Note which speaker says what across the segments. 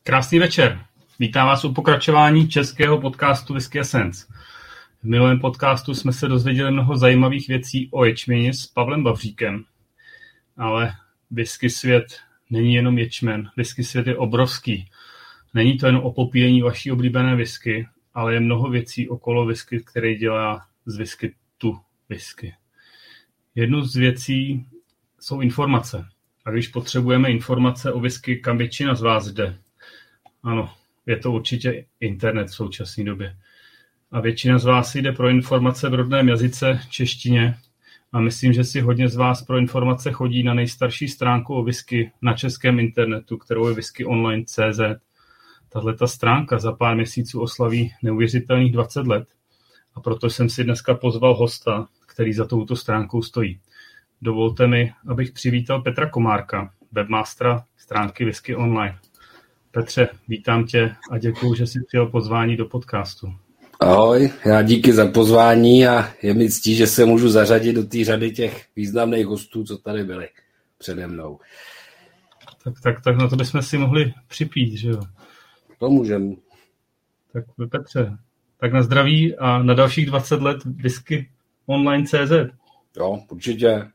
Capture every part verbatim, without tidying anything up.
Speaker 1: Krásný večer. Vítám vás u pokračování českého podcastu Whisky Essence. V minulém podcastu jsme se dozvěděli mnoho zajímavých věcí o ječmeni s Pavlem Bavříkem. Ale whisky svět není jenom ječmen. Whisky svět je obrovský. Není to jen o popíjení vaší oblíbené whisky, ale je mnoho věcí okolo whisky, které dělá z whisky tu whisky. Jednu z věcí jsou informace. A když potřebujeme informace o whisky, kam většina z vás jde? Ano, je to určitě internet v současné době. A většina z vás jde pro informace v rodném jazyce, češtině. A myslím, že si hodně z vás pro informace chodí na nejstarší stránku o whisky na českém internetu, kterou je whisky online tečka cé zet. Tahleta stránka za pár měsíců oslaví neuvěřitelných dvacet let. A proto jsem si dneska pozval hosta, který za touto stránkou stojí. Dovolte mi, abych přivítal Petra Komárka, webmastera stránky Whisky Online. Petře, vítám tě a děkuju, že jsi přijal pozvání do podcastu.
Speaker 2: Ahoj, já díky za pozvání a je mi ctí, že se můžu zařadit do té řady těch významných hostů, co tady byli přede mnou.
Speaker 1: Tak, tak, tak na to bychom si mohli připít, že jo?
Speaker 2: To můžeme.
Speaker 1: Tak Petře, tak na zdraví a na dalších dvacet let Whisky Online tečka cé zet.
Speaker 2: Jo, určitě.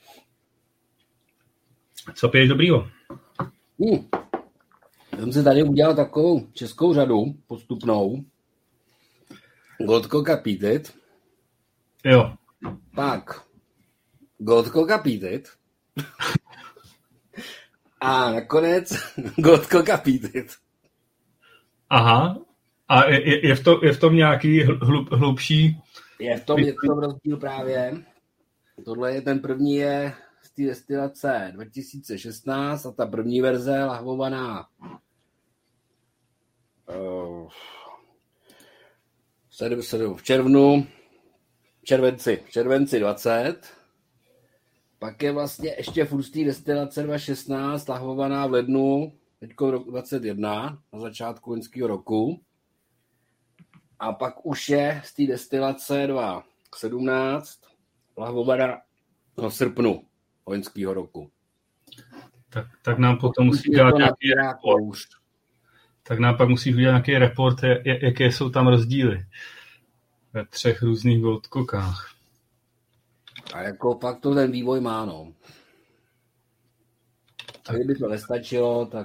Speaker 1: Co piješ dobrýho?
Speaker 2: Hmm. Jsem si tady udělal takovou českou řadu postupnou. Gold Coca Peated.
Speaker 1: Jo.
Speaker 2: Pak Gold Coca Peated. A nakonec Gold Coca Peated.
Speaker 1: Aha. A je, je, v, to, je v tom nějaký hlub, hlubší...
Speaker 2: Je v tom, je v tom rozdíl právě. Tohle je ten první je z té destilace dva tisíce šestnáct a ta první verze lahvovaná uh, v červnu, červenci, červenci dvacet. Pak je vlastně ještě furt z té destilace dva tisíce šestnáct lahvovaná v lednu teďko dvacet jedna na začátku loňského roku. A pak už je z té destilace dva tisíce sedmnáct lahvovaná v srpnu loňského roku.
Speaker 1: Tak, tak nám potom musí dělat nějaký report. Tak nám pak musíš udělat nějaký report, jaké jsou tam rozdíly ve třech různých Gold Cokách.
Speaker 2: A jako pak to ten vývoj má, no. A kdyby to nestačilo, tak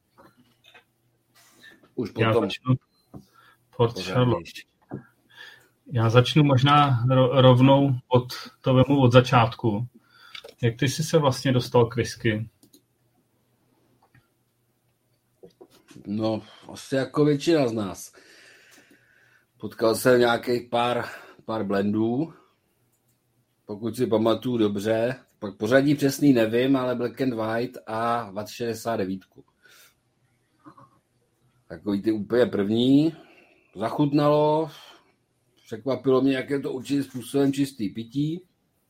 Speaker 2: už potom...
Speaker 1: Já začnu, Port Charlotte. Já začnu možná rovnou od, to vemu od začátku. Jak ty jsi se vlastně dostal k whisky?
Speaker 2: No, asi jako většina z nás. Potkal jsem nějakých pár, pár blendů. Pokud si pamatuju dobře, pak pořadí přesný nevím, ale Black and White a Watt šedesát devět. Takový ty úplně první. Zachutnalo. Překvapilo mě, jak je to určitým způsobem čistý pití.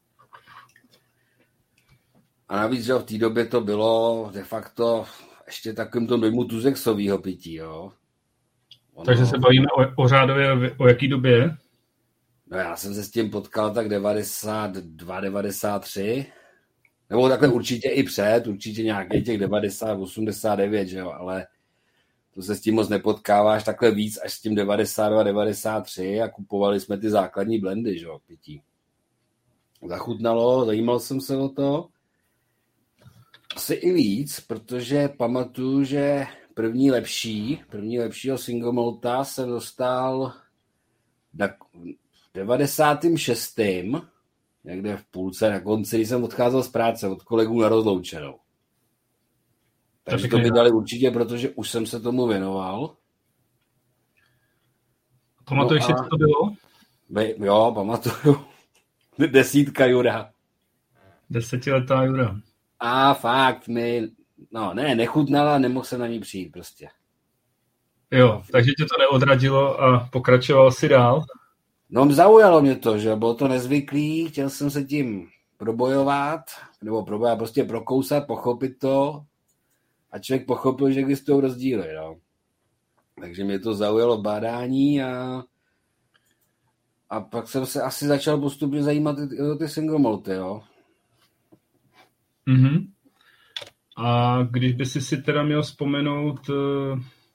Speaker 2: A navíc, že v té době to bylo de facto ještě takovým to dojmu tuzexovýho pití, jo. Ono...
Speaker 1: Takže se bavíme o, o řádově, o jaký době?
Speaker 2: No já jsem se s tím potkal tak devadesát dva, devadesát tři. Nebo takhle určitě i před, určitě nějakých těch devadesát, osmdesát devět, že jo, ale to se s tím moc nepotkáváš takhle víc až s tím devadesát dva, devadesát tři a kupovali jsme ty základní blendy, že jo, pití. Zachutnalo, zajímal jsem se o to. Asi i víc, protože pamatuju, že první lepší, první lepšího single malta jsem dostal na devadesátém šestém někde v půlce na konci, když jsem odcházel z práce od kolegů na rozloučenou. Takže to mi dali určitě, protože už jsem se tomu věnoval.
Speaker 1: Pamatuješ si, no co to bylo?
Speaker 2: Jo, pamatuju. Desítka Jura.
Speaker 1: Desetiletá Jura.
Speaker 2: A fakt mi, no ne, nechutnala, nemohl jsem na ní přijít prostě.
Speaker 1: Jo, takže tě to neodradilo a pokračoval si dál?
Speaker 2: No zaujalo mě to, že bylo to nezvyklý, chtěl jsem se tím probojovat, nebo probojovat, prostě prokousat, pochopit to a člověk pochopil, že existují rozdíly, no. Takže mě to zaujalo bádání a a pak jsem se asi začal postupně zajímat o ty single malty, jo.
Speaker 1: Mhm. A když by si si teda měl vzpomenout,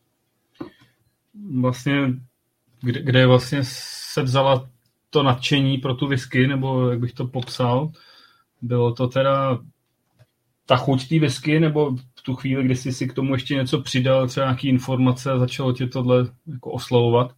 Speaker 1: vlastně, kde, kde vlastně se vzala to nadšení pro tu whisky, nebo jak bych to popsal? Bylo to teda ta chuť té whisky, nebo v tu chvíli, kdy jsi si k tomu ještě něco přidal, třeba nějaký informace a začalo tě tohle jako oslovovat?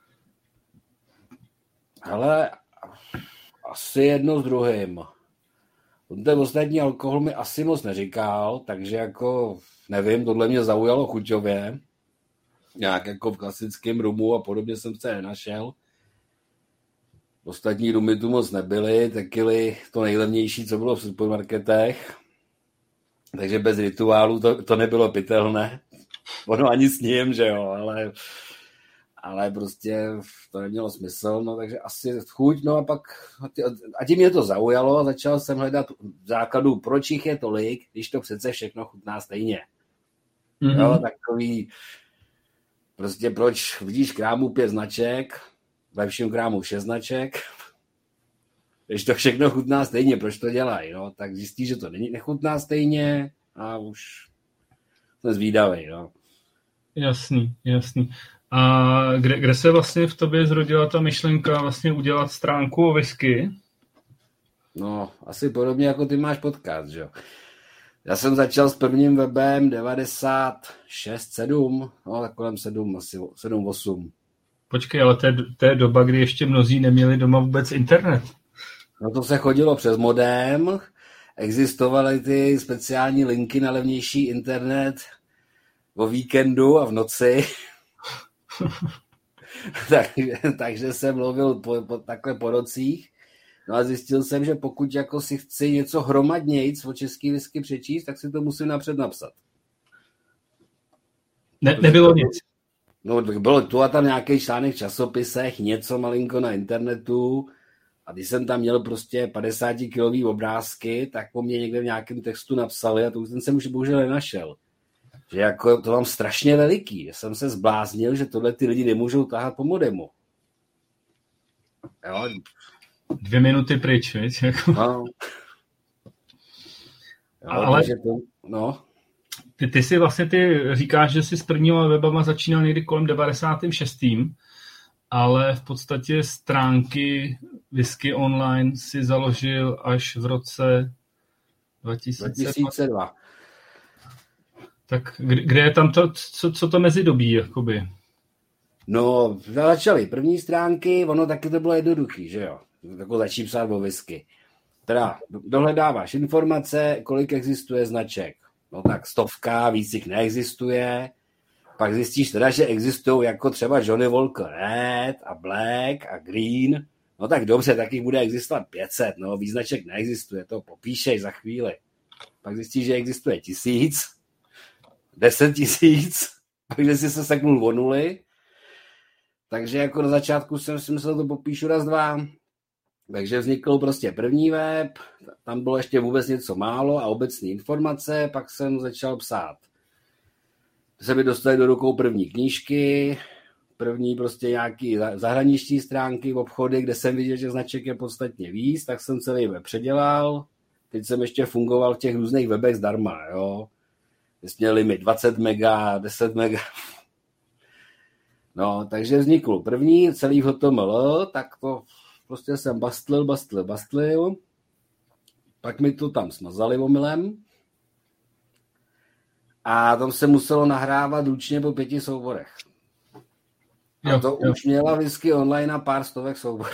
Speaker 2: Hele, asi jedno s druhým. Ten ostatní alkohol mi asi moc neříkal, takže jako nevím, tohle mě zaujalo chuťově. Nějak jako v klasickém rumu a podobně jsem se nenašel. Ostatní rumy tu moc nebyly, tekily to nejlevnější, co bylo v supermarketech. Takže bez rituálu to, to nebylo pitelné. Ono ani s ním, že jo, ale, ale prostě to nemělo smysl, no takže asi chuť, no a pak a tím mě to zaujalo a začal jsem hledat v základu, proč jich je tolik, když to přece všechno chutná stejně. Mm-hmm. Jo, takový prostě proč vidíš krámu pět značek, ve všem krámu šest značek, když to všechno chutná stejně, proč to dělají, no, tak zjistí, že to není, nechutná stejně a už jsem zvídavý, no.
Speaker 1: Jasný, jasný. A kde, kde se vlastně v tobě zrodila ta myšlenka vlastně udělat stránku o whisky?
Speaker 2: No, asi podobně jako ty máš podcast, že jo. Já jsem začal s prvním webem devadesát šest sedm, no tak kolem sedm, asi sedm osm.
Speaker 1: Počkej, ale to je, to je doba, kdy ještě mnozí neměli doma vůbec internet.
Speaker 2: No to se chodilo přes modem, existovaly ty speciální linky na levnější internet o víkendu a v noci. tak, takže jsem mluvil po, po, takhle po nocích. No a zjistil jsem, že pokud jako si chci něco hromadnějc o český whisky přečíst, tak si to musím napřed napsat.
Speaker 1: Ne, nebylo nic.
Speaker 2: No bylo tu a tam nějaký článek v časopisech, něco malinko na internetu a když jsem tam měl prostě padesátikilový obrázky, tak po mně někde v nějakém textu napsali a to už jsem už bohužel nenašel. Že jako to mám strašně veliký, že jsem se zbláznil, že tohle ty lidi nemůžou tahat po modemu. Jo.
Speaker 1: Dvě minuty pryč, víš? Jako.
Speaker 2: No. Jo,
Speaker 1: ale
Speaker 2: to, no.
Speaker 1: ty, ty si vlastně ty říkáš, že jsi s prvníma webama začínal někdy kolem devadesátým šestým ale v podstatě stránky Whisky Online si založil až v roce dva tisíce dva. Tak kde, kde je tam to, co, co to mezidobí, jakoby?
Speaker 2: No, začaly první stránky, ono taky to bylo jednoduchý, že jo? Tako začít psát o whisky. Teda dohledáváš informace, kolik existuje značek. No tak stovka, víc jich neexistuje. Pak zjistíš teda, že existují jako třeba Johnny Walker Red a Black a Green. No tak dobře, tak jich bude existovat pět set, no víc značek neexistuje, to popíšeš za chvíli. Pak zjistíš, že existuje tisíc, deset tisíc, takže si se seknul o nuly. Takže jako na začátku jsem si myslel, to popíšu raz, dva. Takže vznikl prostě první web, tam bylo ještě vůbec něco málo a obecné informace, pak jsem začal psát. Se mi dostali do rukou první knížky, první prostě nějaký zahraniční stránky v obchody, kde jsem viděl, že značek je podstatně víc, tak jsem celý web předělal. Teď jsem ještě fungoval v těch různých webech zdarma, jo. Jsme měli limit dvacet mega, deset mega. No, takže vznikl první, celý H T M L, tak to prostě jsem bastlil, bastlil, bastlil. Pak mi to tam smazali omylem. A tam se muselo nahrávat ručně po pěti souborech. A to jo, už jo. Měla Whisky Online na pár stovek souborů.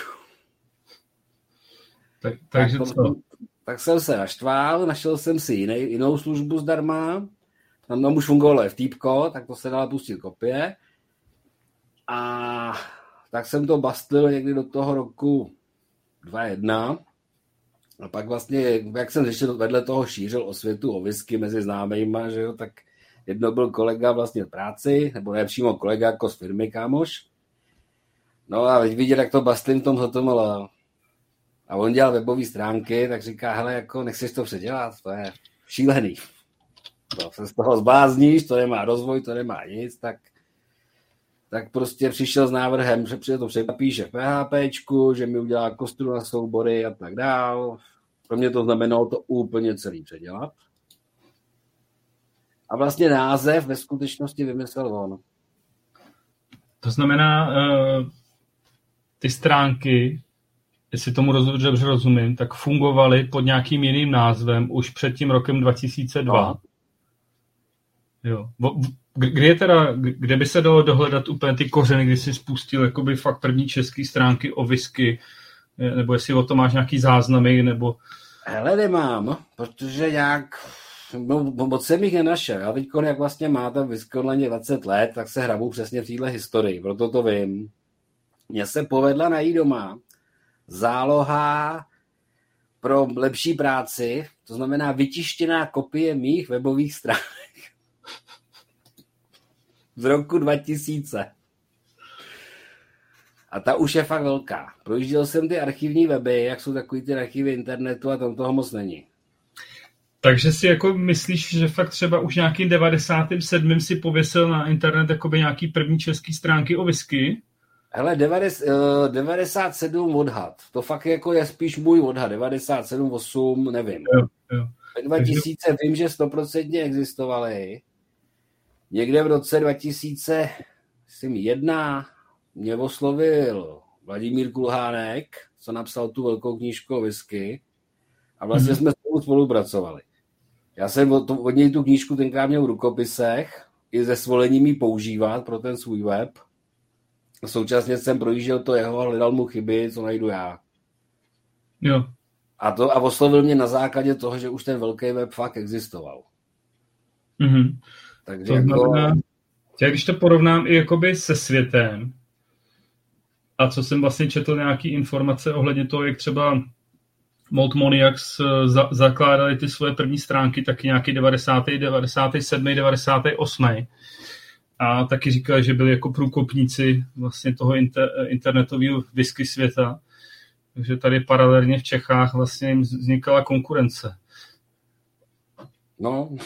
Speaker 1: Tak, takže
Speaker 2: tak, to, tak jsem se naštval, našel jsem si jiný, jinou službu zdarma. Tam, tam už fungovalo F T P ko, tak to se dala pustit kopie. A tak jsem to bastlil někdy do toho roku dva tisíce jedna. A pak vlastně, jak jsem ještě vedle toho šířil osvětu o whisky mezi známejma, že jo, tak jedno byl kolega vlastně v práci, nebo ne přímo kolega jako z firmy, kámoš. No a vidět, jak to bastlím v tom H T M L. A on dělal webové stránky, tak říká, hele, jako nechceš to předělat, to je šílený. No, se z toho zblázníš, to nemá rozvoj, to nemá nic, tak tak prostě přišel s návrhem, že přijde to přepíše v PHPčku, že mi udělá kostru na soubory a tak dál. Pro mě to znamenalo to úplně celý předělat. A vlastně název ve skutečnosti vymyslel on.
Speaker 1: To znamená, uh, ty stránky, jestli tomu roz, dobře rozumím, tak fungovaly pod nějakým jiným názvem už před tím rokem dva tisíce dva. No. Jo. Kde je teda, kde by se dalo dohledat úplně ty kořeny, kdy jsi spustil jakoby fakt první české stránky o whisky, nebo jestli o tom máš nějaký záznamy, nebo...
Speaker 2: Hele, nemám, protože nějak moc jsem jich nenašel. Já teď, jak vlastně má tam whisky online dvacet let, tak se hrabu přesně v téhle historii, proto to vím. Mně se povedla najít doma záloha pro lepší práci, to znamená vytištěná kopie mých webových stránek z roku dva tisíce. A ta už je fakt velká. Projížděl jsem ty archivní weby, jak jsou takový ty archivy internetu a tam toho moc není.
Speaker 1: Takže si jako myslíš, že fakt třeba už nějakým devadesátým sedmým si pověsil na internet jakoby nějaký první český stránky o whisky?
Speaker 2: Hele, devadesát sedm odhad. To fakt jako je spíš můj odhad. devadesát sedm, osm, nevím.
Speaker 1: Jo, jo.
Speaker 2: dva tisíce vím, že stoprocentně existovaly. Někde v roce dva tisíce jedna mě oslovil Vladimír Kulhánek, co napsal tu velkou knížku o whisky. A vlastně mm-hmm. jsme spolu spolupracovali. Já jsem od, od něj tu knížku tenkrát měl v rukopisech i se svolením ji používat pro ten svůj web. Současně jsem projížděl to jeho a hledal mu chyby, co najdu já.
Speaker 1: Jo.
Speaker 2: A, to, a oslovil mě na základě toho, že už ten velký web fakt existoval.
Speaker 1: Mm-hmm.
Speaker 2: Takže
Speaker 1: to
Speaker 2: jako...
Speaker 1: znamená, já když to porovnám i jakoby se světem, a co jsem vlastně četl nějaký informace ohledně toho, jak třeba Malt Moniacs za, zakládali ty svoje první stránky, taky nějaký devadesátý, devadesátý sedmý, devadesátý osmý A taky říkali, že byli jako průkopníci vlastně toho inter, internetového whisky světa. Takže tady paralelně v Čechách vlastně jim vznikala konkurence.
Speaker 2: No.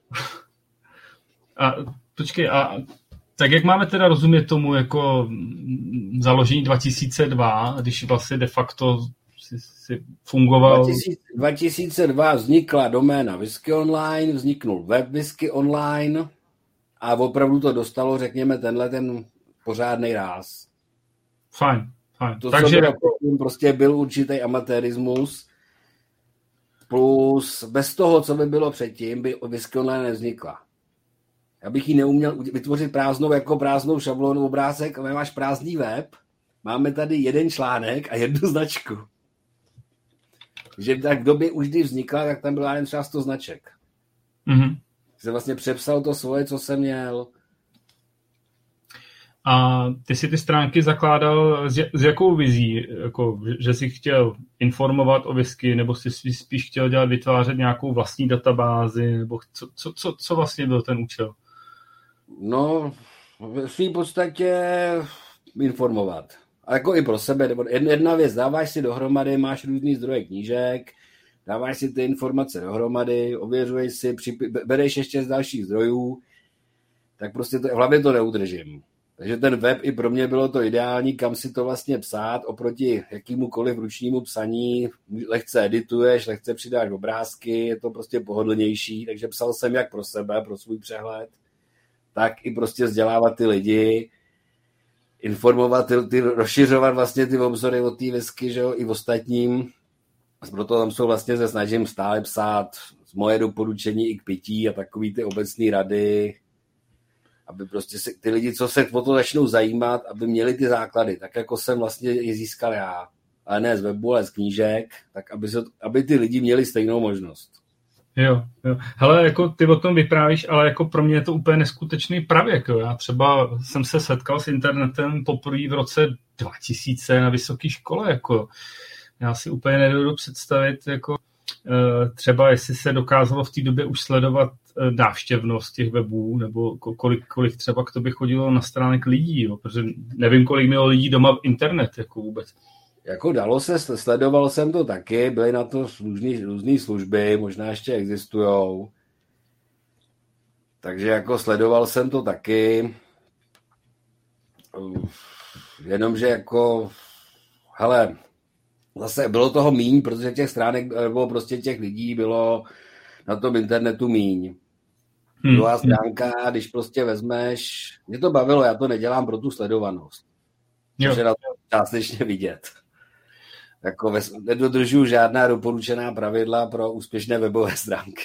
Speaker 1: A počkej, a tak jak máme teda rozumět tomu jako založení dva tisíce dva, když vlastně de facto si, si fungoval...
Speaker 2: dva tisíce dva vznikla doména Whisky Online, vzniknul web Whisky Online a opravdu to dostalo, řekněme, tenhle ten pořádnej ráz.
Speaker 1: Fajn, fajn.
Speaker 2: To,
Speaker 1: takže
Speaker 2: co jako... prostě byl určitý amatérismus, plus bez toho, co by bylo předtím, by Whisky Online nevznikla. Já bych ji neuměl vytvořit prázdnou, jako prázdnou šablonu obrázek, ale máš prázdný web, máme tady jeden článek a jednu značku. Že tak v době už, kdy vznikla, tak tam byla jen třeba sto značek.
Speaker 1: Mm-hmm.
Speaker 2: Jsem vlastně přepsal to svoje, co jsem měl.
Speaker 1: A ty si ty stránky zakládal s, s jakou vizí? Jako, že jsi chtěl informovat o whisky, nebo jsi spíš chtěl dělat, vytvářet nějakou vlastní databázi, nebo co, co, co, co vlastně byl ten účel?
Speaker 2: No, v svým podstatě informovat. A jako i pro sebe. Jedna věc, dáváš si dohromady, máš různý zdroje knížek, dáváš si ty informace dohromady, ověřuješ si, přip- bereš ještě z dalších zdrojů, tak prostě to, hlavně to neudržím. Takže ten web i pro mě bylo to ideální, kam si to vlastně psát oproti jakýmukoliv ručnímu psaní. Lehce edituješ, lehce přidáš obrázky, je to prostě pohodlnější, takže psal jsem jak pro sebe, pro svůj přehled, tak i prostě vzdělávat ty lidi, informovat, ty, ty, rozšiřovat vlastně ty obzory od té whisky, že jo, i ostatním. Proto tam jsou vlastně, se snažím stále psát moje doporučení i k pití a takový ty obecné rady, aby prostě se, ty lidi, co se o to začnou zajímat, aby měli ty základy, tak jako jsem vlastně je získal já, ale ne z webu, ale z knížek, tak aby, se, aby ty lidi měli stejnou možnost.
Speaker 1: Jo, jo. Hele, jako ty o tom vyprávíš, ale jako pro mě je to úplně neskutečný pravěk. Jo. Já třeba jsem se setkal s internetem poprvé v roce dva tisíce na vysoké škole. Jako. Já si úplně nedovedu představit, jako, třeba jestli se dokázalo v té době už sledovat návštěvnost těch webů, nebo kolik, kolik třeba k tobě chodilo na stránek lidí, jo, protože nevím, kolik mělo lidí doma v internet, jako vůbec.
Speaker 2: Jako dalo se, sledoval jsem to taky, byly na to různé služby, možná ještě existujou. Takže jako sledoval jsem to taky. Jenomže jako, hele, zase bylo toho míň, protože těch stránek, nebo prostě těch lidí bylo na tom internetu míň. Hmm. Druhá stránka, když prostě vezmeš, mě to bavilo, já to nedělám pro tu sledovanost. Což je na to částečně vidět. Jako nedodržuju žádná doporučená pravidla pro úspěšné webové stránky.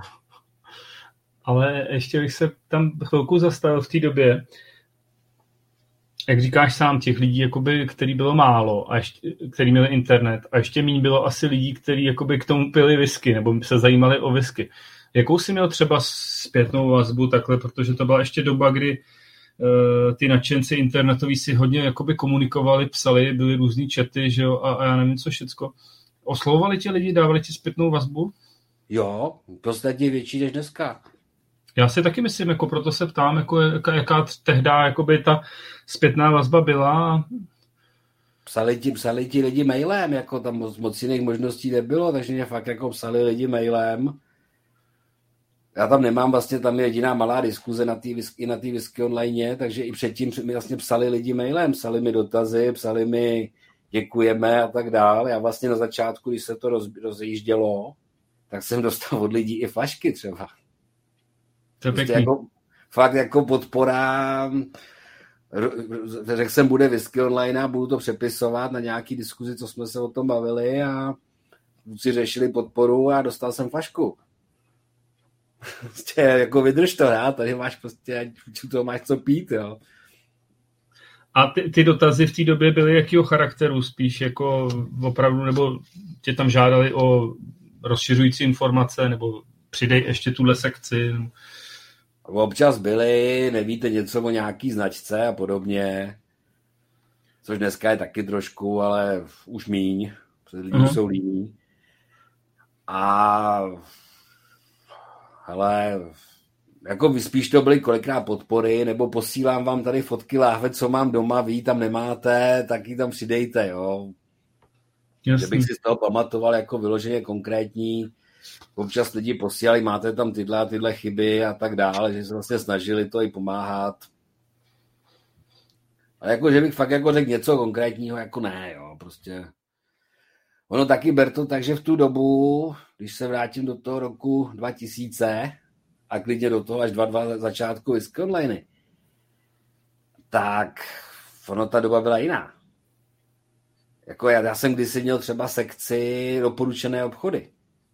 Speaker 1: Ale ještě bych se tam chvilku zastavil v té době, jak říkáš sám, těch lidí, jakoby, který bylo málo, a ještě, který měli internet, a ještě méně bylo asi lidí, kteří jakoby, k tomu pili whisky, nebo se zajímali o whisky. Jakou jsi měl třeba zpětnou vazbu takhle, protože to byla ještě doba, kdy uh, ty nadšenci internetoví si hodně jakoby komunikovali, psali, byly různý chaty, že jo, a, a já nevím co všecko. Oslovovali ti lidi, dávali ti zpětnou vazbu?
Speaker 2: Jo, v podstatě větší než dneska.
Speaker 1: Já si taky myslím, jako proto se ptám, jako jaká, jaká tehdy jakoby ta zpětná vazba byla.
Speaker 2: Psali ti, psali ti lidi mailem, jako tam moc, moc jiných možností nebylo, takže mě fakt jako psali lidi mailem. Já tam nemám, vlastně tam je jediná malá diskuze na té whisky, na té whisky online, takže i předtím mi vlastně psali lidi mailem, psali mi dotazy, psali mi děkujeme a tak dál. Já vlastně na začátku, když se to roz, rozjíždělo, tak jsem dostal od lidí i flašky třeba.
Speaker 1: To je
Speaker 2: prostě
Speaker 1: pěkný.
Speaker 2: Jako, fakt jako podpora, řekl jsem, bude whisky online a budu to přepisovat na nějaký diskuzi, co jsme se o tom bavili a si řešili podporu a dostal jsem flašku. Prostě jako vydrž to, já, tady máš prostě, to máš co pít, jo.
Speaker 1: A ty, ty dotazy v té době byly jakýho charakteru? Spíš jako opravdu, nebo tě tam žádali o rozšiřující informace, nebo přidej ještě tuhle sekci?
Speaker 2: Občas byly, nevíte něco o nějaký značce a podobně, což dneska je taky trošku, ale už míň, protože lidi uh-huh. jsou líní. A hele, jako spíš to byly kolikrát podpory, nebo posílám vám tady fotky láhve, co mám doma, vy tam nemáte, tak ji tam přidejte, jo. Jasný. Že bych si z toho pamatoval jako vyloženě konkrétní. Občas lidi posílali, máte tam tyhle a tyhle chyby a tak dále, že se vlastně snažili to i pomáhat. Ale jako, že bych fakt jako řekl něco konkrétního, jako ne, jo, prostě. Ono taky ber to tak, že v tu dobu, když se vrátím do toho roku dva tisíce a klidně do toho až dva tisíce dva začátku whisky online, tak ono ta doba byla jiná. Jako já, já jsem kdysi měl třeba sekci doporučené obchody.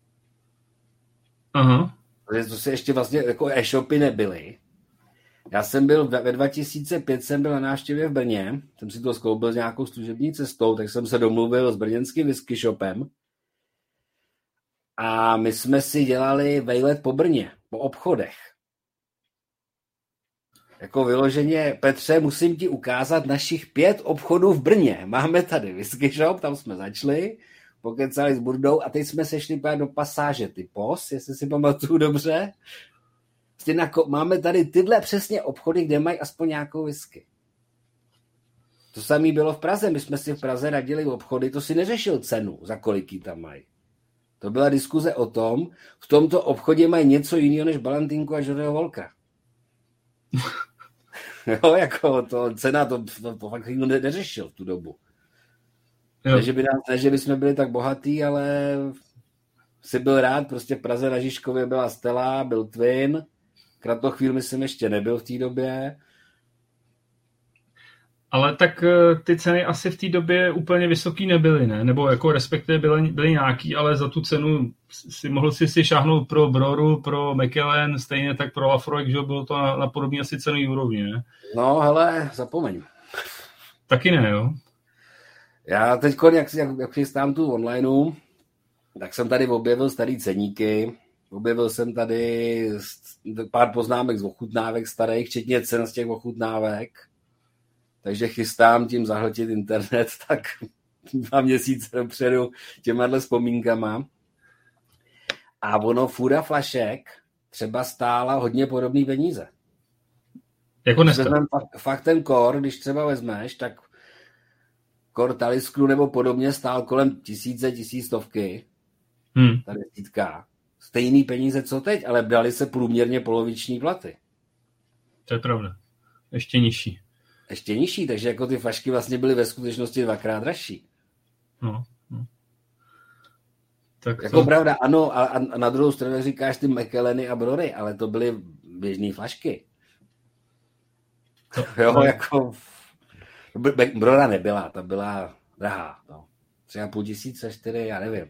Speaker 1: Aha.
Speaker 2: Protože to se ještě vlastně jako e-shopy nebyly. Já jsem byl ve dva tisíce pět jsem byl na návštěvě v Brně, jsem si to skloubil s nějakou služební cestou, tak jsem se domluvil s brněnským whisky shopem a my jsme si dělali vejlet po Brně, po obchodech. Jako vyloženě, Petře, musím ti ukázat našich pět obchodů v Brně. Máme tady whisky shop, tam jsme začali, pokecali s Burdou a teď jsme se šli do pasáže Typos, jestli si pamatuju dobře. Máme tady tyhle přesně obchody, kde mají aspoň nějakou whisky. To samé bylo v Praze. My jsme si v Praze radili obchody, to si neřešil cenu, za kolik jí tam mají. To byla diskuze o tom, v tomto obchodě mají něco jiného než Balantinku a Žoryho Volka. Jo, jako to, cena to, to, to fakt nikdo neřešil v tu dobu. Ne, že by nás, ne, že by jsme byli tak bohatý, ale si byl rád, prostě v Praze na Žižkově byla Stella, byl Twin, Kratochvíl myslím ještě nebyl v té době.
Speaker 1: Ale tak ty ceny asi v té době úplně vysoký nebyly, ne? Nebo jako respektive byly, byly nějaký, ale za tu cenu si mohl si si šáhnout pro Broru, pro Macallan, stejně tak pro Lafroig, že bylo to na, na podobný asi cenový úrovni, ne?
Speaker 2: No, hele, zapomeň.
Speaker 1: Taky ne, jo?
Speaker 2: Já teď, jak, jak, jak chystám tu onlineu, tak jsem tady objevil starý ceníky, objevil jsem tady pár poznámek z ochutnávek starých, včetně cen z těch ochutnávek. Takže chystám tím zahltit internet tak dva měsíce dopředu těmahle vzpomínkama. A ono fůra flašek třeba stála hodně podobný peníze.
Speaker 1: Jako dneska.
Speaker 2: Fakt, fakt ten kor, když třeba vezmeš, tak kor Taliskru nebo podobně stál kolem tisíce, tisícovky. Hmm. Ta desítka. Stejný peníze, co teď, ale brali se průměrně poloviční platy.
Speaker 1: To je pravda. Ještě nižší.
Speaker 2: Ještě nižší, takže jako ty flašky vlastně byly ve skutečnosti dvakrát dražší.
Speaker 1: No, no. Tak
Speaker 2: jako to... pravda, ano, a, a na druhou stranu říkáš ty Macallany a Brory, ale to byly běžný flašky. Jo, jako... Broda nebyla, ta byla drahá. No. Tři a půl tisíce, čtyři, já nevím.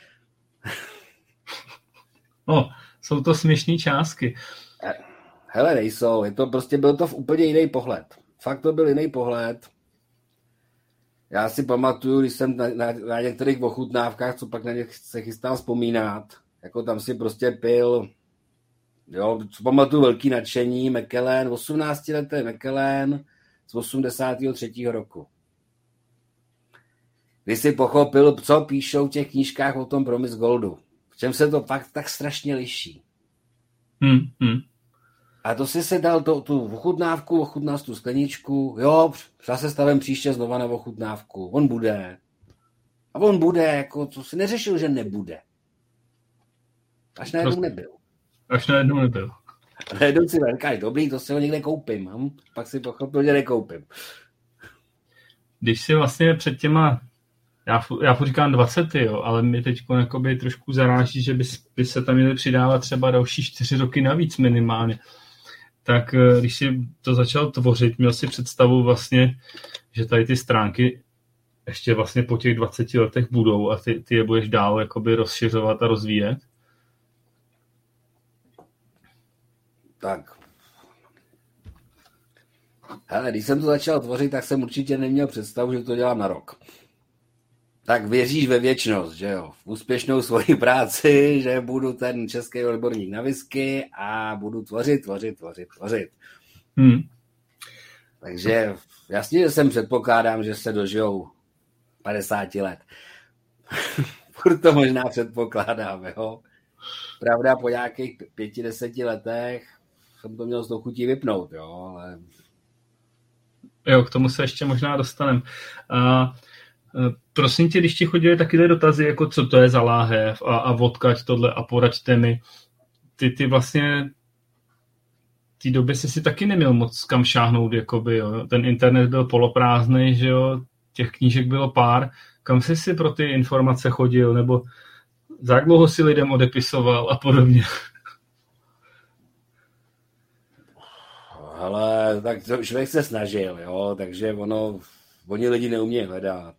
Speaker 1: No, jsou to směšné částky.
Speaker 2: Hele, nejsou. Je to prostě, byl to v úplně jiný pohled. Fakt to byl jiný pohled. Já si pamatuju, když jsem na, na, na některých ochutnávkách, co pak na ně se chystám vzpomínat, jako tam si prostě pil, jo, co pamatuju, velký nadšení, Macallan, osmnáctiletý Macallan z osmdesátého třetího roku. Když si pochopil, co píšou v těch knížkách o tom Promise Goldu. V čem se to fakt tak strašně liší.
Speaker 1: Hmm, hmm.
Speaker 2: A to si se dal to, tu ochutnávku, ochutnal tu skleničku, jo, zase stavím příště znova na ochutnávku, on bude. A on bude, jako, co si neřešil, že nebude. Až najednou nebyl.
Speaker 1: Až najednou nebyl.
Speaker 2: A najednou si říkáš, dobrý, to si ho někde koupím. Hm? Pak si pochopil, že nekoupím.
Speaker 1: Když si vlastně před těma, já, já říkám dvacet, jo, ale mě teď trošku zaráží, že by, by se tam měly přidávat třeba další čtyři roky navíc minimálně. Tak když si to začal tvořit, měl si představu vlastně, že tady ty stránky ještě vlastně po těch dvaceti letech budou a ty, ty je budeš dál jakoby rozšiřovat a rozvíjet?
Speaker 2: Tak. Hele, když jsem to začal tvořit, tak jsem určitě neměl představu, že to dělám na rok. Tak věříš ve věčnost, že jo? V úspěšnou svoji práci, že budu ten český odborník na whisky a budu tvořit, tvořit, tvořit, tvořit.
Speaker 1: Hmm.
Speaker 2: Takže jasně, že jsem předpokládám, že se dožijou padesáti let. Furt to možná předpokládám, jo? Pravda, po nějakých pěti, deseti letech jsem to měl s tou chutí vypnout, jo, ale...
Speaker 1: Jo, k tomu se ještě možná dostanem. A prosím tě, když ti chodili takyhle dotazy, jako co to je za láhev a, a odkaď tohle a poraďte mi, ty, ty vlastně v té době jsi si taky neměl moc kam šáhnout, jakoby, jo. Ten internet byl poloprázdnej, že jo, těch knížek bylo pár, kam jsi si pro ty informace chodil, nebo za jak dlouho si lidem odepisoval a podobně?
Speaker 2: Ale tak to člověk se snažil, jo, takže ono, oni lidi neumějí hledat.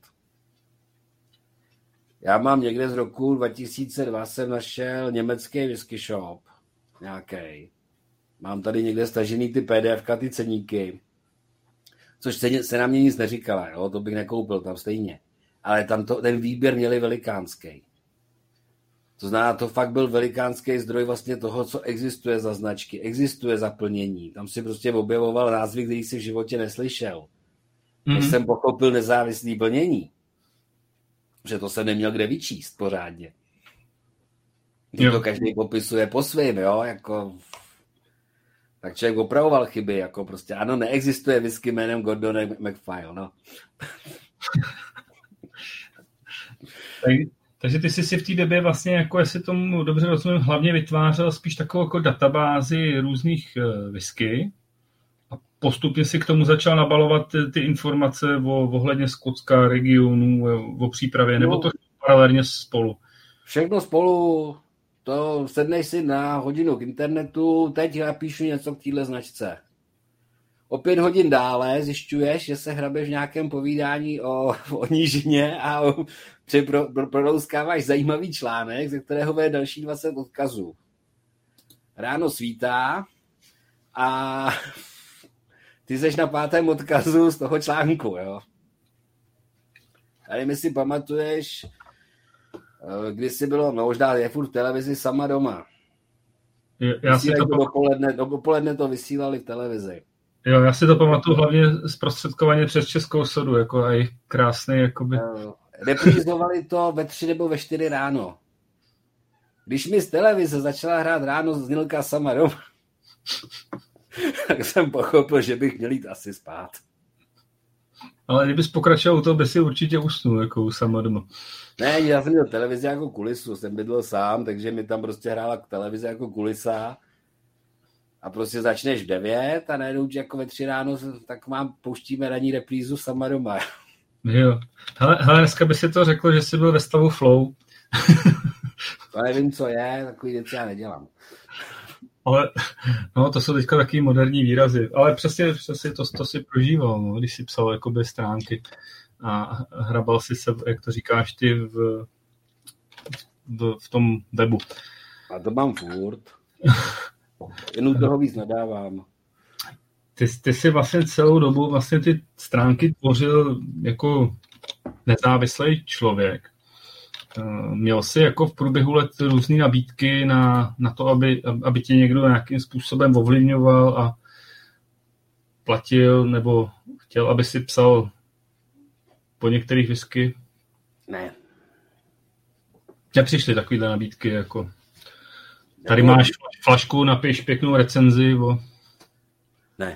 Speaker 2: Já mám někde z roku dva tisíce dva jsem našel německý whisky shop, nějaký. Mám tady někde stažený ty P D F ka, ty ceníky, což se, se na mě nic neříkala, jo, to bych nekoupil tam stejně. Ale tam to, ten výběr měli velikánský. To znamená, to fakt byl velikánský zdroj vlastně toho, co existuje za značky, existuje za plnění. Tam si prostě objevoval názvy, který si v životě neslyšel. Mm-hmm. Než jsem pochopil nezávislý plnění. Že to jsem neměl kde vyčíst pořádně. To každý popisuje po svým, jo, jako... Tak člověk opravoval chyby, jako prostě, ano, neexistuje whisky jménem Gordon MacPhail, no.
Speaker 1: Takže ty jsi si v té době vlastně, jako jestli tomu dobře rozumím, hlavně vytvářel spíš takovou jako databázi různých whisky a postupně si k tomu začal nabalovat ty, ty informace o, ohledně Skotska, regionů, o přípravě, no, nebo to paralelně spolu?
Speaker 2: Všechno spolu, to sedneš si na hodinu k internetu, teď já píšu něco k téhle značce. O pět hodin dále zjišťuješ, že se hrabeš v nějakém povídání o, o nížině a o, při pro, pro, prodouskáváš zajímavý článek, ze kterého je další dvacet odkazů. Ráno svítá a ty seš na pátém odkazu z toho článku, jo. Tady mi si pamatuješ, když jsi bylo, no možná je furt v televizi Sama doma.
Speaker 1: Já si to
Speaker 2: dopoledne, dopoledne to vysílali v televizi.
Speaker 1: Jo, já si to pamatuju hlavně zprostředkovaně přes Českou sodu, jako a jejich krásný, jakoby.
Speaker 2: Reprízovali to ve tři nebo ve čtyři ráno. Když mi z televize začala hrát ráno znělka Sama doma, tak jsem pochopil, že bych měl jít asi spát.
Speaker 1: Ale kdybys pokračoval u toho, by si určitě usnul, jako u Sama doma.
Speaker 2: Ne, já jsem měl televizi jako kulisu, jsem bydlel sám, takže mi tam prostě hrála televize jako kulisa. A prostě začneš v devět a najednou jako ve tři ráno, tak mám pouštíme ranní reprízu Sama doma.
Speaker 1: Jo. Hele, hele, dneska by si to řekl, že jsi byl ve stavu flow.
Speaker 2: To nevím, co je, takový věci já nedělám.
Speaker 1: Ale no, to jsou teďka taky moderní výrazy. Ale přesně, přesně to, to si prožíval, no, když si psal jakoby stránky a hrabal si se, jak to říkáš ty, v, v, v tom webu.
Speaker 2: A to mám furt. Jenom toho víc nadávám.
Speaker 1: Ty, ty si vlastně celou dobu vlastně ty stránky tvořil jako nezávislý člověk. Měl jsi jako v průběhu let různé nabídky na, na to, aby, aby tě někdo nějakým způsobem ovlivňoval a platil, nebo chtěl, aby si psal po některých whisky?
Speaker 2: Ne.
Speaker 1: Nepřišly takovýhle nabídky, jako tady máš flašku, napiš pěknou recenzi. Bo...
Speaker 2: Ne.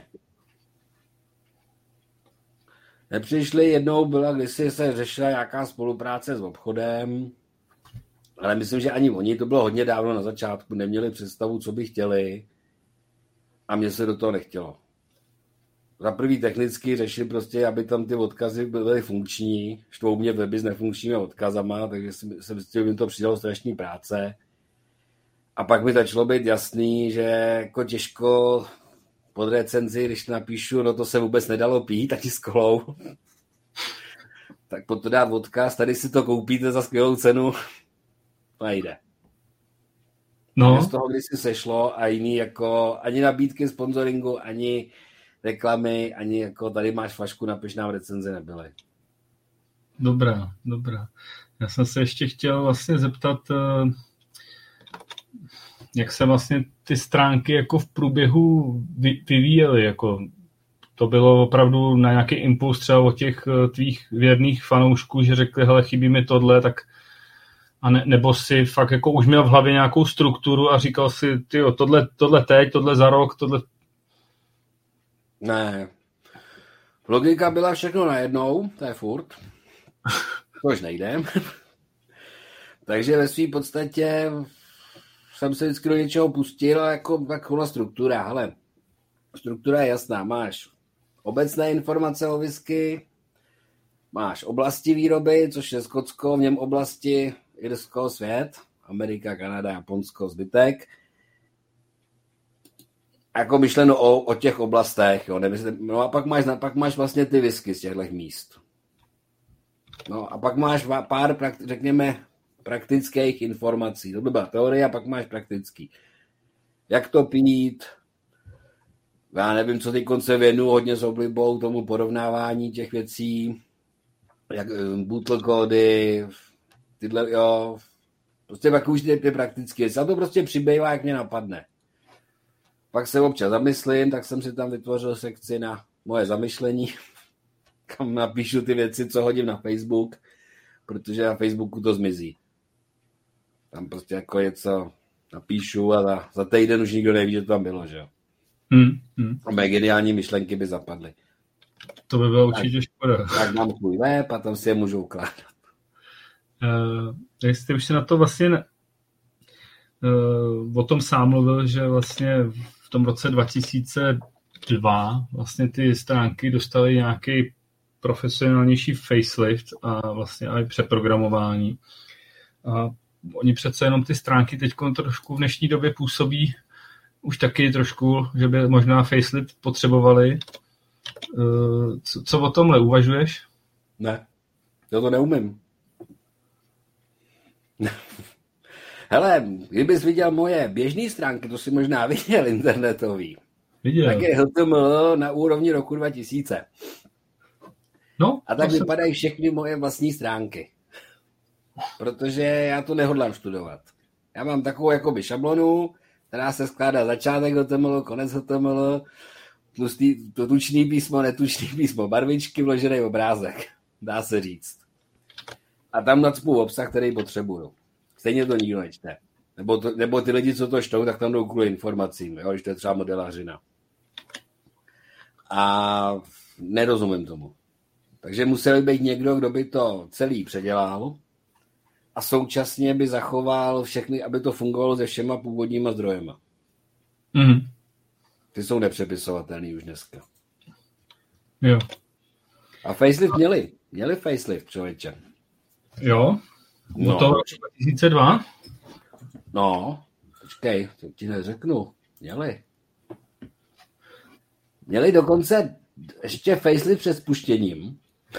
Speaker 2: Nepřišli, jednou byla, když se řešila nějaká spolupráce s obchodem, ale myslím, že ani oni, to bylo hodně dávno na začátku, neměli představu, co by chtěli a mně se do toho nechtělo. Za prvý technicky řešili prostě, aby tam ty odkazy byly funkční, štvou mě weby s nefunkčními odkazama, takže jsem si jim to přidalo strašný práce. A pak mi začalo být jasný, že jako těžko pod recenzi, když napíšu, no to se vůbec nedalo pít, ani s kolou. Tak pod to dát odkaz, tady si to koupíte za skvělou cenu, to nejde.
Speaker 1: No.
Speaker 2: Z toho, když si sešlo a jiný jako, ani nabídky sponsoringu, ani reklamy, ani jako tady máš flašku, napiš nám recenzi, nebyly.
Speaker 1: Dobrá, dobrá. Já jsem se ještě chtěl vlastně zeptat, jak se vlastně ty stránky jako v průběhu vyvíjely, jako to bylo opravdu na nějaký impuls třeba od těch tvých věrných fanoušků, že řekli, hele, chybí mi tohle, tak a ne, nebo si fakt jako už měl v hlavě nějakou strukturu a říkal si, tyjo, tohle, tohle teď, tohle za rok, tohle...
Speaker 2: Ne. Logika byla všechno najednou, to je furt. To už nejde. Takže ve své podstatě jsem se vždycky do něčeho pustil a jako taková struktura. Hele, struktura je jasná. Máš obecné informace o whisky, máš oblasti výroby, což je Skotsko, v něm oblasti Irsko, svět, Amerika, Kanada, Japonsko, zbytek. Jako myšleno o, o těch oblastech. Jo. No a pak máš, pak máš vlastně ty whisky z těchto míst. No a pak máš pár, řekněme, praktických informací. To by byla teorie a pak máš praktický. Jak to pít? Já nevím, co teď se věnu hodně s oblibou tomu porovnávání těch věcí. Jak bottle kódy, tyhle, jo. Prostě pak už ty, ty praktické věci. A to prostě přibývá, jak mě napadne. Pak se občas zamyslím, tak jsem si tam vytvořil sekci na moje zamyšlení, kam napíšu ty věci, co hodím na Facebook, protože na Facebooku to zmizí. Tam prostě jako něco napíšu a za, za týden už nikdo neví, že to tam bylo, že jo.
Speaker 1: Hmm, hmm.
Speaker 2: A moje geniální myšlenky by zapadly.
Speaker 1: To by bylo určitě škoda.
Speaker 2: Tak mám tvůj web a tam si je můžu ukládat.
Speaker 1: Uh, jestli už si na to vlastně uh, o tom sám mluvil, že vlastně v tom roce dva tisíce dva vlastně ty stránky dostaly nějaký profesionálnější facelift a vlastně i přeprogramování. A oni přece jenom ty stránky teď trošku v dnešní době působí už taky trošku, že by možná facelift potřebovali. Co, co o tomhle uvažuješ?
Speaker 2: Ne, já to neumím. Hele, kdybys viděl moje běžné stránky, to si možná viděl internetový.
Speaker 1: Viděl.
Speaker 2: Tak je H T M L na úrovni roku dva tisíce.
Speaker 1: No,
Speaker 2: a tak
Speaker 1: se...
Speaker 2: vypadají všechny moje vlastní stránky. Protože já to nehodlám studovat. Já mám takovou jakoby šablonu, která se skládá začátek H T M L, konec H T M L, tlustý, to tučný písmo, netučný písmo, barvičky, vložený obrázek. Dá se říct. A tam nacpu obsah, který potřebuju. Stejně to nikdo nečte. Nebo, to, nebo ty lidi, co to čtou, tak tam jdou kvůli informacím, jo, když to je třeba modelářina. A nerozumím tomu. Takže musel být někdo, kdo by to celý předělal a současně by zachoval všechny, aby to fungovalo se všema původníma zdrojema.
Speaker 1: Mm.
Speaker 2: Ty jsou nepřepisovatelný už dneska.
Speaker 1: Jo.
Speaker 2: A facelift měli. Měli facelift, člověče.
Speaker 1: Jo? No. To dva tisíce dva?
Speaker 2: No, počkej, to ti neřeknu. Měli. Měli dokonce ještě facelift před spuštěním.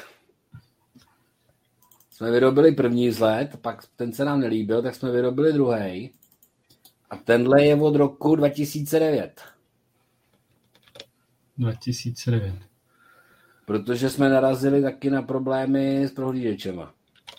Speaker 2: Jsme vyrobili první vzhled, pak ten se nám nelíbil, tak jsme vyrobili druhý. A tenhle je od roku dva tisíce devět.
Speaker 1: dva tisíce devět.
Speaker 2: Protože jsme narazili taky na problémy s prohlížečema.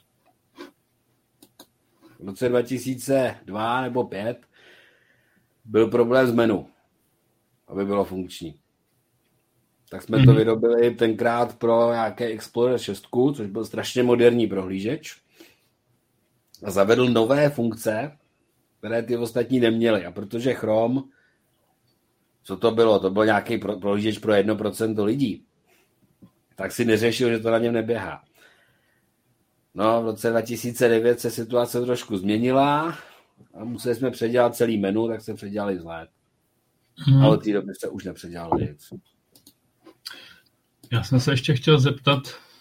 Speaker 2: V roce dva tisíce dva nebo pět byl problém s menu, aby bylo funkční. Tak jsme mm-hmm. to vyrobili tenkrát pro nějaké Explorer šest, což byl strašně moderní prohlížeč. A zavedl nové funkce, které ty ostatní neměly. A protože Chrome, co to bylo? To byl nějaký prohlížeč pro jedno procento lidí. Tak si neřešil, že to na něm neběhá. No, v roce dva tisíce devět se situace trošku změnila a museli jsme předělat celý menu, tak se předělali vzhled. Hmm. A od té doby se už nepředělalo nic.
Speaker 1: Já jsem se ještě chtěl zeptat,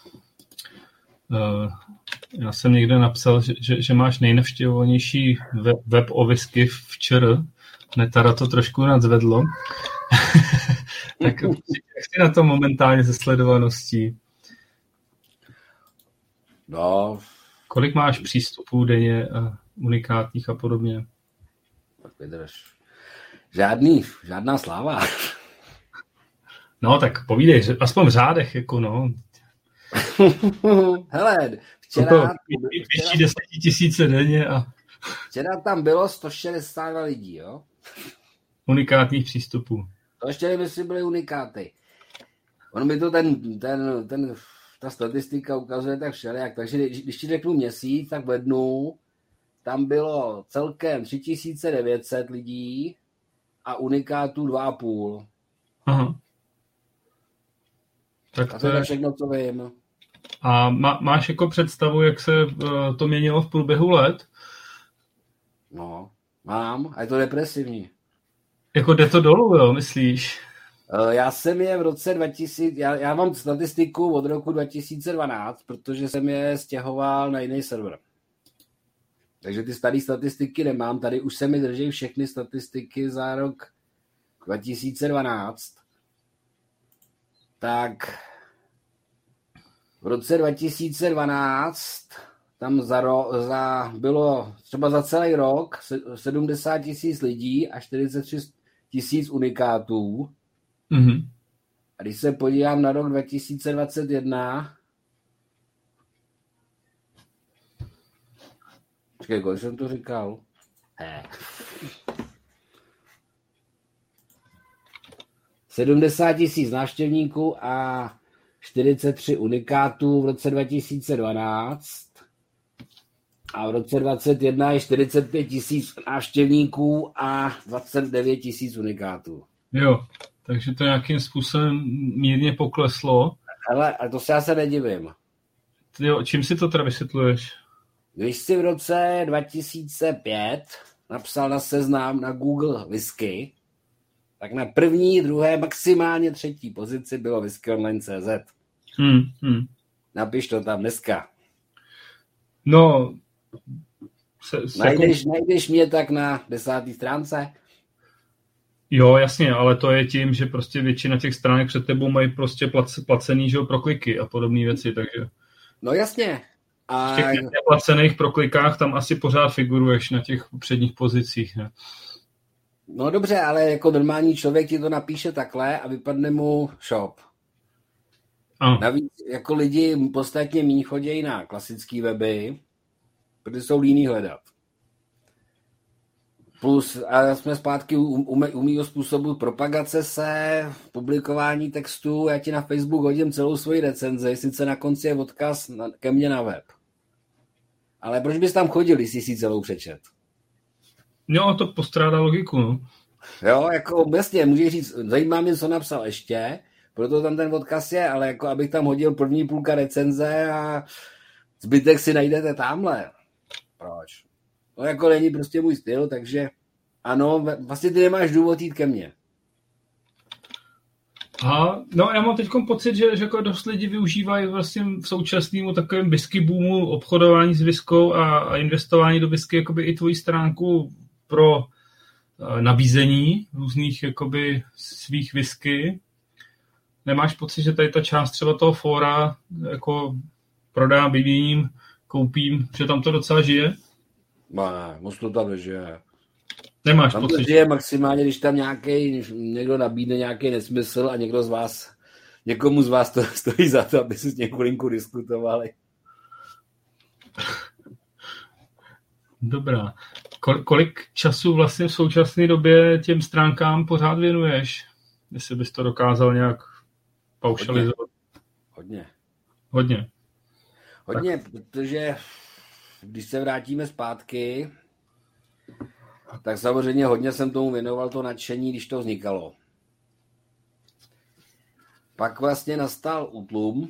Speaker 1: uh, já jsem někde napsal, že, že, že máš nejnavštěvovanější web, web o whisky včera. Netara to trošku nadzvedlo. Tak jak jsi na to momentálně se sledovaností?
Speaker 2: No.
Speaker 1: Kolik máš přístupů denně a unikátních a podobně?
Speaker 2: Tak vydrž. Žádný, žádná sláva.
Speaker 1: No, tak povídej, aspoň v řádech, jako no.
Speaker 2: Hele, včera...
Speaker 1: Vyšší desetitisíce denně a...
Speaker 2: Včera tam bylo sto šedesát dva lidí, jo?
Speaker 1: Unikátních přístupů.
Speaker 2: To ještě nevím, jestli byly unikáty. Ono mi to ten, ten, ten, ta statistika ukazuje tak všelijak. Takže když ti řeknu měsíc, tak v lednu tam bylo celkem tři tisíce devět set lidí a unikátů dva a půl.
Speaker 1: Aha.
Speaker 2: Tak a to je všechno, co vím.
Speaker 1: A má, máš jako představu, jak se uh, to měnilo v průběhu let?
Speaker 2: No, mám. A je to depresivní.
Speaker 1: Jako jde to dolů, jo, myslíš?
Speaker 2: Uh, já jsem je v roce dva tisíce... Já, já mám statistiku od roku dva tisíce dvanáct, protože jsem je stěhoval na jiný server. Takže ty staré statistiky nemám. Tady už se mi drží všechny statistiky za rok dva tisíce dvanáct. Tak v roce dva tisíce dvanáct tam za, ro, za bylo třeba za celý rok sedmdesát tisíc lidí a čtyřicet tři tisíc unikátů.
Speaker 1: Mm-hmm.
Speaker 2: A když se podívám na rok dva tisíce dvacet jedna, počkej, kolik jsem to říkal? He. sedmdesát tisíc návštěvníků a čtyřicet tři unikátů v roce dva tisíce dvanáct a v roce dvacet jedna je čtyřicet pět tisíc návštěvníků a dvacet devět tisíc unikátů.
Speaker 1: Jo, takže to nějakým způsobem mírně pokleslo.
Speaker 2: Ale a to se já se nedivím.
Speaker 1: Jo, čím si to teda vysvětluješ?
Speaker 2: Když si v roce dva tisíce pět napsal na seznam na Google whisky, tak na první, druhé, maximálně třetí pozici bylo whisky online tečka cé zet.
Speaker 1: Hmm, hmm.
Speaker 2: Napiš to tam dneska.
Speaker 1: No, se, se
Speaker 2: najdeš, jako... najdeš mě tak na desáté stránce?
Speaker 1: Jo, jasně, ale to je tím, že prostě většina těch stránek před tebou mají prostě plac, placený, že jo, prokliky a podobné věci, takže...
Speaker 2: No jasně. A...
Speaker 1: V těch neplacených proklikách tam asi pořád figuruješ na těch předních pozicích, ne?
Speaker 2: No dobře, ale jako normální člověk ti to napíše takhle a vypadne mu shop.
Speaker 1: A.
Speaker 2: Navíc jako lidi podstatně míň chodějí na klasické weby, protože jsou líní hledat. Plus, a jsme zpátky u, u, u mýho způsobu propagace se, publikování textu, já ti na Facebook hodím celou svoji recenzi, sice na konci je odkaz na, ke mně na web. Ale proč bys tam chodil, když jsi si celou přečet?
Speaker 1: No, to postrádá logiku, no.
Speaker 2: Jo, jako obecně, můžeš říct, zajímá mě, co napsal ještě, proto tam ten odkaz je, ale jako abych tam hodil první půlka recenze a zbytek si najdete tamhle. Proč? To jako není prostě můj styl, takže ano, vlastně ty nemáš důvod jít ke mně.
Speaker 1: A no, já mám teď pocit, že, že jako dost lidi využívají vlastně v současnému takovém whisky boomu obchodování s whiskou a, a investování do whisky jakoby i tvoji stránku pro nabízení různých jakoby svých whisky. Nemáš pocit, že tady ta část třeba toho fóra jako prodám, vyvíjím, koupím, že tam to docela žije?
Speaker 2: Ne, moc to tam nežije.
Speaker 1: Nemáš
Speaker 2: tam
Speaker 1: pocit?
Speaker 2: To žije maximálně, když tam nějaký, někdo nabídne nějaký nesmysl a někdo z vás, někomu z vás to stojí za to, aby si s několinku diskutovali.
Speaker 1: Dobrá. Kol- kolik času vlastně v současné době těm stránkám pořád věnuješ? Jestli bys to dokázal nějak paušalizovat.
Speaker 2: Hodně.
Speaker 1: Hodně.
Speaker 2: Hodně, tak. Protože když se vrátíme zpátky, tak samozřejmě hodně jsem tomu věnoval to nadšení, když to vznikalo. Pak vlastně nastal útlum,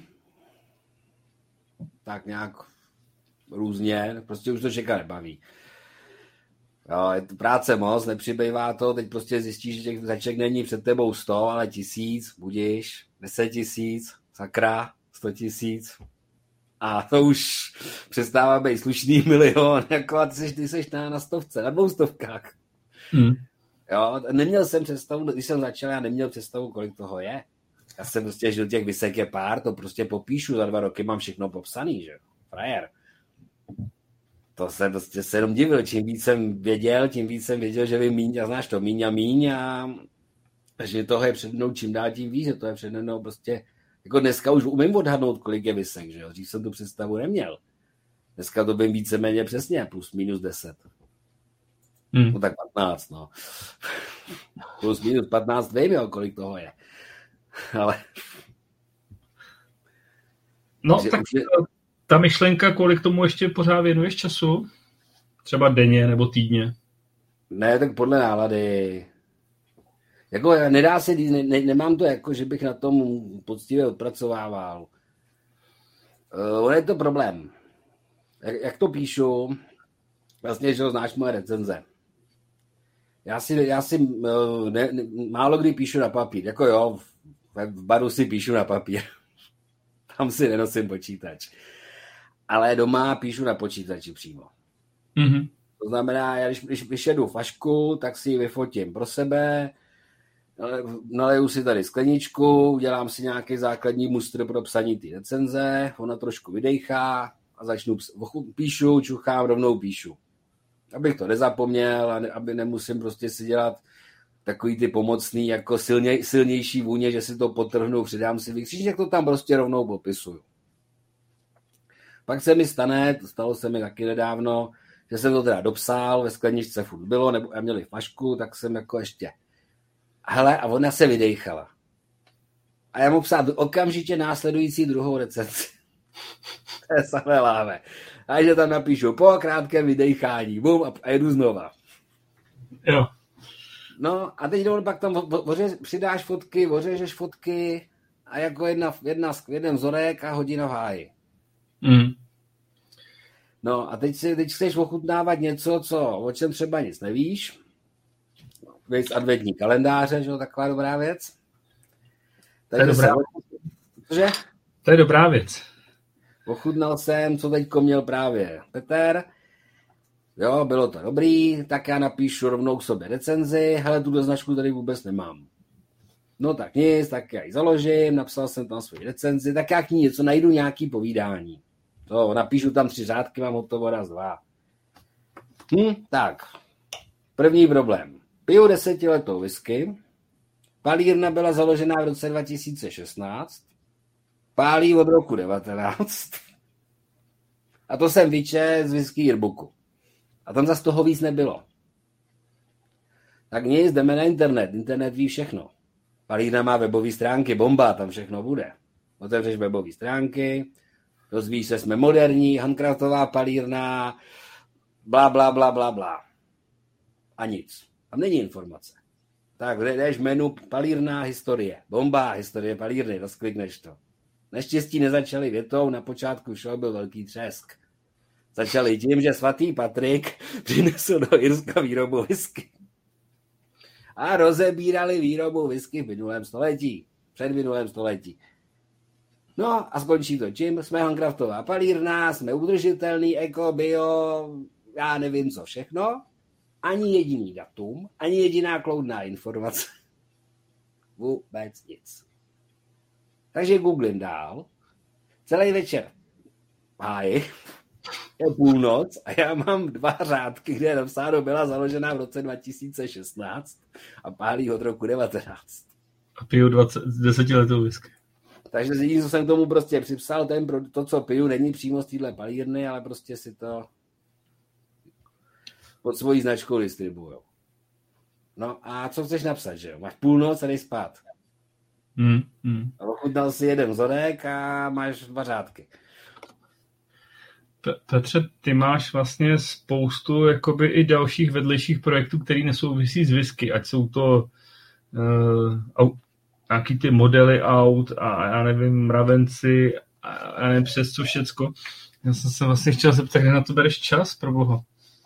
Speaker 2: tak nějak různě, prostě už to čeká nebaví. Jo, je to práce moc, nepřibývá to, teď prostě zjistíš, že těch začek není před tebou sto, ale tisíc, budíš, deset tisíc, sakra, sto tisíc. A to už přestává být slušný milion, jako a ty seš, ty seš na, na stovce, na dvou stovkách.
Speaker 1: Hmm.
Speaker 2: Jo, neměl jsem představu, když jsem začal, já neměl představu, kolik toho je. Já jsem prostě žil těch vysek je pár, to prostě popíšu, za dva roky mám všechno popsaný, že frajer. To jsem prostě se jenom divil, čím víc jsem věděl, tím víc jsem věděl, že vím míň, a znáš to, míň a míň a že toho je před mnou čím dál tím víc, že to je před mnou prostě, jako dneska už umím odhadnout, kolik je vysek, že jo, dřív jsem tu představu neměl. Dneska to vím víceméně přesně, plus minus deset. Hmm. No tak patnáct, no. Plus minus patnáct, vím, jo, kolik toho je. Ale...
Speaker 1: No, tak je... ta myšlenka, kolik tomu ještě pořád věnuješ času? Třeba denně nebo týdně? Ne,
Speaker 2: tak podle nálady. Jako nedá se, ne, ne, nemám to jako, že bych na tom poctivě odpracovával. Uh, je to problém. Jak, jak to píšu, vlastně, že znáš moje recenze. Já si, já si ne, ne, málo kdy píšu na papír. Jako jo, v, v baru si píšu na papír. Tam si nenosím počítač. Ale doma píšu na počítači přímo.
Speaker 1: Mm-hmm.
Speaker 2: To znamená, já když, když vyšedu flašku, tak si ji vyfotím pro sebe, naleju si tady skleničku, udělám si nějaký základní mustr pro psaní ty recenze, ona trošku vydejchá a začnu píšu, čuchám, rovnou píšu. Abych to nezapomněl a ne, aby nemusím prostě si dělat takový ty pomocný, jako silně, silnější vůně, že si to potrhnu, přidám si vykřičník, to tam prostě rovnou popisuju. Pak se mi stane, to stalo se mi taky nedávno, že jsem to teda dopsal, ve skleničce furt bylo, nebo já měli flašku, tak jsem jako ještě, hele, a ona se vydejchala. A já mu psal okamžitě následující druhou recenzi. To je samé láve. A že tam napíšu po krátkém vydejchání, bum, a jedu znova.
Speaker 1: Jo.
Speaker 2: No a teď jdou, pak tam voře, přidáš fotky, ořežeš fotky a jako jedna, jedna, jeden vzorek a hodina v háji.
Speaker 1: Mm.
Speaker 2: No a teď, si, teď chceš ochutnávat něco, co, o čem třeba nic nevíš. Víš, adventní kalendáře, že jo, taková dobrá věc.
Speaker 1: To je dobrá.
Speaker 2: Že?
Speaker 1: To je dobrá věc.
Speaker 2: Ochutnal jsem, co teďko měl právě Petr. Jo, bylo to dobrý, tak já napíšu rovnou k sobě recenzi, hele, tuto značku tady vůbec nemám. No tak nic, tak já ji založím, napsal jsem tam svoji recenzi, tak já k ní něco najdu, nějaký povídání. To, napíšu tam tři řádky, mám hotovo raz, dva. Hm, tak. První problém. Piju desetiletou whisky. Palírna byla založena v roce dva tisíce šestnáct. Pálí od roku devatenáct. A to jsem vyčet z whisky yearbooku. A tam zase toho víc nebylo. Tak nic, jdeme na internet. Internet ví všechno. Palírna má webové stránky, bomba, tam všechno bude. Otevřeš webové stránky, dozvíš se, jsme moderní, handcraftová palírna, blá, blá, blá, blá, blá. A nic. Tam není informace. Tak jdeš menu palírna historie. Bomba, historie palírny, rozklikneš to. Naštěstí nezačali větou, na počátku všeho byl velký třesk. Začali tím, že svatý Patrik přinesl do Irska výrobu whisky. A rozebírali výrobu whisky v minulém století. Před minulém století. No a skončí to čím? Jsme handcraftová palírna, jsme udržitelný, eko, bio, já nevím co všechno. ani jediný datum, ani jediná kloudná informace. Vůbec nic. Takže googlím dál. Celý večer háji, je půlnoc a já mám dva řádky, kde je napsáno, byla založena v roce dva tisíce šestnáct a pálí od roku devatenáct.
Speaker 1: A piju dvacet, desetiletou whisky.
Speaker 2: Takže jediný, co jsem k tomu prostě připsal, ten, to, co piju, není přímo z téhle palírny, ale prostě si to pod svojí značkou distribujou. No a co chceš napsat, že jo? Máš půlnoc a jdeš spát.
Speaker 1: Mm, mm.
Speaker 2: A ochutnal si jeden vzorek a máš dva řádky.
Speaker 1: Petře, ty máš vlastně spoustu jakoby i dalších vedlejších projektů, které nesouvisí s whisky, ať jsou to uh, nějaký ty modely aut a já nevím, mravenci a já nevím přes co všecko. Já jsem se vlastně chtěl zeptat, kde na to bereš čas, pro boha.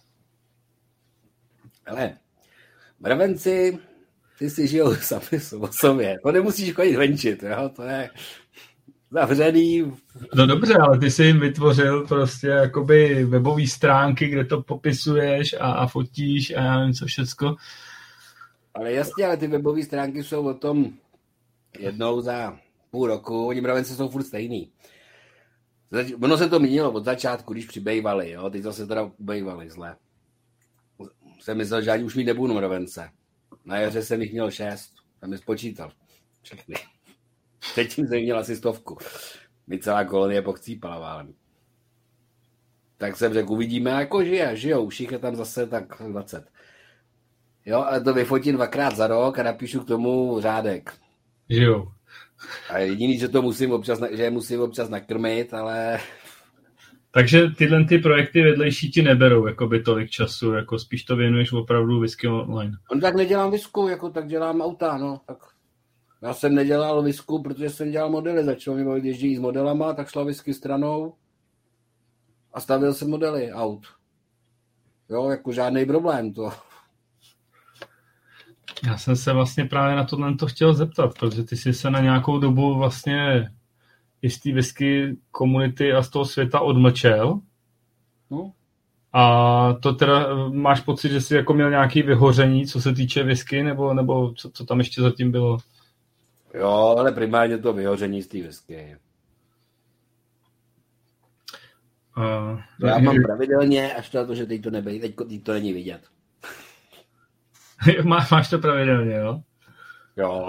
Speaker 2: Ale mravenci, ty si žijou sami o sobě. To nemusíš chodit venčit, jo? To je zavřený.
Speaker 1: No dobře, ale ty jsi jim vytvořil prostě jakoby webové stránky, kde to popisuješ a, a fotíš a já nevím co všecko.
Speaker 2: Ale jasně, ale ty webové stránky jsou o tom jednou za půl roku. Oni mravenci jsou furt stejný. Ono se to měnilo od začátku, když přibývali, jo? Teď zase teda ubejvali zle. Jsem myslel, že ani už mít nebudu mravence. Na jaře jsem jich měl šest. Tam je spočítal. Všechny. Předtím jsem měl asi stovku. Mi celá kolonie pochcípala válem. Tak jsem řekl, uvidíme, jako žije. Žijou. Už jich je tam zase tak dvacet. Jo, ale to vyfotím dvakrát za rok a napíšu k tomu řádek.
Speaker 1: Žijou.
Speaker 2: A jediný, že to musím občas, že je musím občas nakrmit, ale...
Speaker 1: Takže tyhle ty projekty vedlejší ti neberou jakoby tolik času, jako spíš to věnuješ opravdu whisky online.
Speaker 2: On tak nedělám whisku, jako tak dělám auta, no. Tak já jsem nedělal whisku, protože jsem dělal modely. Začal mi bavit ježdí s modelama, tak šla whisky stranou a stavil jsem modely aut. Jo, jako žádný problém to.
Speaker 1: Já jsem se vlastně právě na tohle to chtěl zeptat, protože ty jsi se na nějakou dobu vlastně jistý whisky komunity a z toho světa odmlčel.
Speaker 2: No.
Speaker 1: A to teda máš pocit, že jsi jako měl nějaké vyhoření, co se týče whisky, nebo, nebo co, co tam ještě zatím bylo?
Speaker 2: Jo, ale primárně to vyhoření z té whisky. Uh, Já mám pravidelně, až to, že teď to nebyl, teď, teď to není vidět.
Speaker 1: Má, máš to pravidelně, jo?
Speaker 2: Jo.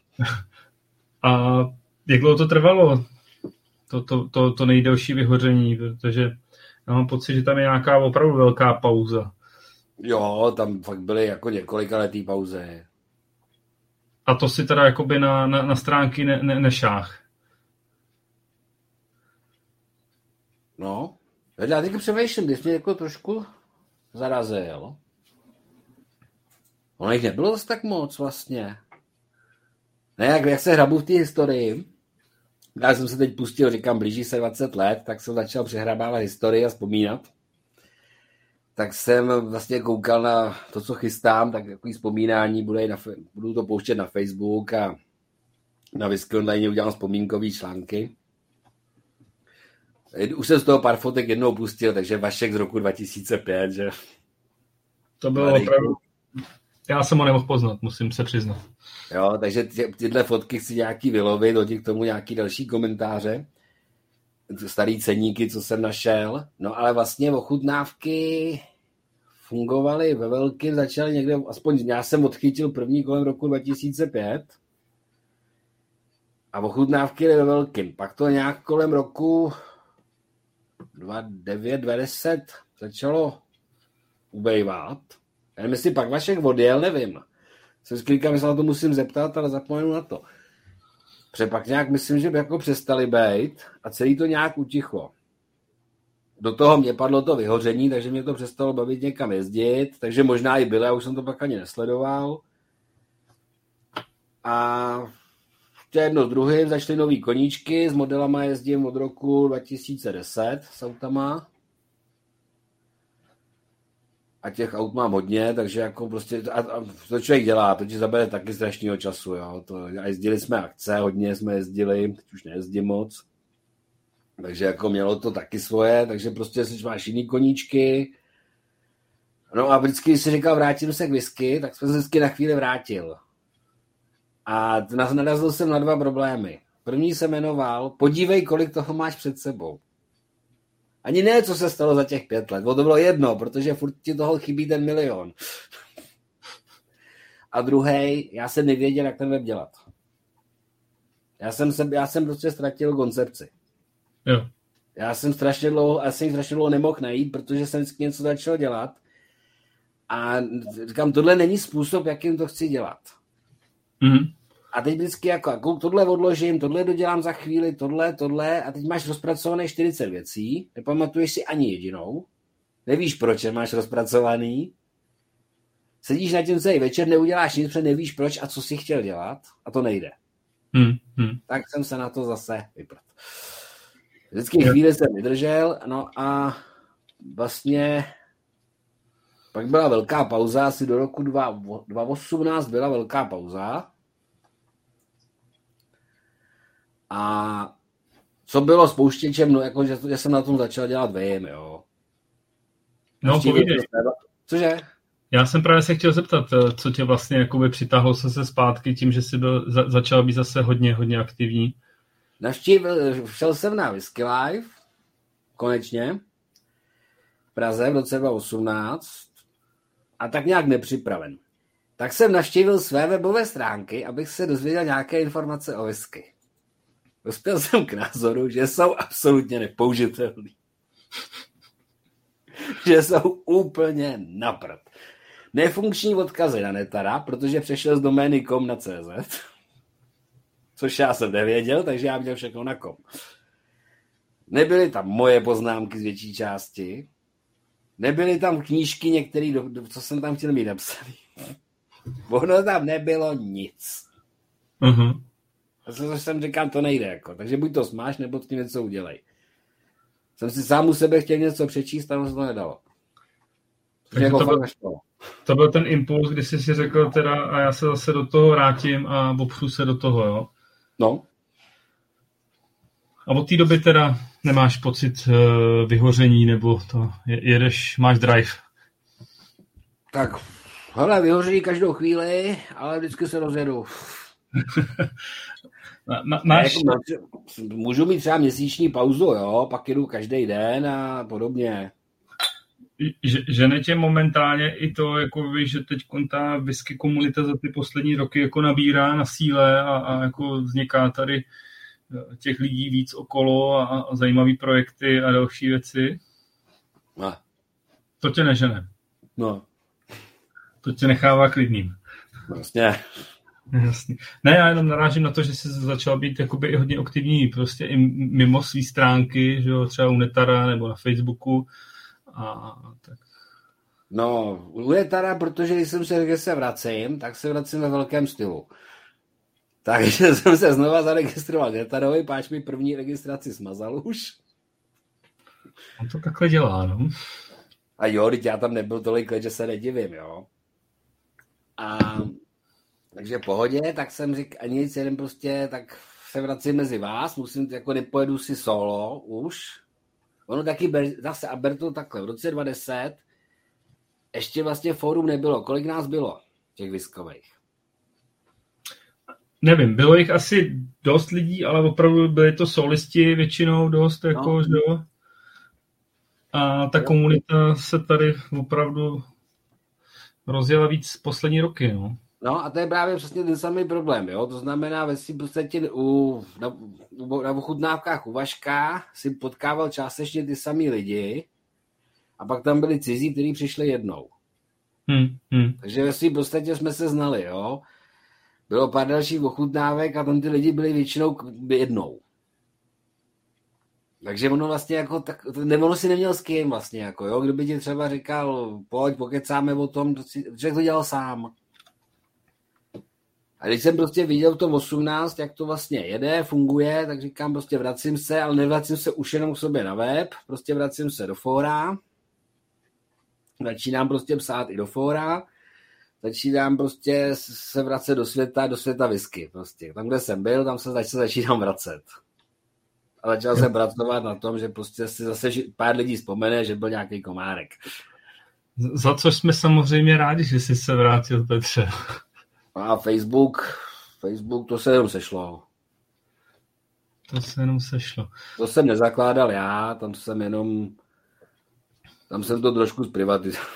Speaker 1: A jak dlouho to trvalo? To, to, to, to nejdelší vyhoření, protože já mám pocit, že tam je nějaká opravdu velká pauza.
Speaker 2: Jo, tam fakt byly jako několika letý pauzy.
Speaker 1: A to si teda jakoby na, na, na stránky ne, ne, nešách.
Speaker 2: No, já teď přemýšlím, když mě jako trošku zarazil. Ono jich nebylo zase tak moc vlastně. Ne, jak, jak se hrabu v té historii, já jsem se teď pustil, říkám, blíží se dvacet let, tak jsem začal přehrabávat historii a vzpomínat. Tak jsem vlastně koukal na to, co chystám, tak takový vzpomínání, budu, na, budu to pouštět na Facebook a na Whisky Online udělám vzpomínkový články. Už jsem z toho pár fotek jednou pustil, takže Vašek z roku dva tisíce pět, že?
Speaker 1: To bylo opravdu... Já jsem ho nemohl poznat, musím se přiznat.
Speaker 2: Jo, takže ty, tyhle fotky chci nějaký vylovit, hodit k tomu nějaký další komentáře. Starý ceníky, co jsem našel. No ale vlastně ochutnávky fungovaly ve velkým, začaly někde, aspoň já jsem odchytil první kolem roku dva tisíce pět a ochutnávky ve velkým. Pak to nějak kolem roku dva tisíce devět, dva tisíce deset začalo ubejvat. Já nevím, jestli pak Vašek odjel, nevím. Jsem říkal, že se na to musím zeptat, ale zapomenu na to. Protože pak nějak myslím, že by jako přestali bejt a celý to nějak utichlo. Do toho mě padlo to vyhoření, takže mě to přestalo bavit někam jezdit, takže možná i bylo, já už jsem to pak ani nesledoval. A ještě jedno z druhým začaly nový koníčky, s modelama jezdím od roku dva tisíce deset s autama. A těch aut mám hodně, takže jako prostě, a, a to člověk dělá, to ti zabere taky strašného času, jo. To, a jezdili jsme akce, hodně jsme jezdili, teď už nejezdím moc. Takže jako mělo to taky svoje, takže prostě si máš jiný koníčky. No a vždycky, když si říkal, vrátím se k whisky, tak jsem se vždycky na chvíli vrátil. A narazil jsem na dva problémy. První se jmenoval, podívej, kolik toho máš před sebou. Ani ne, co se stalo za těch pět let. Bo to bylo jedno, protože furt ti toho chybí ten milion. A druhý, já jsem nevěděl, jak ten web dělat. Já jsem, se, já jsem prostě ztratil koncepci.
Speaker 1: Jo.
Speaker 2: Já jsem strašně dlouho, já jsem strašně dlouho nemohl najít, protože jsem vždycky něco začal dělat. A říkám, tohle není způsob, jakým to chci dělat.
Speaker 1: Mm-hmm.
Speaker 2: A teď vždycky jako, jako tohle odložím, tohle dodělám za chvíli, tohle, tohle a teď máš rozpracované čtyřicet věcí, nepamatuješ si ani jedinou, nevíš, proč je máš rozpracovaný, sedíš na tím celý večer, neuděláš nic, protože nevíš proč a co jsi chtěl dělat a to nejde.
Speaker 1: Mm-hmm.
Speaker 2: Tak jsem se na to zase vyprt. Vždycky chvíli jsem vydržel, no a vlastně pak byla velká pauza, asi do roku dva tisíce osmnáct byla velká pauza. A co bylo spouštěčem, no jako, že, že jsem na tom začal dělat vím, jo.
Speaker 1: No, povídej.
Speaker 2: Cože?
Speaker 1: Já jsem právě se chtěl zeptat, co tě vlastně jakoby přitáhlo se se zpátky tím, že jsi byl, za, začal být zase hodně, hodně aktivní.
Speaker 2: Navštívil, šel jsem na Whisky Live, konečně, v Praze v roce dva tisíce osmnáct a tak nějak nepřipraven. Tak jsem navštívil své webové stránky, abych se dozvěděl nějaké informace o whisky. Dospěl jsem k názoru, že jsou absolutně nepoužitelný. Že jsou úplně na prd. Nefunkční odkazy na Netara, protože přešel z domény com na cz, což já jsem nevěděl, takže já měl všechno na com. Nebyly tam moje poznámky z větší části, nebyly tam knížky některé, co jsem tam chtěl mít napsaný. Ono tam nebylo nic.
Speaker 1: Uh-huh.
Speaker 2: A co jsem říkal, to nejde. Jako. Takže buď to smáš, nebo s tím něco udělej. Jsem si sám u sebe chtěl něco přečíst, tam se to nedalo.
Speaker 1: Jako to, byl, to byl ten impuls, kdy jsi si řekl teda, a já se zase do toho vrátím a opřu se do toho, jo?
Speaker 2: No.
Speaker 1: A od té doby teda nemáš pocit uh, vyhoření, nebo to jedeš, máš drive?
Speaker 2: Tak, hele, vyhoření každou chvíli, ale vždycky se rozjedu.
Speaker 1: Ma, máš...
Speaker 2: jako, můžu mít třeba měsíční pauzu, jo, pak jedu každý den a podobně.
Speaker 1: Že, žene tě momentálně i to, jako víš, že teď ta whisky komunita za ty poslední roky jako nabírá na síle a, a jako vzniká tady těch lidí víc okolo a, a zajímavý projekty a další věci.
Speaker 2: No.
Speaker 1: To tě nežene.
Speaker 2: No.
Speaker 1: To tě nechává klidným.
Speaker 2: Vlastně.
Speaker 1: Jasně. Ne, já jenom narážím na to, že jsi začal být jakoby i hodně aktivní prostě i mimo svý stránky, že jo, třeba u Netara nebo na Facebooku a tak.
Speaker 2: No, u Netara, protože když jsem se řekl, že se vracím, tak se vracím ve velkém stylu. Takže jsem se znova zaregistroval Netarovi, páč mi první registraci smazal už.
Speaker 1: On to takhle dělá, no.
Speaker 2: A jo, teď já tam nebyl tolik let, že se nedivím, jo. A takže v pohodě, tak jsem řekl, ani nic, jeden prostě, tak se vracím mezi vás, musím, jako nepojedu si solo už. Ono taky, zase, a ber to takhle, v roce dva tisíce deset ještě vlastně fórum nebylo. Kolik nás bylo, těch whiskových?
Speaker 1: Nevím, bylo jich asi dost lidí, ale opravdu byli to solisti většinou dost, jako, no. Že jo. A ta komunita se tady opravdu rozjela víc poslední roky, no.
Speaker 2: No a to je právě přesně ten samý problém, jo. To znamená, ve si podstatě u, na, na ochutnávkách u Vaška si potkával částečně ty samý lidi a pak tam byli cizí, kteří přišli jednou.
Speaker 1: Hmm, hmm.
Speaker 2: Takže ve svým podstatě jsme se znali, jo. Bylo pár dalších ochutnávek a tam ty lidi byli většinou jednou. Takže ono vlastně jako, tak, ono si neměl s kým vlastně, jako jo. Kdyby ti třeba říkal, pojď, pokecáme o tom, člověk to dělal sám. A když jsem prostě viděl v tom osmnáct, jak to vlastně jede, funguje, tak říkám prostě vracím se, ale nevracím se už jenom k sobě na web, prostě vracím se do fóra, začínám prostě psát i do fóra, začínám prostě se vracet do světa, do světa whisky prostě. Tam, kde jsem byl, tam se zač- začínám vracet. A začal jsem pracovat na tom, že prostě si zase pár lidí vzpomene, že byl nějaký komárek.
Speaker 1: Za což jsme samozřejmě rádi, že jsi se vrátil, Petře.
Speaker 2: A Facebook, Facebook, to se jenom sešlo.
Speaker 1: To se jenom sešlo.
Speaker 2: To jsem nezakládal já, tam jsem jenom, tam jsem to trošku zprivatizoval.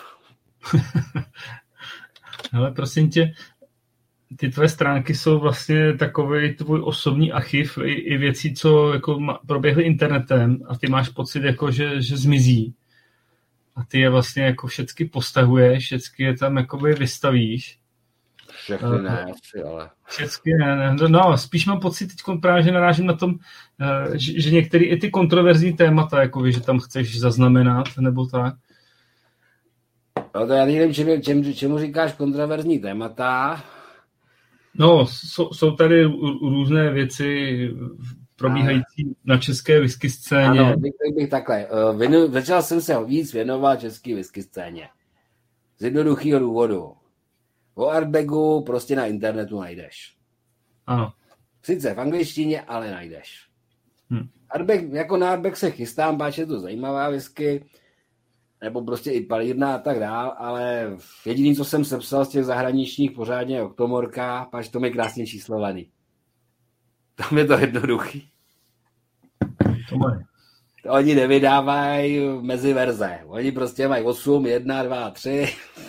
Speaker 1: Ale prosím tě, ty tvoje stránky jsou vlastně takový tvůj osobní archiv i, i věcí, co jako proběhly internetem a ty máš pocit, jako, že, že zmizí. A ty je vlastně jako všecky postahuješ, všecky je tam jakoby vystavíš.
Speaker 2: Všechny ne, asi, ale...
Speaker 1: Všechny ne, ne. No, spíš mám pocit teď právě, že narážím na tom, že, že některé i ty kontroverzní témata, jako že tam chceš zaznamenat, nebo tak.
Speaker 2: No to já nevím, čem, čem, čemu říkáš kontroverzní témata.
Speaker 1: No, jsou, jsou tady různé věci probíhající a... na české whisky scéně.
Speaker 2: Ano, bych, bych takhle. Věnu, začal jsem se víc věnovat české whisky scéně. Z jednoduchého důvodu. O Ardbegu prostě na internetu najdeš.
Speaker 1: Ano.
Speaker 2: Sice v angličtině, ale najdeš.
Speaker 1: Hm.
Speaker 2: Ardbeg, jako na Ardbeg se chystám, páč je to zajímavá whisky, nebo prostě i palírna a tak dál, ale jediný, co jsem sepsal z těch zahraničních pořádně je Oktomorka, páč to je krásně číslovaný. Tam je to jednoduchý.
Speaker 1: To mají.
Speaker 2: To oni nevydávají mezi verze. Oni prostě mají osm, jedna, dva, tři,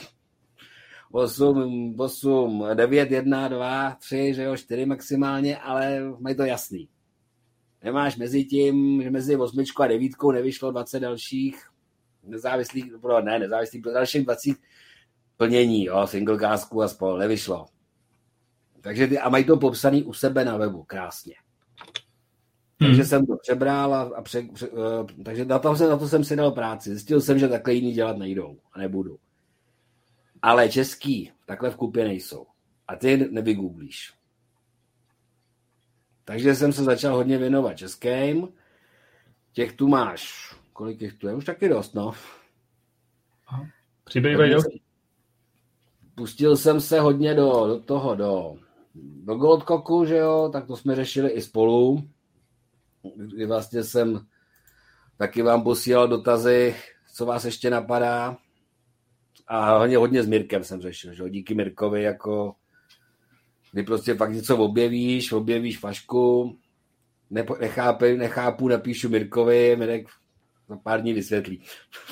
Speaker 2: osm, osm, devět, jedna, dva, tři, že jo, čtyři maximálně, ale mají to jasný. Nemáš mezi tím, že mezi osmičkou a devítkou nevyšlo dvacet dalších nezávislých, pro, ne, nezávislých, pro dalších dvacet plnění, jo, single casku a spol, nevyšlo. Takže ty, a mají to popsaný u sebe na webu, krásně. Hmm. Takže jsem to přebral a, a pře, pře, uh, takže na to, jsem, na to jsem si dal práci. Zjistil jsem, že takhle jiný dělat nejdou a nebudu. Ale český takhle v kupě nejsou. A ty nevygooglíš. Takže jsem se začal hodně věnovat českým. Těch tu máš. Kolik těch tu je? Už taky dost, no.
Speaker 1: Přibývají
Speaker 2: Pustil jsem se hodně do, do toho, do, do Goldcocku, že jo, tak to jsme řešili i spolu. Kdy vlastně jsem taky vám posílal dotazy, co vás ještě napadá. A hodně, hodně s Mirkem jsem řešil, že jo, díky Mirkovi, jako kdy prostě fakt něco objevíš, objevíš fašku, nepo, nechápu, nechápu, napíšu Mirkovi, Mirek za pár dní vysvětlí.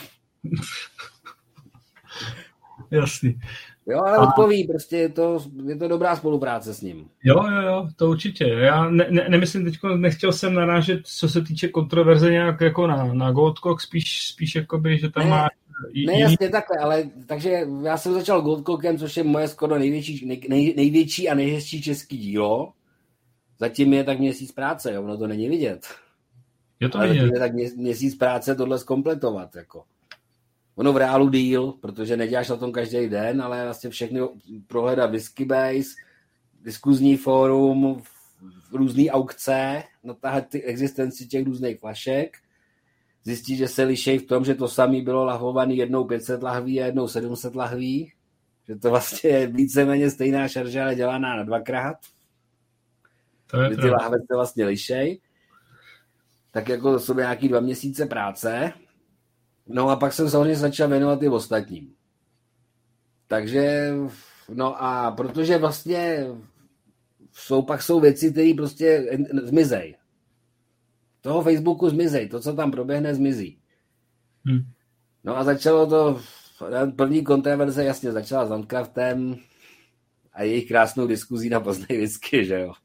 Speaker 1: Jasný.
Speaker 2: Jo, ale a... odpoví, prostě je to, je to dobrá spolupráce s ním.
Speaker 1: Jo, jo, jo, to určitě. Já ne, ne, nemyslím teď, nechtěl jsem narážet, co se týče kontroverze nějak jako na, na Goldcock, spíš, spíš jakoby, že tam ne, má...
Speaker 2: Ne, jiný... jasně takhle, ale takže já jsem začal Goldcockem, což je moje skoro největší, nej, nej, největší a nejhezčí český dílo. Zatím je tak měsíc práce, jo, ono to není vidět.
Speaker 1: Je to
Speaker 2: ale
Speaker 1: vidět.
Speaker 2: je tak měsíc práce tohle zkompletovat, jako. Ono v reálu díl, protože neděláš na tom každý den, ale vlastně všechny prohledat Whiskybase, diskuzní fórum, různý aukce, natáhat ty existenci těch různých flašek, zjistit, že se liší v tom, že to samý bylo lahvovaný jednou pět set lahví a jednou sedm set lahví, že to vlastně je víceméně stejná šarža, ale dělaná na dvakrát. To je ty lahve se vlastně lišej. Tak jako to jsou nějaký dva měsíce práce. No a pak jsem samozřejmě začal věnovat i ostatním. Takže, no a protože vlastně jsou, pak jsou věci, které prostě zmizej. Toho Facebooku zmizej, to, co tam proběhne, zmizí. Hmm. No a začalo to, první kontroverze jasně začala s Landcraftem a jejich krásnou diskuzí na Pozdej whisky, že jo.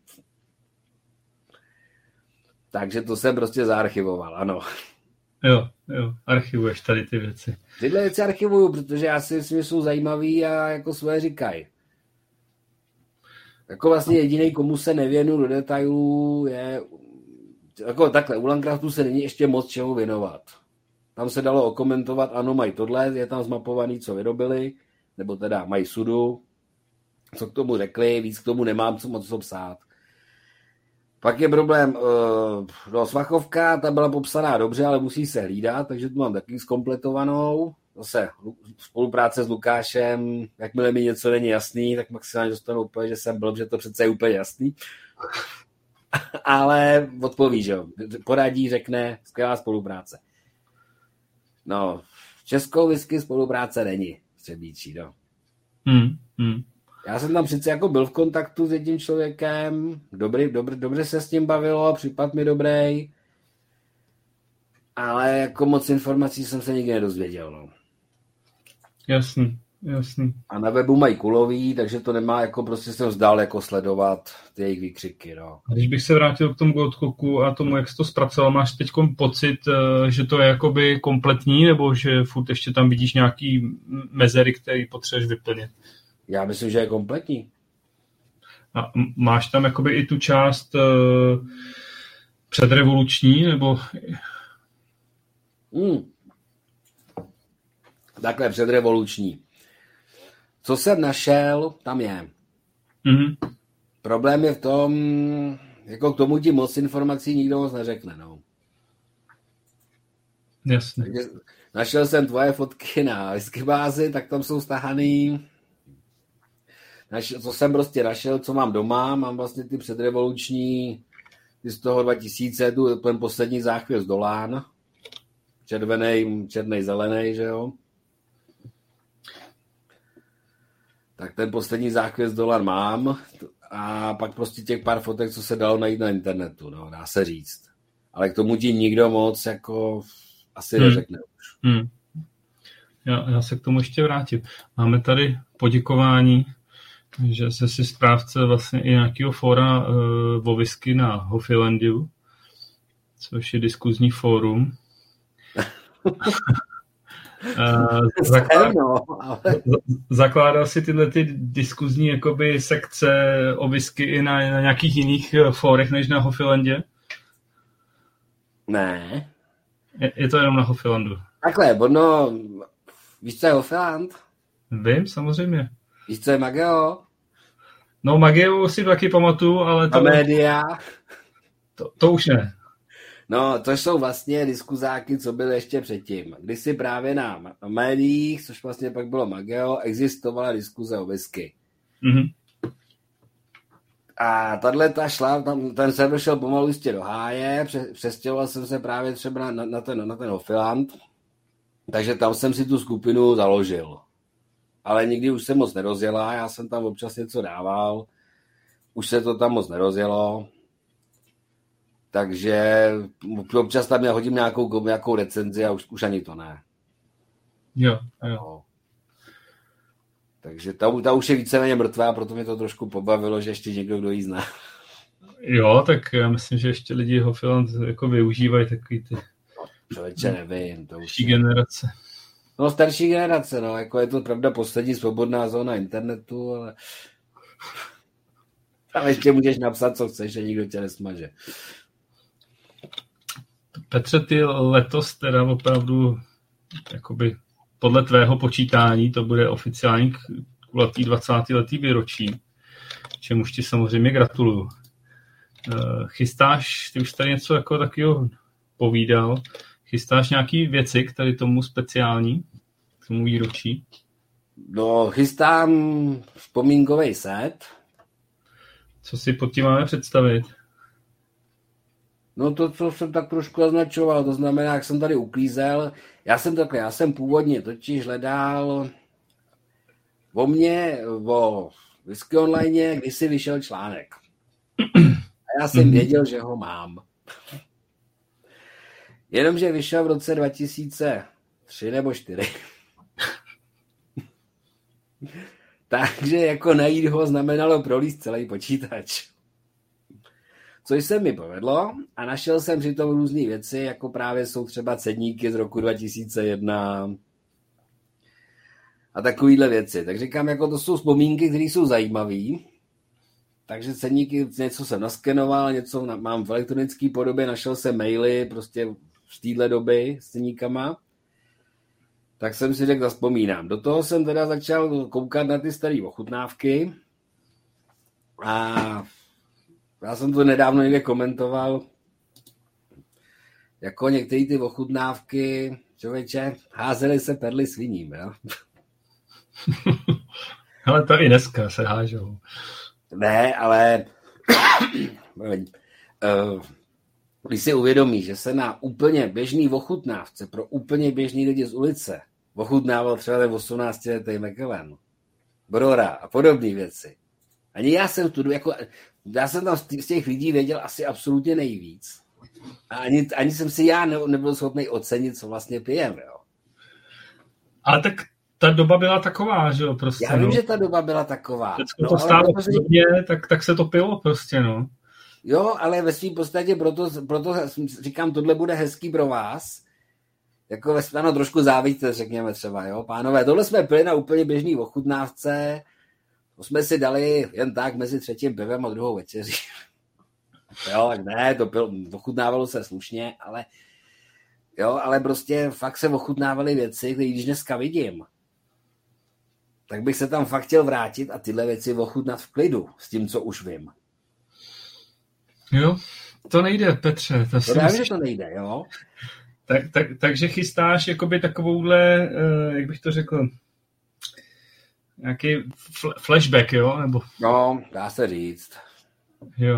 Speaker 2: Takže to jsem prostě zaarchivoval, ano.
Speaker 1: Jo, jo, archivuješ tady ty věci.
Speaker 2: Tyhle věci archivuju, protože já si myslím, že jsou zajímavý a jako svoje říkají. Jako vlastně jediný, komu se nevěnu do detailů, je jako takhle, u Landcraftu se není ještě moc čemu věnovat. Tam se dalo okomentovat, ano, mají tohle, je tam zmapovaný, co vyrobili, nebo teda mají sudu, co k tomu řekli, víc k tomu nemám co moc co psát. Pak je problém, no, Svachovka, ta byla popsaná dobře, ale musí se hlídat, takže tu mám taky zkompletovanou. Zase spolupráce s Lukášem, jakmile mi něco není jasný, tak maximálně dostanu úplně, že jsem blb, že to přece je úplně jasný. Ale odpoví, že jo. Poradí, řekne, skvělá spolupráce. No, S českou whisky spolupráce není Třebíčí, no.
Speaker 1: Hmm, hmm.
Speaker 2: Já jsem tam přece jako byl v kontaktu s jedním člověkem, dobrý, dobře, dobře se s tím bavilo, případ mi dobrý, ale jako moc informací jsem se nikdy nedozvěděl, no.
Speaker 1: Jasný, jasný.
Speaker 2: A na webu mají kulový, takže to nemá jako prostě jsem vzdál jako sledovat ty jejich výkřiky, no.
Speaker 1: A když bych se vrátil k tomu Goldcocku a tomu, jak jsi to zpracoval, máš teď pocit, že to je jakoby kompletní, nebo že furt ještě tam vidíš nějaký mezery, který potřebuješ vyplnit?
Speaker 2: Já myslím, že je kompletní.
Speaker 1: A máš tam jakoby i tu část uh, předrevoluční, nebo...
Speaker 2: Hmm. Takhle předrevoluční. Co jsem našel, tam je.
Speaker 1: Mm-hmm.
Speaker 2: Problém je v tom, jako k tomu ti moc informací nikdo moc neřekne, no.
Speaker 1: Jasně.
Speaker 2: Našel jsem tvoje fotky na Whiskybázi, tak tam jsou stahaný. Našel, co jsem prostě našel, co mám doma, mám vlastně ty předrevoluční, ty z toho dva tisíce, tu, ten poslední záchvěst Dolán. Červenej, černej, zelenej, že jo. Tak ten poslední záchvěst Dolán mám a pak prostě těch pár fotek, co se dalo najít na internetu, no, dá se říct. Ale k tomu ti nikdo moc jako asi
Speaker 1: hmm.
Speaker 2: neřekne už.
Speaker 1: Hmm. Já, já se k tomu ještě vrátím. Máme tady poděkování, že se si správce vlastně i nějakého fóra uh, o whisky na Hofilandiu, což je diskuzní fórum. Uh, zakládá, zakládal si tyhle ty diskuzní jakoby sekce o whisky i na, na nějakých jiných fórech než na Hofilandě?
Speaker 2: Ne.
Speaker 1: Je, je to jenom na Hofilandu.
Speaker 2: Takhle, ono, víš, co je Hofiland?
Speaker 1: Vím, samozřejmě.
Speaker 2: Víš, co je Mageo?
Speaker 1: No, Mageu si taky pamatuju, ale to...
Speaker 2: A média?
Speaker 1: To, to už ne.
Speaker 2: No, to jsou vlastně diskuzáky, co byly ještě předtím. Když si právě na médiích, což vlastně pak bylo Mageo, existovala diskuze o whisky.
Speaker 1: Mm-hmm.
Speaker 2: A tahle ta šla, tam, ten server šel pomalu jistě do háje, přestěhoval jsem se právě třeba na, na ten, na ten Hofiland, takže tam jsem si tu skupinu založil. Ale nikdy už se moc nerozjela, já jsem tam občas něco dával, už se to tam moc nerozjelo, takže občas tam já hodím nějakou, nějakou recenzi a už, už ani to ne.
Speaker 1: Jo, jo.
Speaker 2: No. Takže ta, ta už je víceméně mrtvá, proto mě to trošku pobavilo, že ještě někdo, kdo jí zná.
Speaker 1: Jo, tak já myslím, že ještě lidi Hofiland jako využívají takový ty...
Speaker 2: No, člověče, nevím. To už
Speaker 1: je... generace.
Speaker 2: No, starší generace, no, jako je to pravda poslední svobodná zóna internetu, ale tam ještě můžeš napsat, co chceš, že nikdo tě nesmaže.
Speaker 1: Petře, ty letos teda opravdu jakoby podle tvého počítání to bude oficiální kulatý dvacátiletý výročí, čemuž ti samozřejmě gratuluju. Chystáš, ty už tady něco jako takového povídal, chystáš nějaký věci k tady tomu speciální, k tomu výročí?
Speaker 2: No, chystám vzpomínkový set.
Speaker 1: Co si pod tím máme představit?
Speaker 2: No to, co jsem tak trošku označoval, to znamená, jak jsem tady uklízel, já jsem takhle, já jsem původně totiž hledal o mě, o Whisky Online, když si vyšel článek. A já jsem věděl, že ho mám. Jenomže vyšel v roce dva tisíce tři nebo čtyři. Takže jako najít ho znamenalo prolíst celý počítač. Což se mi povedlo a našel jsem přitom různé věci, jako právě jsou třeba cedníky z roku dva tisíce jedna a takovýhle věci. Tak říkám, jako to jsou vzpomínky, které jsou zajímavé. Takže cedníky, něco jsem naskenoval, něco mám v elektronické podobě, našel jsem maily prostě z téhle doby s cedníkama. Tak jsem si řekl, zavzpomínám. Do toho jsem teda začal koukat na ty staré ochutnávky a já jsem to nedávno někde komentoval, jako některé ty ochutnávky, člověče, házely se perly sviním, jo?
Speaker 1: Ale to i dneska se hážou.
Speaker 2: Ne, ale když si uvědomí, že se na úplně běžný ochutnávce pro úplně běžný lidi z ulice ochutnával třeba ten osmnáctiletý McEwen, Brora a podobné věci. Ani já jsem tu, jako, já jsem tam z těch lidí věděl asi absolutně nejvíc. A ani, ani jsem si já ne, nebyl schopný ocenit, co vlastně pijem, jo.
Speaker 1: Ale tak ta doba byla taková, že jo, prostě.
Speaker 2: Já vím,
Speaker 1: no.
Speaker 2: že ta doba byla taková.
Speaker 1: No, to stálo protože... podobně, tak, tak se to pilo prostě, no.
Speaker 2: Jo, ale ve svým podstatě proto, proto říkám, tohle bude hezký pro vás. Jako ve ano, trošku závidíte, řekněme třeba, jo. Pánové, tohle jsme pili na úplně běžný ochutnávce. To jsme si dali jen tak mezi třetím pivem a druhou večeří. Jo, tak ne, to pil, ochutnávalo se slušně, ale jo, ale prostě fakt se ochutnávaly věci, které když dneska vidím, tak bych se tam fakt chtěl vrátit a tyhle věci ochutnat v klidu s tím, co už vím.
Speaker 1: Jo, to nejde, Petře. To,
Speaker 2: to myslím, že to nejde, jo.
Speaker 1: Tak, tak, takže chystáš jakoby takovouhle, uh, jak bych to řekl, nějaký fl- flashback, jo? Nebo...
Speaker 2: No, dá se říct.
Speaker 1: Jo.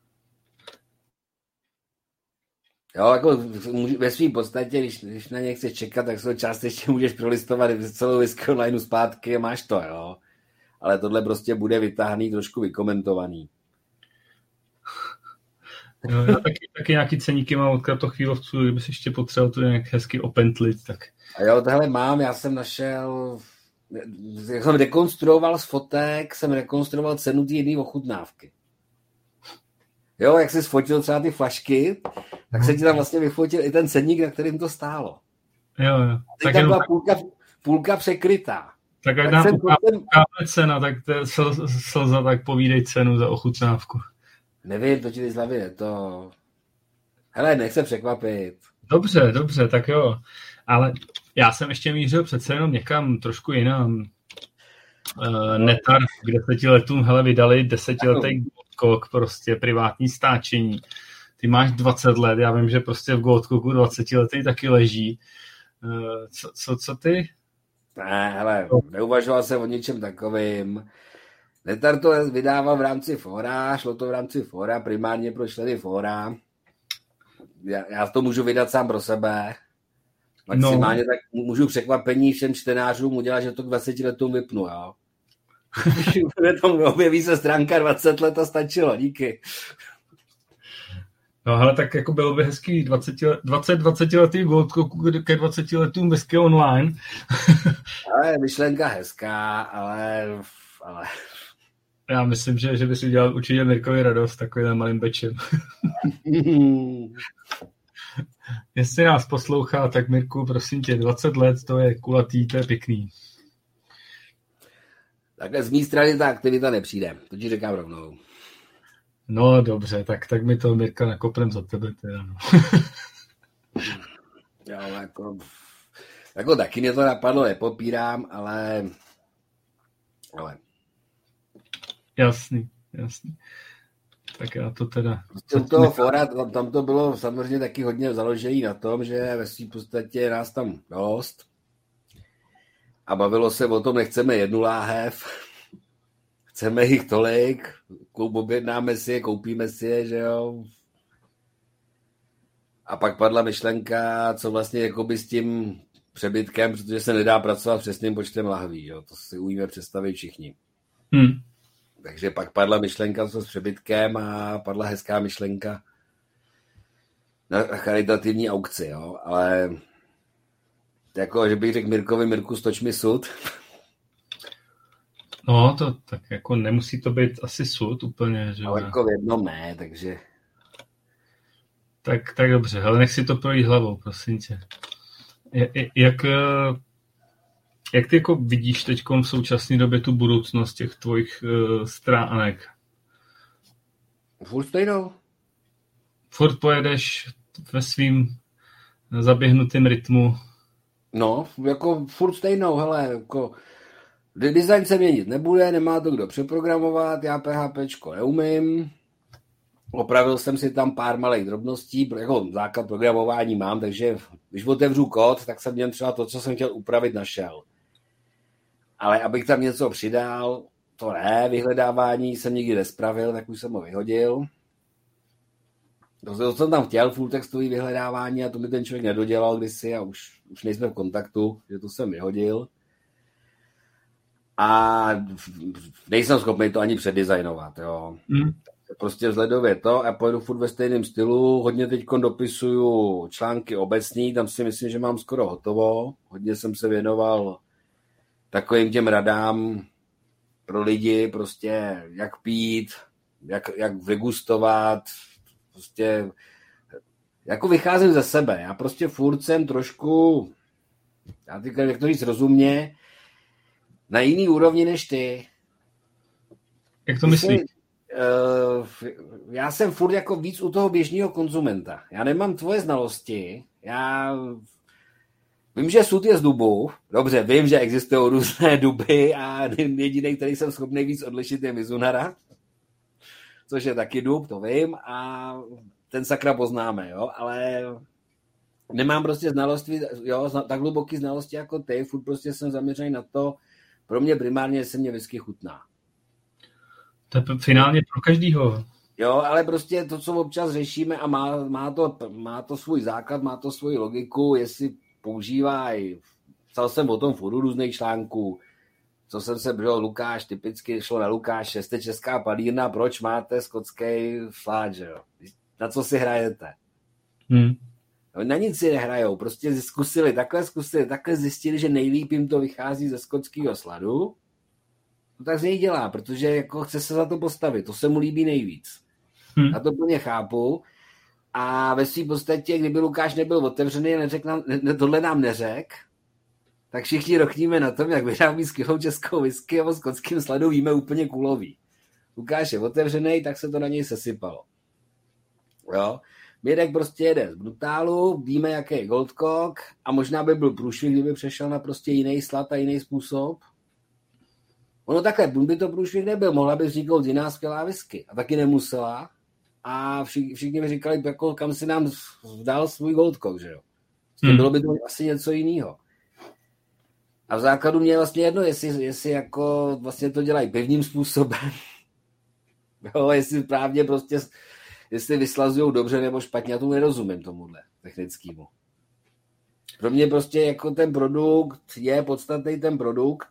Speaker 2: Jo, jako ve svým podstatě, když, když na ně chceš čekat, tak se to částečně můžeš prolistovat celou whisky online zpátky a máš to, jo. Ale tohle prostě bude vytáhný, trošku vykomentovaný.
Speaker 1: Jo, já taky, taky nějaký ceníky mám od kratochvílovců, kdybys ještě potřeboval to nějak hezky opentlit, tak...
Speaker 2: A jo, tohle mám, já jsem našel, jak jsem rekonstruoval z fotek, jsem rekonstruoval cenu té jedné ochutnávky. Jo, jak jsi sfotil třeba ty flašky, tak se ti tam vlastně vyfotil i ten ceník, na kterým to stálo.
Speaker 1: Jo, jo.
Speaker 2: Tak tam byla tak... půlka, půlka překrytá.
Speaker 1: Tak ať nám ukáme cena, tak to je slza, tak povídej cenu za ochutnávku.
Speaker 2: Nevím, to ti ty zlavě, to... Hele, nech se překvapit.
Speaker 1: Dobře, dobře, tak jo. Ale já jsem ještě mířil přece jenom někam trošku jinam. Uh, Netar k deseti letům, hele, vydali desetiletý Goldcock, prostě privátní stáčení. Ty máš dvacet let, já vím, že prostě v Goldcocku dvacetiletý taky leží. Uh, co, co, co ty?
Speaker 2: Ne, hele, neuvažoval jsem o ničem takovým. Netar to vydával v rámci fóra, šlo to v rámci fóra, primárně pro členy fóra. Já, já to můžu vydat sám pro sebe. Maximálně no. Tak můžu překvapení všem čtenářům udělat, že to k dvaceti letům vypnu, jo. Tam objeví se stránka dvacet let a stačilo, díky.
Speaker 1: No ale tak jako bylo by hezký dvacet dvacetiletý Goldcock ke dvaceti letům whisky online.
Speaker 2: Ale myšlenka hezká, ale... ale...
Speaker 1: Já myslím, že, že by si udělal určitě Mirkovi radost takovým malým bečem. Jestli nás poslouchá, tak Mirku, prosím tě, dvacet let, to je kulatý, to je pěkný.
Speaker 2: Takhle z mý strany ta aktivita nepřijde, to ti říkám rovnou.
Speaker 1: No dobře, tak, tak mi to Mirka nakopnem za tebe teda. No.
Speaker 2: Jo, jako, jako taky mě to napadlo, nepopírám, ale... ale...
Speaker 1: Jasný, jasný. Tak já to teda...
Speaker 2: U toho fóra, tam, tam to bylo samozřejmě taky hodně založený na tom, že ve svým podstatě nás tam dost a bavilo se o tom, nechceme jednu láhev, chceme jich tolik, objednáme si je, koupíme si je, že jo. A pak padla myšlenka, co vlastně jakoby s tím přebytkem, protože se nedá pracovat přesným počtem lahví, jo. To si umíme představit všichni.
Speaker 1: Hmm.
Speaker 2: Takže pak padla myšlenka co s přebytkem a padla hezká myšlenka na charitativní aukci, jo, ale jako, že bych řekl Mirkovi, Mirku, stoč mi sud.
Speaker 1: No, to tak jako nemusí to být asi sud úplně, že?
Speaker 2: Ale jako v jednom ne, takže...
Speaker 1: Tak, tak dobře, ale nech si to projít hlavou, prosím tě. Jak... Jak ty jako vidíš teď v současné době tu budoucnost těch tvojich uh, stránek?
Speaker 2: Furt stejnou.
Speaker 1: Furt pojedeš ve svým zaběhnutým rytmu?
Speaker 2: No, jako furt stejnou, hele, jako design se měnit nebude, nemá to kdo přeprogramovat, já PHPčko neumím, opravil jsem si tam pár malých drobností, jako základ programování mám, takže když otevřu kód, tak jsem měl třeba to, co jsem chtěl upravit, našel. Ale abych tam něco přidal, to ne, vyhledávání jsem nikdy nespravil, tak už jsem ho vyhodil. To, to jsem tam chtěl, full textový vyhledávání a to mi ten člověk nedodělal kdysi a už, už nejsme v kontaktu, že to jsem vyhodil. A nejsem schopný to ani předdesignovat, jo. Mm. Prostě vzhledově to a pojedu furt ve stejném stylu, hodně teďko dopisuju články obecní, tam si myslím, že mám skoro hotovo. Hodně jsem se věnoval takovým těm radám pro lidi, prostě jak pít, jak, jak vygustovat, prostě jako vycházím ze sebe. Já prostě furt jsem trošku, já teďka, jak to říct rozumně, na jiný úrovni než ty.
Speaker 1: Jak to myslíš?
Speaker 2: Uh, já jsem furt jako víc u toho běžného konzumenta. Já nemám tvoje znalosti. Já vím, že sud je z dubu. Dobře, vím, že existují různé duby a jediný, který jsem schopný víc odlišit, je Mizunara. Což je taky dub, to vím. A ten sakra poznáme, jo. Ale nemám prostě znalosti, jo, tak hluboký znalosti jako ty. Furt prostě jsem zaměřený na to, pro mě primárně se mě whisky chutná.
Speaker 1: To je finálně pro každýho.
Speaker 2: Jo, ale prostě to, co občas řešíme a má, má, to, má to svůj základ, má to svoji logiku, jestli používají, psal jsem o tom furt různých článků, co jsem se bral, Lukáš, typicky šlo na Lukáše, jste česká palírna, proč máte skotský fláč, jo? Na co si hrajete?
Speaker 1: Hmm.
Speaker 2: Na nic si nehrajou, prostě zkusili, takhle zkusili, takhle zjistili, že nejlíp jim to vychází ze skotského sladu. No tak z něj dělá, protože jako chce se za to postavit, to se mu líbí nejvíc. Hmm. Já to plně chápu. A ve svým podstatě, kdyby Lukáš nebyl otevřený a neřek nám, ne, tohle nám neřek, tak všichni rochníme na tom, jak vyrábí skvělou českou whisky a o skotským sladu víme úplně kulový. Lukáš je otevřený, tak se to na něj sesypalo. Jo. Mirek prostě jede z brutálu, víme, jaký je Goldcock a možná by byl průšvih, kdyby přešel na prostě jiný slad a jiný způsob. Ono takhle, by to průšvih nebyl, mohla by vzniknout jiná skvělá whisky a taky nemusela a všichni, všichni mi říkali, jako, kam si nám dal svůj Goldcock, že jo. Hmm. Bylo by to asi něco jiného. A v základu mě je vlastně jedno, jestli, jestli jako vlastně to dělají pevným způsobem, jo, jestli právě prostě jestli vyslazujou dobře nebo špatně, já tomu nerozumím tomuhle technickému. Pro mě prostě jako ten produkt je podstatný ten produkt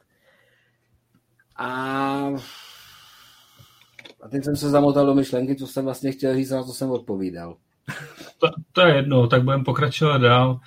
Speaker 2: a, a teď jsem se zamotal do myšlenky, co jsem vlastně chtěl říct a na to jsem odpovídal.
Speaker 1: To, to je jedno, tak budeme pokračovat dál.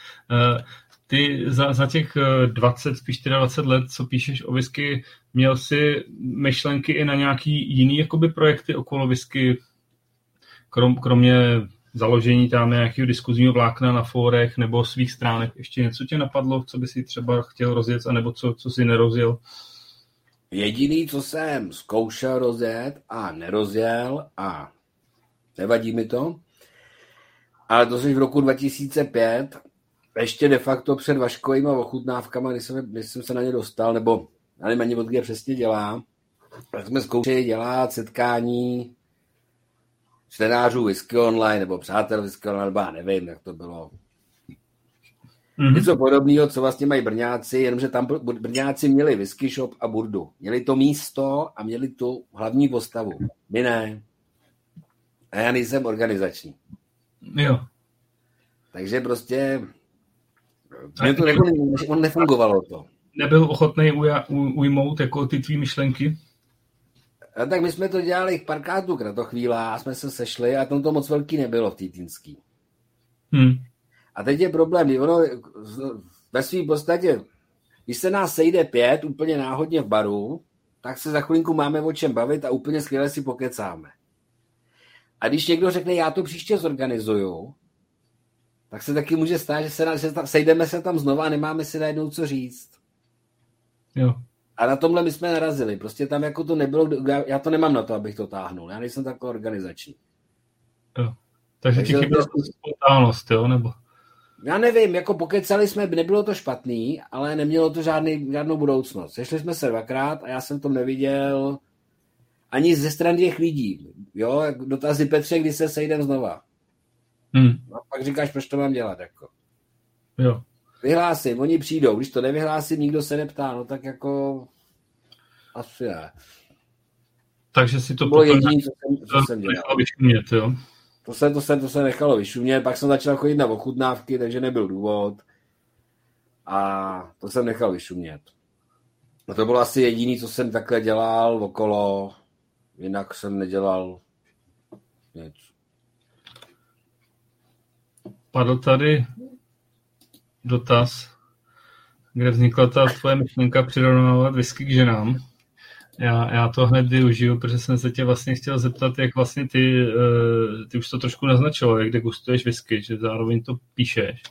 Speaker 1: Ty za, za těch dvacet, spíš dvacet let, co píšeš o whisky, měl jsi myšlenky i na nějaký jiný jakoby projekty okolo whisky, Krom, kromě založení tam nějakého diskuzního vlákna na fórech nebo svých stránek, ještě něco tě napadlo, co by si třeba chtěl rozjet, anebo co, co si nerozjel?
Speaker 2: Jediný, co jsem zkoušel rozjet a nerozjel a nevadí mi to, ale to jsi v roku dva tisíce pět, ještě de facto před Vaškovými ochutnávkama, když jsem, když jsem se na ně dostal, nebo já nevím ani od kde přesně dělá, tak jsme zkoušeli dělat setkání čtenářů Whisky Online, nebo přátel Whisky Online, nebo já nevím, jak to bylo. Mm-hmm. Něco podobného, co vlastně mají Brňáci, jenomže tam Brňáci měli whisky shop a burdu. Měli to místo a měli tu hlavní postavu. My ne. A já nejsem organizační.
Speaker 1: Jo.
Speaker 2: Takže prostě mě to jako on nefungovalo to.
Speaker 1: Nebyl ochotný uja, ujmout jako ty tvý myšlenky?
Speaker 2: A tak my jsme to dělali k parkátu Kratochvíle a jsme se sešli a tam to moc velký nebylo v Týtínský.
Speaker 1: Hmm.
Speaker 2: A teď je problém, ono ve svým podstatě, když se nás sejde pět úplně náhodně v baru, tak se za chvilinku máme o čem bavit a úplně skvěle si pokecáme. A když někdo řekne, já to příště zorganizuju, tak se taky může stát, že se, že sejdeme se tam znova a nemáme si najednou co říct.
Speaker 1: Jo.
Speaker 2: A na tomhle my jsme narazili. Prostě tam jako to nebylo, já to nemám na to, abych to táhnul. Já nejsem takový organizační.
Speaker 1: Jo. Takže ti chyběla spontánnost, jo? Nebo?
Speaker 2: Já nevím, jako pokecali jsme, nebylo to špatný, ale nemělo to žádný, žádnou budoucnost. Sešli jsme se dvakrát a já jsem to neviděl ani ze strany těch lidí. Jo, dotazy Petře, kdy se sejdem znova.
Speaker 1: Hmm.
Speaker 2: A pak říkáš, proč to mám dělat, jako.
Speaker 1: Jo.
Speaker 2: Vyhlásím, oni přijdou. Když to nevyhlásím, nikdo se neptá, no tak jako asi ne.
Speaker 1: Takže si to,
Speaker 2: to bylo jediný, co jsem, co jsem dělal.
Speaker 1: Vyšumět, jo?
Speaker 2: To se, to se, to se nechalo vyšumět, pak jsem začal chodit na ochutnávky, takže nebyl důvod. A to jsem nechal vyšumět. A to bylo asi jediný, co jsem takhle dělal okolo, jinak jsem nedělal nic.
Speaker 1: Padl tady dotaz, kde vznikla ta tvoje myšlenka přirovnávat whisky k ženám. Já, já to hned využiju, protože jsem se tě vlastně chtěl zeptat, jak vlastně ty, ty už to trošku naznačoval, jak degustuješ whisky, že zároveň to píšeš.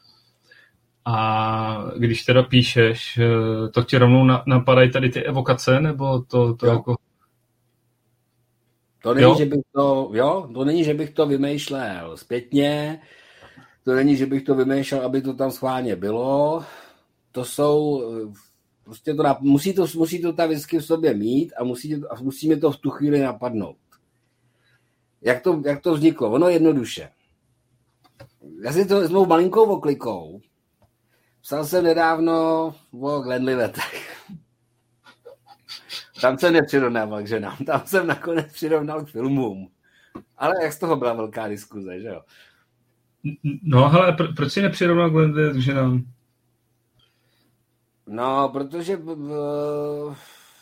Speaker 1: A když teda píšeš, to tě rovnou napadají tady ty evokace, nebo to, to jako...
Speaker 2: To není, že bych to, jo, to není, že bych to vymýšlel zpětně, to není, že bych to vymýšlel, aby to tam schválně bylo. To jsou, prostě to, musí to, musí to ta whisky v sobě mít a musí, a musí mi to v tu chvíli napadnout. Jak to, jak to vzniklo? Ono jednoduše. Já si to s mou malinkou oklikou psal jsem nedávno o Glenlivetech. Tam jsem nepřirovnával k ženám, tam jsem nakonec přirovnal k filmům. Ale jak z toho byla velká diskuze, že jo?
Speaker 1: No, hele, pro, proč jsi nepřirovnal Glenlivet k ženám?
Speaker 2: No, protože... Uh,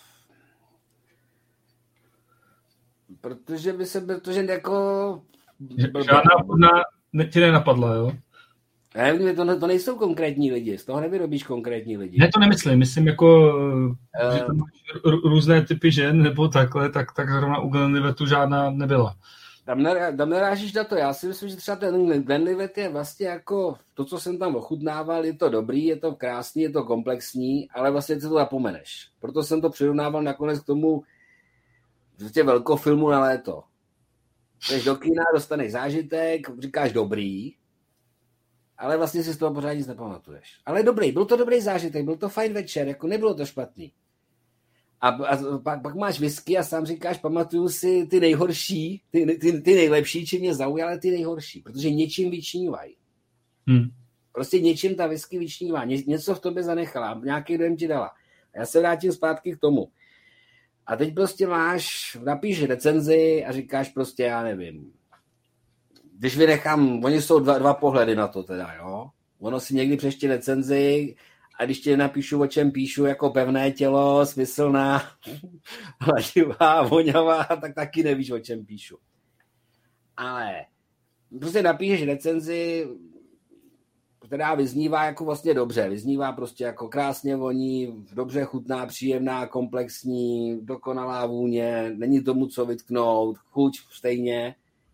Speaker 2: protože by se... Protože jako...
Speaker 1: Žádná vhodná ti nenapadla, jo?
Speaker 2: Ne, to, to nejsou konkrétní lidi, z toho nevyrobíš konkrétní lidi.
Speaker 1: Ne, to nemyslím, myslím jako, uh, že tam máš r- různé typy žen, nebo takhle, tak, tak zrovna u Glenlivetu žádná nebyla.
Speaker 2: Tam, nerá, tam nerážíš na to, já si myslím, že třeba ten Glenlivet je vlastně jako to, co jsem tam ochutnával, je to dobrý, je to krásný, je to komplexní, ale vlastně ty to zapomeneš. Proto jsem to přirovnával nakonec k tomu vlastně velkofilmu na léto. Jdeš do kina, dostaneš zážitek, říkáš dobrý, ale vlastně si z toho pořád nic nepamatuješ. Ale dobrý, byl to dobrý zážitek, byl to fajn večer, jako nebylo to špatný. A, a pak, pak máš whisky a sám říkáš, pamatuju si ty nejhorší, ty, ty, ty nejlepší, či mě zaujaly ty nejhorší, protože něčím vyčnívají.
Speaker 1: Hmm.
Speaker 2: Prostě něčím ta whisky vyčnívá, Ně, něco v tobě zanechala, nějaký dojem ti dala. A já se vrátím zpátky k tomu. A teď prostě máš, napíš recenzi a říkáš prostě, já nevím, když vynechám, oni jsou dva, dva pohledy na to teda, jo. Ono si někdy přečte recenzi a když ti napíšu, o čem píšu, jako pevné tělo, smyslná, hladivá, voňavá, tak taky nevíš, o čem píšu. Ale prostě napíšeš recenzi, která vyznívá jako vlastně dobře, vyznívá prostě jako krásně voní, dobře chutná, příjemná, komplexní, dokonalá vůně, není tomu co vytknout, chuť stejně.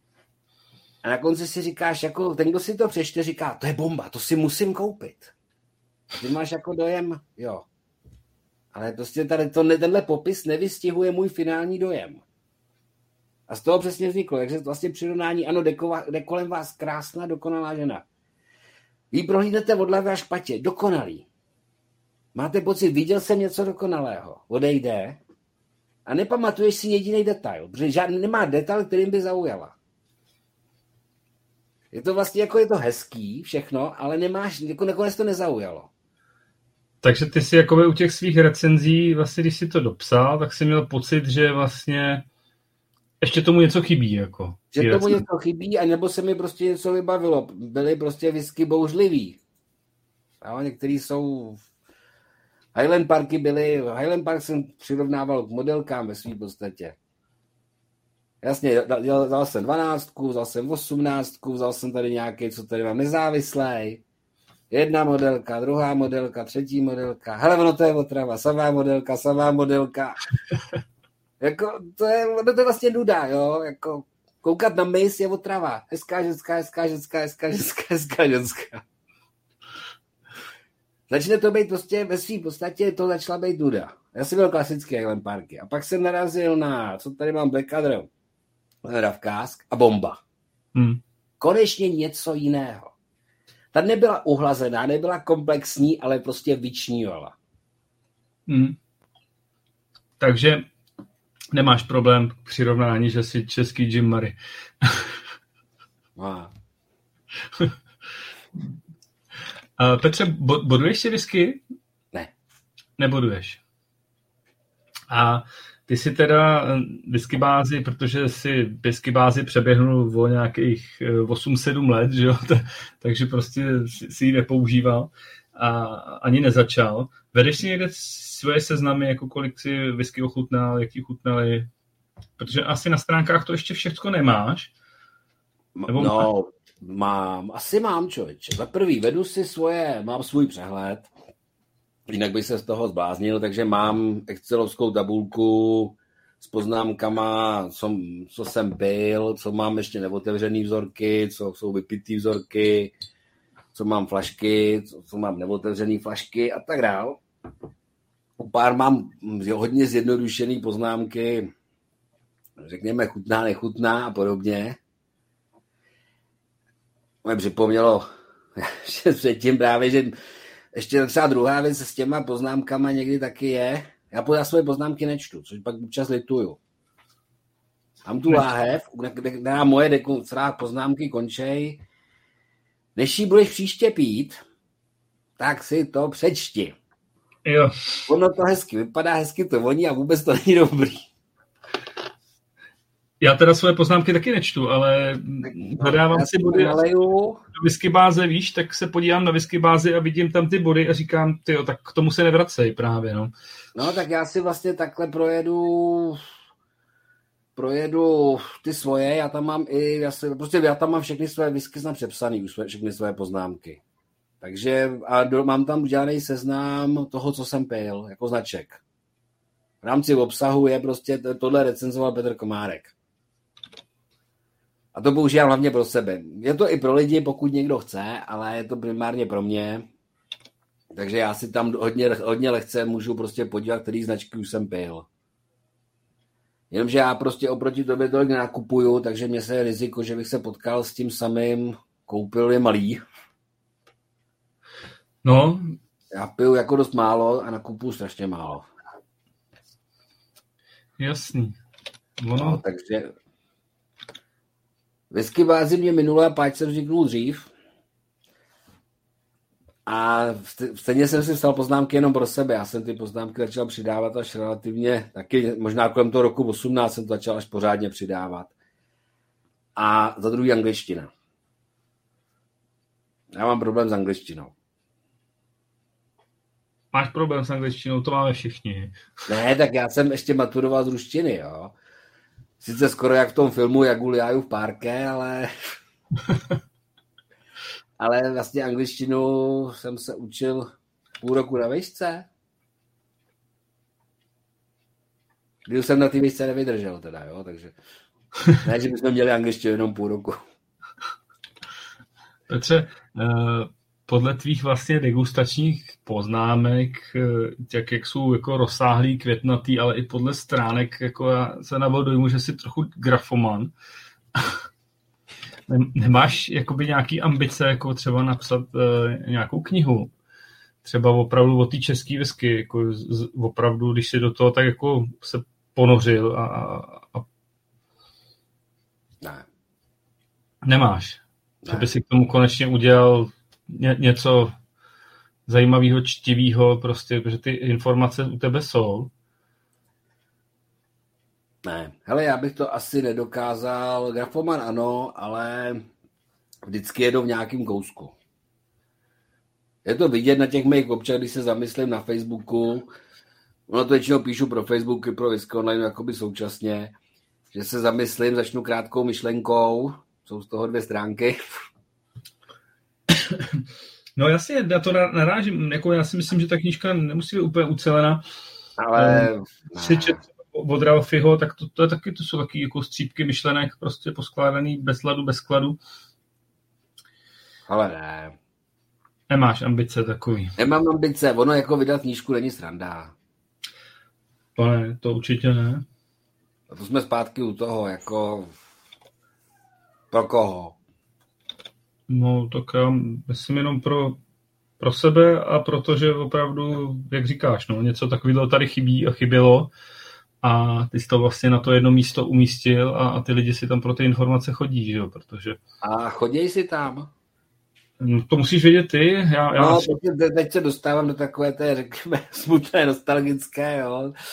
Speaker 2: A na konci si říkáš, jako ten, kdo si to přečte, říká, to je bomba, to si musím koupit. A ty máš jako dojem, jo. Ale prostě tady to, tenhle popis nevystihuje můj finální dojem. A z toho přesně vzniklo, takže vlastně přirovnání, ano, jde kolem vás krásná, dokonalá žena. Vy prohlídnete od levé až k patě, dokonalý. Máte pocit, viděl jsem něco dokonalého, odejde a nepamatuješ si jediný detail, protože žádný nemá detail, kterým by zaujala. Je to vlastně jako je to hezký všechno, ale nemáš, jako nakonec to nezaujalo.
Speaker 1: Takže ty si jakoby u těch svých recenzí, vlastně když si to dopsal, tak si měl pocit, že vlastně ještě tomu něco chybí. Jako,
Speaker 2: že tomu recenzí. Něco chybí, a nebo se mi prostě něco vybavilo. Byly prostě whisky bouřlivý. A některý jsou... Highland Parky byly... Highland Park jsem přirovnával k modelkám ve svým podstatě. Jasně, vzal jsem dvanáctku, vzal jsem osmnáctku, vzal jsem tady nějaký, co tady mám, nezávislej. Jedna modelka, druhá modelka, třetí modelka. Hele, ono to je otrava, samá modelka, samá modelka. Jako, to je, to je vlastně nuda, jo, jako koukat na mis je otrava. Hezká ženská, hezká ženská, hezká ženská, hezká ženská. Začne to být prostě ve svým podstatě, to začala být nuda. Já jsem byl klasický Highland Parky. A pak jsem narazil na, co tady mám, Blackadder, Rav Cask a bomba.
Speaker 1: Hmm.
Speaker 2: Konečně něco jiného. Ta nebyla uhlazená, nebyla komplexní, ale prostě vyčnívala.
Speaker 1: Hmm. Takže nemáš problém k přirovnání, že jsi český Jim Murray.
Speaker 2: No.
Speaker 1: Petře, boduješ si whisky?
Speaker 2: Ne.
Speaker 1: Neboduješ. A ty si teda whiskybázi, protože si whiskybázi přeběhnul o nějakých osm sedm let, že jo? Takže prostě si ji nepoužíval a ani nezačal. Vedeš si někde svoje seznamy, jako kolik si whisky ochutnal, jak ti chutnali? Protože asi na stránkách to ještě všechno nemáš.
Speaker 2: Nebo no, mám, asi mám, člověče. Za prvý, vedu si svoje, mám svůj přehled, jinak bych se z toho zbláznil, takže mám excelovskou tabulku s poznámkama, co, co jsem pil, co mám ještě neotevřený vzorky, co jsou vypitý vzorky, co mám flašky, co, co mám neotevřený flašky a tak dál. U pár mám hodně zjednodušený poznámky, řekněme chutná, nechutná a podobně. Mě připomnělo, že předtím právě, že ještě třeba druhá věc s těma poznámkama někdy taky je, já podle svoje poznámky nečtu, což pak občas lituju. Mám tu láhev, kde na moje deku, poznámky končej. Než ji budeš příště pít, tak si to přečti.
Speaker 1: Jo.
Speaker 2: Ono to hezky vypadá, hezky to voní a vůbec to není dobrý.
Speaker 1: Já teda svoje poznámky taky nečtu, ale zadávám si body do whiskybáze, víš, tak se podívám na whiskybázi a vidím tam ty body a říkám, tyjo, tak k tomu se nevracej právě, no.
Speaker 2: No, tak já si vlastně takhle projedu projedu ty svoje, já tam mám i, já si, prostě já tam mám všechny své whisky znám přepsaný, všechny své poznámky. Takže a do, mám tam udělaný seznam toho, co jsem pil, jako značek. V rámci obsahu je prostě, tohle recenzoval Petr Komárek. A to používám hlavně pro sebe. Je to i pro lidi, pokud někdo chce, ale je to primárně pro mě. Takže já si tam hodně, hodně lehce můžu prostě podívat, který značky už jsem pil. Jenomže já prostě oproti tobě tolik nakupuju, takže mě se riziko, že bych se potkal s tím samým, koupil je malý.
Speaker 1: No.
Speaker 2: Já piju jako dost málo a nakupuju strašně málo.
Speaker 1: Jasný. Ono...
Speaker 2: No, takže whiskybázi mě minulé páč jsem vzniknul dřív a stejně jsem si vstal poznámky jenom pro sebe. Já jsem ty poznámky začal přidávat až relativně, taky možná kolem toho roku osmnáct jsem to začal až pořádně přidávat. A za druhý angličtina. Já mám problém s angličtinou.
Speaker 1: Máš problém s angličtinou, to máme všichni.
Speaker 2: Ne, tak já jsem ještě maturoval z ruštiny, jo. Sice skoro jak v tom filmu Jaguliáju v párke, ale... ale vlastně angličtinu jsem se učil půl roku na výšce. Když jsem na té výšce nevydržel teda, jo, takže... Ne, že bychom měli angličtinu jenom půl roku.
Speaker 1: Petře, uh... podle tvých vlastně degustačních poznámek, jak, jak jsou jako rozsáhlý, květnatý, ale i podle stránek, jako já se nabil dojmu, že jsi trochu grafoman. Nemáš jakoby nějaký ambice, jako třeba napsat uh, nějakou knihu? Třeba opravdu o té české whisky, jako z, opravdu, když jsi do toho tak jako se ponořil a... a...
Speaker 2: Ne.
Speaker 1: Nemáš?
Speaker 2: Ne.
Speaker 1: Že by si k tomu konečně udělal Ně, něco zajímavého, čtivého, prostě, protože ty informace u tebe jsou.
Speaker 2: Ne, hele, já bych to asi nedokázal. Grafoman ano, ale vždycky jedu v nějakém kousku. Je to vidět na těch mých občanech, když se zamyslím na Facebooku. Ono to většinou píšu pro Facebook i pro Whisky Online jakoby současně, že se zamyslím, začnu krátkou myšlenkou, jsou z toho dvě stránky.
Speaker 1: No jasně, já to narážím, jako já si myslím, že ta knížka nemusí být úplně ucelená.
Speaker 2: Ale...
Speaker 1: Si čet od Ralfiho, tak to, to, je taky, to jsou taky jako střípky myšlenek, prostě poskládaný bez sladu, bez skladu.
Speaker 2: Ale ne.
Speaker 1: Nemáš ambice takový.
Speaker 2: Nemám ambice, ono jako vydat knížku není sranda.
Speaker 1: To ne, to určitě ne.
Speaker 2: A to jsme zpátky u toho, jako pro koho?
Speaker 1: No, tak já myslím jenom pro, pro sebe a protože opravdu, jak říkáš, no, něco takového tady chybí a chybělo a ty jsi to vlastně na to jedno místo umístil a, a ty lidi si tam pro ty informace chodí, že jo, protože...
Speaker 2: A choděj si tam?
Speaker 1: No, to musíš vědět ty. Já, já
Speaker 2: no,
Speaker 1: si...
Speaker 2: teď, teď se dostávám do takové té, řekněme, smutné, nostalgické, jo.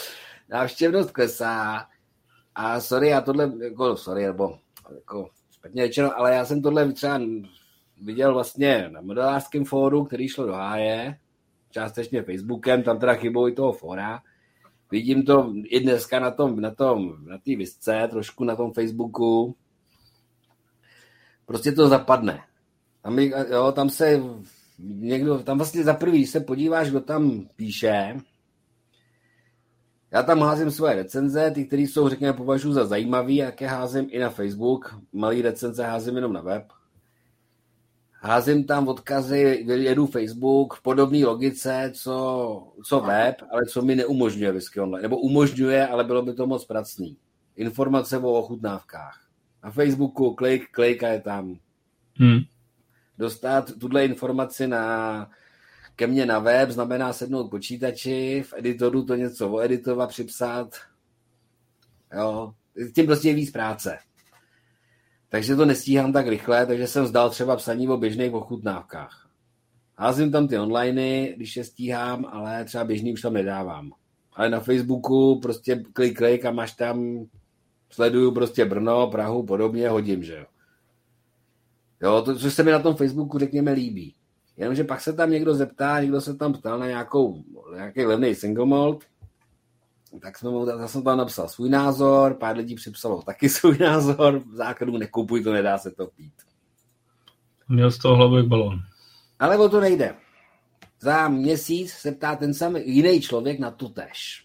Speaker 2: návštěvnost klesá a sorry, já tohle, jako sorry, nebo jako špatně řečeno, ale já jsem tohle třeba viděl vlastně na modelářském fóru, který šlo do háje, částečně Facebookem, tam teda chybou i toho fóra. Vidím to i dneska na tom, na tom, na té visce, trošku na tom Facebooku. Prostě to zapadne. Tam, jo, tam se někdo, tam vlastně za prvý se podíváš, kdo tam píše. Já tam házím svoje recenze, ty, které jsou, řekněme, považuji za zajímavý, jaké házím i na Facebook. Malý recenze házím jenom na web. Házím tam odkazy, jedu Facebook v podobné logice, co, co web, ale co mi neumožňuje whisky online. Nebo umožňuje, ale bylo by to moc pracný. Informace o ochutnávkách. Na Facebooku klik, klik a je tam.
Speaker 1: Hmm.
Speaker 2: Dostat tuhle informaci na, ke mně na web znamená sednout k počítači, v editoru to něco oeditovat, připsat. Jo, tím prostě je víc práce. Takže to nestíhám tak rychle, takže jsem vzdal třeba psaní o běžných ochutnávkách. Házím tam ty onliney, když je stíhám, ale třeba běžný už tam nedávám. Ale na Facebooku prostě klik, klik a máš tam, sleduju prostě Brno, Prahu, podobně, hodím, že jo. Jo, to, co se mi na tom Facebooku, řekněme, líbí. Jenomže pak se tam někdo zeptá, někdo se tam ptal na nějakou, nějaký levný single malt, tak jsem, já jsem tam napsal svůj názor, pár lidí připsalo taky svůj názor, v základu nekupuj to, nedá se to pít.
Speaker 1: Měl z toho hlavu jak balón.
Speaker 2: Ale o to nejde. Za měsíc se ptá ten samý jiný člověk na to tež.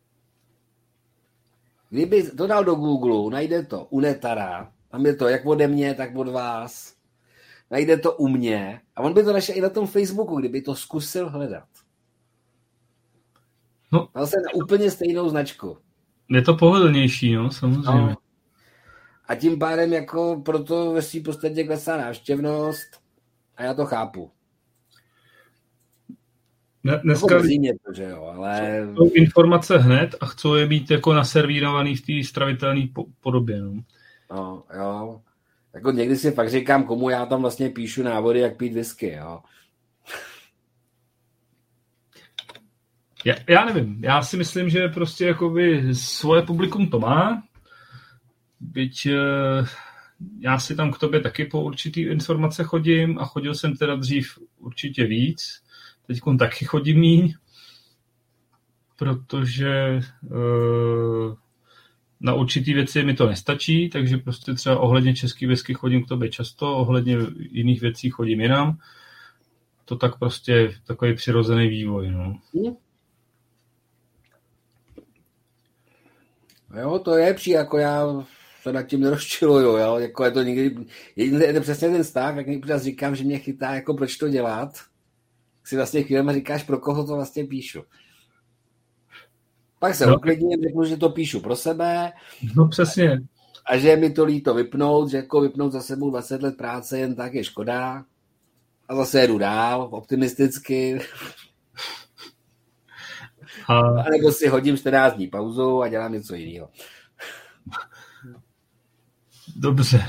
Speaker 2: Kdyby to dal do Google, najde to u Netara, tam je to jak ode mě, tak od vás, najde to u mě a on by to našel i na tom Facebooku, kdyby to zkusil hledat.
Speaker 1: No,
Speaker 2: Dal se na úplně stejnou značku.
Speaker 1: je to pohodlnější, no, samozřejmě. No.
Speaker 2: A tím pádem jako proto ve svým podstatě klesá návštěvnost a já to chápu.
Speaker 1: Ne, dneska
Speaker 2: jako mě to, že jo, ale...
Speaker 1: jsou informace hned a chcou je být jako naservírovaný v té stravitelné podobě. No.
Speaker 2: no, jo. Jako někdy si fakt říkám, komu já tam vlastně píšu návody, jak pít whisky, jo.
Speaker 1: Já, já nevím, já si myslím, že prostě jakoby svoje publikum to má, byť já si tam k tobě taky po určitý informace chodím a chodil jsem teda dřív určitě víc, teď taky chodím míň, protože uh, na určitý věci mi to nestačí, takže prostě třeba ohledně český whisky chodím k tobě často, ohledně jiných věcí chodím jinam. To tak prostě takový přirozený vývoj, no.
Speaker 2: Hmm. Jo, to je při, jako já se nad tím nerozčiluju, jo, jako je to někdy, je to přesně ten stav, jak někdy říkám, že mě chytá, jako proč to dělat, si vlastně chvílema říkáš, pro koho to vlastně píšu. Pak se no. uklidním, řeknu, že to píšu pro sebe.
Speaker 1: No přesně.
Speaker 2: A že je mi to líto vypnout, že jako vypnout za sebou dvacet let práce jen tak je škoda. A zase jedu dál, optimisticky. A... a nebo si hodím čtrnáct dní pauzu a dělám něco jiného.
Speaker 1: Dobře.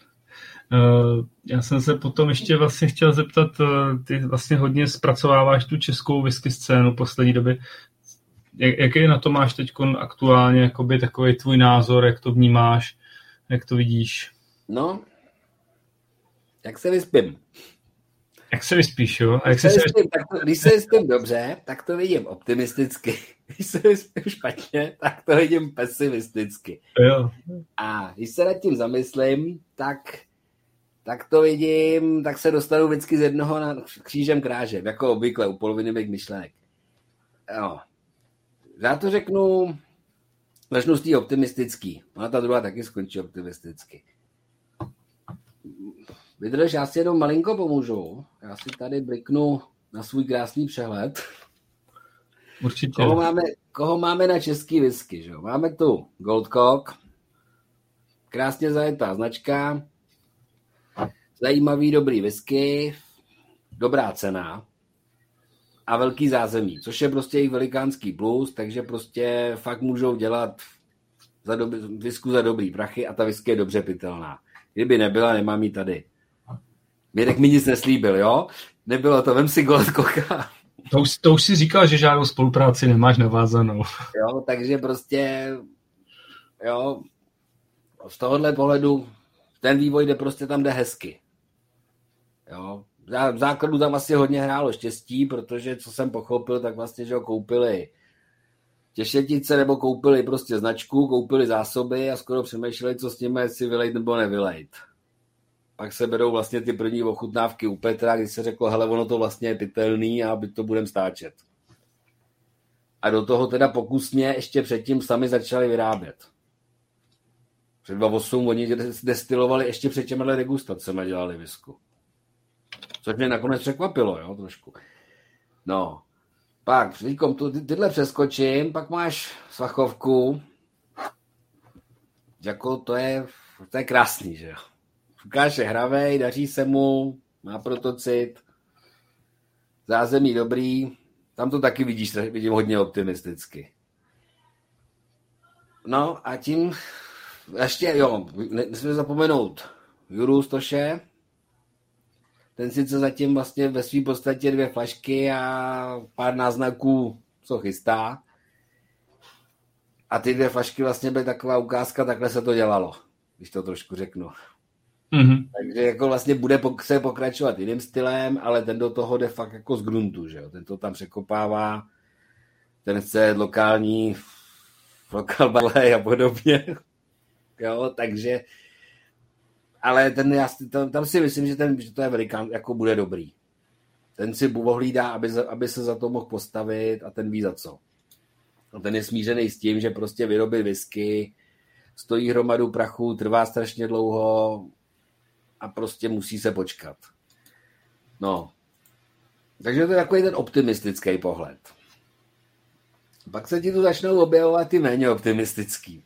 Speaker 1: Já jsem se potom ještě vlastně chtěl zeptat, ty vlastně hodně zpracováváš tu českou whisky scénu poslední doby. Jaký na to máš teď aktuálně jakoby takový tvůj názor, jak to vnímáš, jak to vidíš?
Speaker 2: No, jak se vyspím.
Speaker 1: Jak se vyspíš, jo? A jak
Speaker 2: když, se
Speaker 1: se
Speaker 2: vyspím, tak to, když se vyspím dobře, tak to vidím optimisticky. Když se vyspím špatně, tak to vidím pesimisticky.
Speaker 1: Jo.
Speaker 2: A když se nad tím zamyslím, tak, tak to vidím, tak se dostanu vždycky z jednoho na křížem krážem, jako obvykle u poloviny mých myšlenek. Jo. Já to řeknu, začnu z té optimistický. Ona ta druhá taky skončí optimisticky. Vydrž, já si jenom malinko pomůžu. Já si tady bliknu na svůj krásný přehled.
Speaker 1: Určitě.
Speaker 2: Koho máme, koho máme na český whisky, že? Máme tu Goldcock, krásně zajetá značka, zajímavý, dobrý whisky, dobrá cena a velký zázemí, což je prostě jejich velikánský plus, takže prostě fakt můžou dělat za dob- whisku za dobrý prachy a ta whisky je dobře pitelná. Kdyby nebyla, nemám ji tady. Mirek mi nic neslíbil, jo? Nebylo to, vem si Goldcocka.
Speaker 1: To už, to už si říkal, že žádnou spolupráci nemáš navázanou.
Speaker 2: Jo, takže prostě, jo, z tohohle pohledu ten vývoj jde prostě tam jde hezky. Jo, v základu tam asi hodně hrálo štěstí, protože co jsem pochopil, tak vlastně, že ho koupili Těšetice nebo koupili prostě značku, koupili zásoby a skoro přemýšleli, co s nimi, jestli vylejt nebo nevylejt. Pak se berou vlastně ty první ochutnávky u Petra, když se řeklo, hele, ono to vlastně je pitelný a to budeme stáčet. A do toho teda pokusně ještě předtím sami začali vyrábět. Před dvacet osm oni destilovali ještě před těmhle degustacemi dělali visku. Což mě nakonec překvapilo, jo, trošku. No, pak říkám, tu, ty, tyhle přeskočím, pak máš Svachovku. Jako to je, to je krásný, že jo. Lukáš je hravej, daří se mu, má protocit, zázemí dobrý, tam to taky vidíš, vidím hodně optimisticky. No a tím, ještě jo, nesmíme zapomenout Juru Stoše, ten sice zatím vlastně ve své podstatě dvě flašky a pár náznaků, co chystá. A ty dvě flašky vlastně byly taková ukázka, takhle se to dělalo, když to trošku řeknu. Mm-hmm. Takže jako vlastně bude se pokračovat jiným stylem, ale ten do toho jde fakt jako z gruntu, že jo? Ten to tam překopává, ten chce lokální lokal balej a podobně. Jo, takže ale ten, já, tam, tam si myslím, že, ten, že to je velikán, jako bude dobrý. Ten si ohlídá, aby, aby se za to mohl postavit a ten ví za co. A ten je smířený s tím, že prostě vyrobit whisky, stojí hromadu prachu, trvá strašně dlouho a prostě musí se počkat. No. Takže to je takový ten optimistický pohled. Pak se ti tu začnou objevovat ty méně optimistický.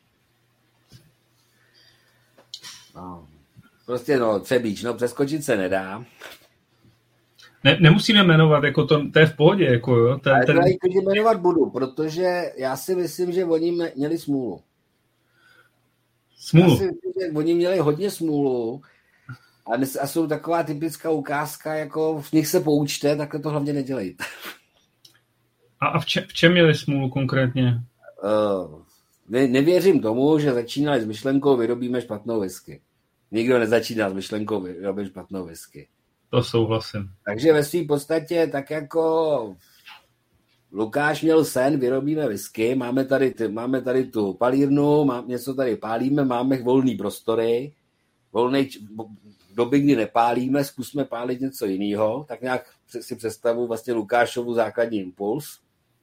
Speaker 2: No. Prostě no, Třebíč, no přeskočit se nedá.
Speaker 1: Ne, nemusíme jmenovat, jako to, to je v pohodě. Jako, jo. Ten,
Speaker 2: Ale
Speaker 1: ten...
Speaker 2: to jmenovat budu, protože já si myslím, že oni měli smůlu.
Speaker 1: Smůlu?
Speaker 2: Já si myslím, že oni měli hodně smůlu a, dnes, a jsou taková typická ukázka, jako v nich se poučte, takhle to hlavně nedělejte.
Speaker 1: A, a v, čem, v čem měli smůlu konkrétně?
Speaker 2: Uh, ne, nevěřím tomu, že začínali s myšlenkou vyrobíme špatnou whisky. Nikdo nezačíná s myšlenkou vyrobit špatnou whisky.
Speaker 1: To souhlasím.
Speaker 2: Takže ve své podstatě tak jako Lukáš měl sen, vyrobíme whisky, máme tady, ty, máme tady tu palírnu, má, něco tady pálíme, máme volný prostory, volný doby, kdy nepálíme, zkusme pálit něco jiného, tak nějak si představu vlastně Lukášovu základní impuls.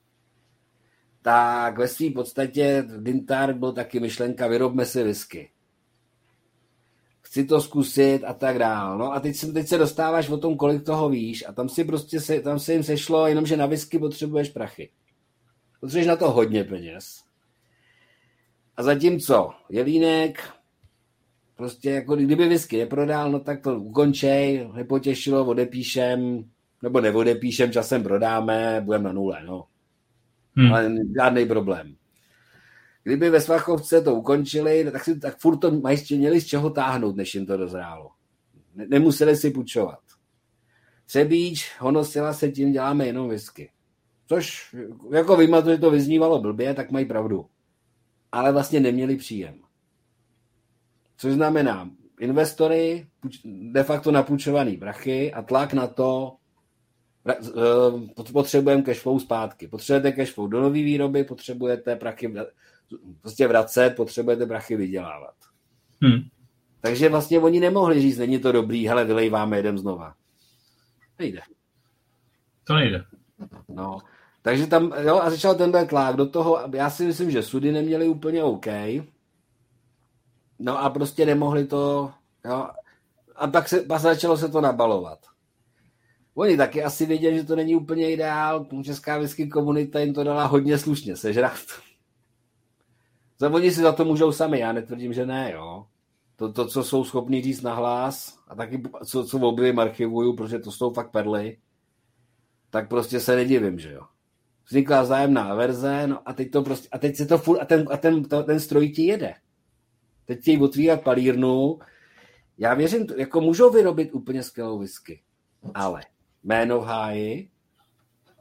Speaker 2: Tak ve své podstatě Dintar byl taky myšlenka, vyrobme si whisky. Chci to zkusit a tak dál. No a teď se, teď se dostáváš o tom, kolik toho víš a tam si prostě se, tam se jim sešlo, jenomže na whisky potřebuješ prachy. Potřebuješ na to hodně peněz. A zatímco Jelínek prostě jako kdyby whisky neprodal, no tak to ukončej, nepotěšilo, odepíšem, nebo neodepíšem, časem prodáme, budeme na nule, no. Hmm. Ale žádný problém. Kdyby ve Svachovce to ukončili, tak, si, tak furt to mají, měli z čeho táhnout, než jim to dozrálo. Ne, nemuseli si půjčovat. Třebíč, Honosila se tím děláme jenom whisky. Což, jako vím, že to vyznívalo blbě, tak mají pravdu. Ale vlastně neměli příjem. Což znamená investory, de facto napůjčovaný prachy a tlak na to, potřebujeme cashflow zpátky. Potřebujete cashflow do nové výroby, potřebujete prachy prostě vracet, potřebujete prachy vydělávat. Hmm. Takže vlastně oni nemohli říct, není to dobrý, hele, vylejváme, jedem znova. Nejde.
Speaker 1: To nejde.
Speaker 2: No, takže tam, jo, a začal tenhle tlak do toho, já si myslím, že sudy neměli úplně OK. No a prostě nemohli to, jo, a pak, se, pak začalo se to nabalovat. Oni taky asi věděli, že to není úplně ideál, česká whisky komunita jim to dala hodně slušně sežrat. Oni si za to můžou sami, já netvrdím, že ne, jo. To, to co jsou schopní říct nahlas a taky co, co v objevím archivuju, protože to jsou fakt perly, tak prostě se nedivím, že jo. Vznikla vzájemná verze, no a teď to prostě, a teď se to furt, a ten, a ten, to, ten stroj ti jede. Teď chtějí otvírat palírnu, já věřím, jako můžou vyrobit úplně skvělou whisky, ale jméno v háji,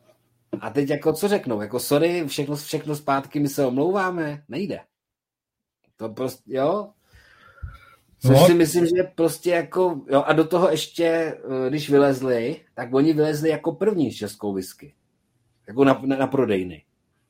Speaker 2: A teď jako co řeknou? Jako sorry, všechno, všechno zpátky, my se omlouváme? Nejde. To prostě, jo? Což no. si myslím, že prostě jako, jo, a do toho ještě, když vylezli, tak oni vylezli jako první s českou whisky. Jako na, na, na prodejny.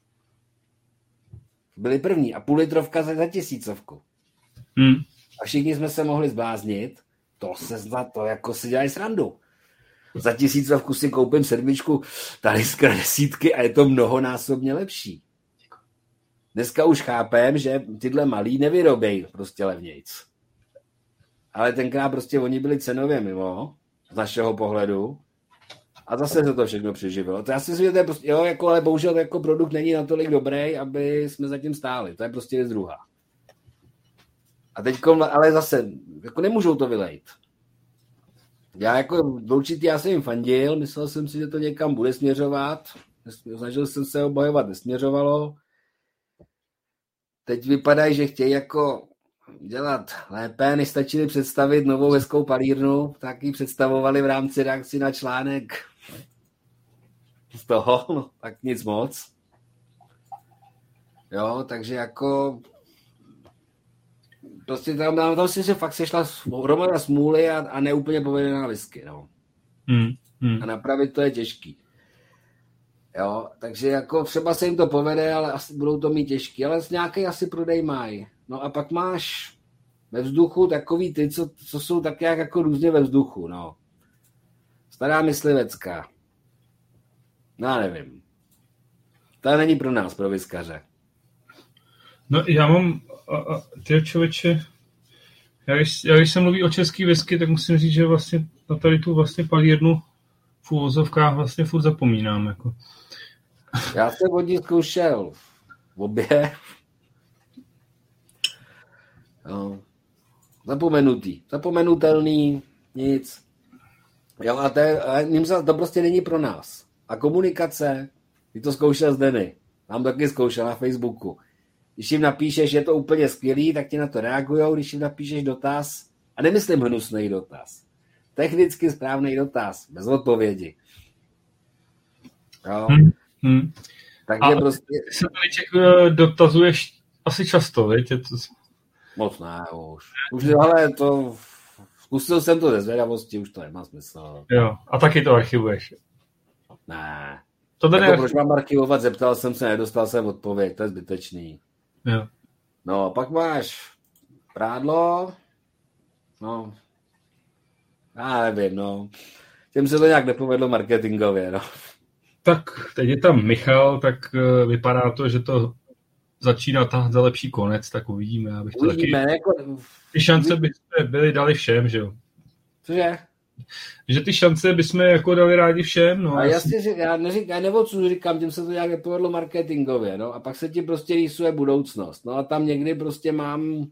Speaker 2: Byli první a půl litrovka za, za tisícovku.
Speaker 1: Hmm.
Speaker 2: A všichni jsme se mohli zbláznit. To se zna, to jako si dělají srandu. Za tisícovku si koupím sedmičku Talisker desítky a je to mnohonásobně lepší. Dneska už chápem, že tyhle malý nevyrobej prostě levnějc. Ale tenkrát prostě oni byli cenově mimo, z našeho pohledu. A zase se to všechno přeživilo. To já si myslím, že to je prostě, jo, jako, ale bohužel jako produkt není natolik dobrý, aby jsme zatím stáli. To je prostě věc druhá. A teď, ale zase, jako nemůžou to vylejt. Já jako určitě, já jsem jim fandil, myslel jsem si, že to někam bude směřovat. Snažil jsem se obhajovat, nesměřovalo. Teď vypadají, že chtějí jako dělat lépe, než stačili představit novou hezkou palírnu, tak ji představovali v rámci reakci na článek z toho, no, tak nic moc. Jo, takže jako prostě tam, tam, tam si se fakt sešla hromada smůly a, a neúplně povedená whisky, no.
Speaker 1: Hmm, hmm.
Speaker 2: A napravit to je těžký. Jo, takže jako třeba se jim to povede, ale asi budou to mít těžký, ale nějaký asi prodej mají. No a pak máš ve vzduchu takový ty, co, co jsou tak jak jako různě ve vzduchu, no. Stará myslivecká. No já nevím. To není pro nás, pro whiskaře.
Speaker 1: No já mám, a, a, ty člověče, já když, já když se mluví o český whisky, tak musím říct, že vlastně na tady tu vlastně palírnu v úvozovkách vlastně furt zapomínám, jako.
Speaker 2: Já jsem od ní zkoušel obě. No. Zapomenutý. Zapomenutelný, nic. Jo, a to, a to prostě není pro nás. A komunikace, ty to zkoušel z Denny. Mám taky zkoušel na Facebooku. Když jim napíšeš, že je to úplně skvělý, tak ti na to reagujou. Když jim napíšeš dotaz, a nemyslím hnusný dotaz, technicky správný dotaz, bez odpovědi. Jo.
Speaker 1: Hmm. Hmm.
Speaker 2: Takže
Speaker 1: a
Speaker 2: prostě...
Speaker 1: ty se tady těch dotazuješ asi často, víte? To...
Speaker 2: Moc ne, už. Už, ale to... Zkusil jsem to ze zvědavosti, už to nemá smysl.
Speaker 1: Jo, a taky to archivuješ.
Speaker 2: Ne.
Speaker 1: To
Speaker 2: jako
Speaker 1: ne...
Speaker 2: proč mám archivovat, zeptal jsem se, nedostal jsem odpověď, to je zbytečný.
Speaker 1: Jo.
Speaker 2: No, pak máš prádlo, no, já nevím, no. Těm se to nějak nepovedlo marketingově, no.
Speaker 1: Tak teď je tam Michal, tak uh, vypadá to, že to začíná tahat za lepší konec, tak uvidíme. Abych to
Speaker 2: uvidíme,
Speaker 1: taky...
Speaker 2: jako...
Speaker 1: Ty šance by byly dali všem, že jo?
Speaker 2: Cože?
Speaker 1: Že ty šance bychom jako dali rádi všem, no.
Speaker 2: A jasně, já neříkám, já nevocu říkám, tím se to nějak nepovedlo marketingově, no. A pak se ti prostě rýsuje budoucnost. No a tam někdy prostě mám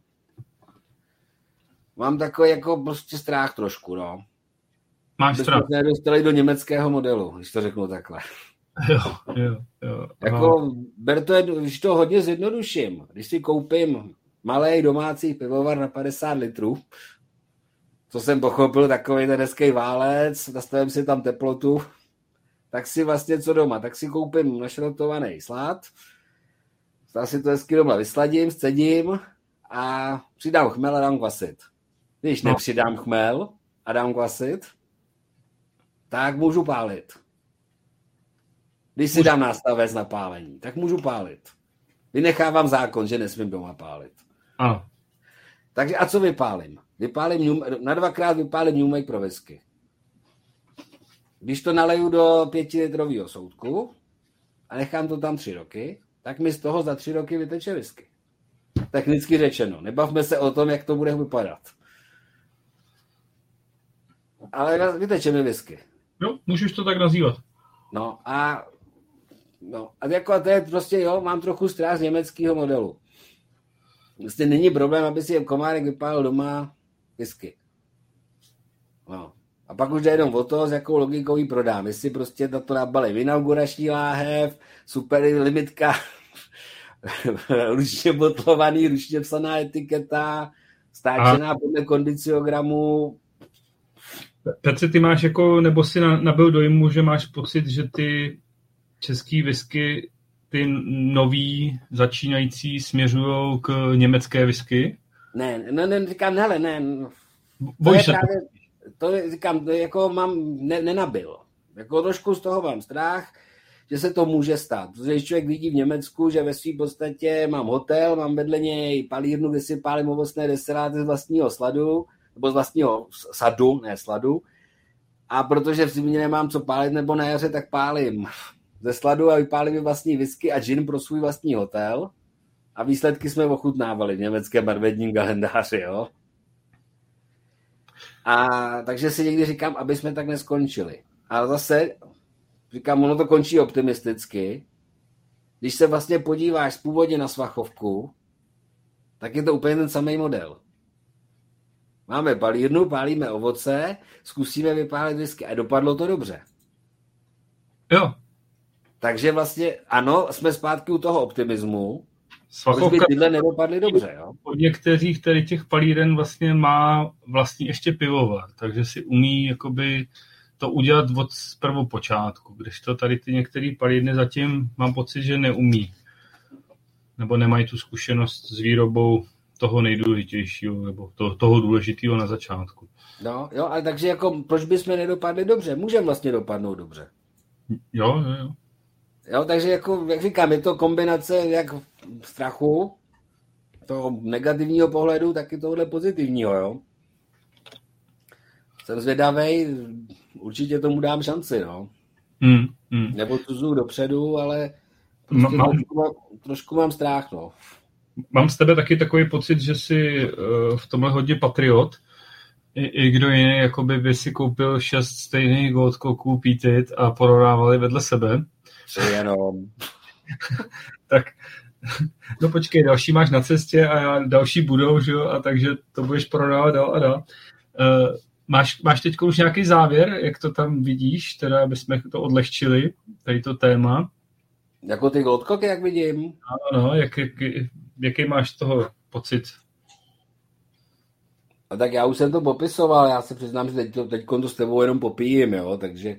Speaker 2: mám takový jako prostě strach trošku, no.
Speaker 1: Máš strach?
Speaker 2: Bychom se nedostali do německého modelu, když to řeknu takhle.
Speaker 1: Jo, jo, jo.
Speaker 2: Jako, ber to, když to hodně zjednoduším, když si koupím malý domácí pivovar na padesát litrů, co jsem pochopil, takový ten hezký válec, nastavím si tam teplotu, tak si vlastně co doma, tak si koupím našrotovaný slad, tak si to hezky doma vysladím, scedím a přidám chmel a dám kvasit. Když no. nepřidám chmel a dám kvasit, tak můžu pálit. Když si dám nástavec na pálení, tak můžu pálit. Vynechávám zákon, že nesmím doma pálit.
Speaker 1: Ano.
Speaker 2: Takže a co vypálím? Vypálím na dvakrát vypálím New Make pro whisky. Když to naleju do pětilitrového soudku a nechám to tam tři roky, tak mi z toho za tři roky vyteče whisky. Technicky řečeno. Nebavme se o tom, jak to bude vypadat. Ale vyteče mi whisky.
Speaker 1: Jo, můžeš to tak nazývat.
Speaker 2: No a no, a jako to je prostě, jo, mám trochu strach z německého modelu. Vlastně není problém, aby si komárek vypálil doma whisky. No. A pak už jde jenom o to, s jakou logikou ji prodám. Jestli prostě to nabalím inaugurační láhev, super limitka, ručně botlovaný, ručně psaná etiketa, stáčená a... podle kondiciogramu.
Speaker 1: Petře, ty máš jako, nebo si nabil dojmu, že máš pocit, že ty český whisky, ty nový začínající směřují k německé whisky?
Speaker 2: Ne, ne, ne, říkám, hele, ne.
Speaker 1: To je
Speaker 2: právě, to je, říkám, to je, jako mám, ne, nenabil. Jako trošku z toho mám strach, že se to může stát. Protože když člověk vidí v Německu, že ve svým podstatě mám hotel, mám vedle něj palírnu, kde si pálím ovocné destiláty z vlastního sladu, nebo z vlastního sadu, ne sladu. A protože v zimě nemám co pálit nebo na jaře, tak pálím ze sladu a vypálím vlastní whisky a gin pro svůj vlastní hotel. A výsledky jsme ochutnávali v německém barvedním kalendáři, jo. A takže si někdy říkám, aby jsme tak neskončili. Ale zase říkám, ono to končí optimisticky. Když se vlastně podíváš původně na Svachovku, tak je to úplně ten samý model. Máme palírnu, pálíme ovoce, zkusíme vypálit whisky a dopadlo to dobře.
Speaker 1: Jo.
Speaker 2: Takže vlastně ano, jsme zpátky u toho optimismu.
Speaker 1: Svachovka,
Speaker 2: proč by tyhle nedopadly dobře, jo?
Speaker 1: Od některých tady těch palíren vlastně má vlastní ještě pivovar, takže si umí jakoby to udělat od prvopočátku, když to tady ty některé palírny zatím mám pocit, že neumí. Nebo nemají tu zkušenost s výrobou toho nejdůležitějšího, nebo to, toho důležitého na začátku.
Speaker 2: No, jo, ale takže jako, proč bychom nedopadli dobře? Můžeme vlastně dopadnout dobře.
Speaker 1: Jo, jo, jo.
Speaker 2: Jo, takže jako, jak říkám, je to kombinace jak strachu, toho negativního pohledu, tak i tohle pozitivního, jo. Jsem zvědavej, určitě tomu dám šanci, no.
Speaker 1: Mm, mm.
Speaker 2: Nebo tuzu dopředu, ale prostě mám, trošku, mám, trošku mám strach, no.
Speaker 1: Mám z tebe taky takový pocit, že jsi uh, v tomhle hodně patriot. I, i kdo jiný jakoby by si koupil šest stejných Gold Cocků pítit a prodávali vedle sebe.
Speaker 2: Jenom.
Speaker 1: Tak, no počkej, další máš na cestě a já, další budou, že jo, a takže to budeš prodávat dál a dál. Uh, máš, máš teď už nějaký závěr, jak to tam vidíš, teda abychom to odlehčili, tady to téma.
Speaker 2: Jako ty Gold Cocky, jak vidím.
Speaker 1: Ano, no, jak, jak, jaký máš z toho pocit?
Speaker 2: A tak já už jsem to popisoval, já se přiznám, že teď to, teď to s tebou jenom popijím, jo, takže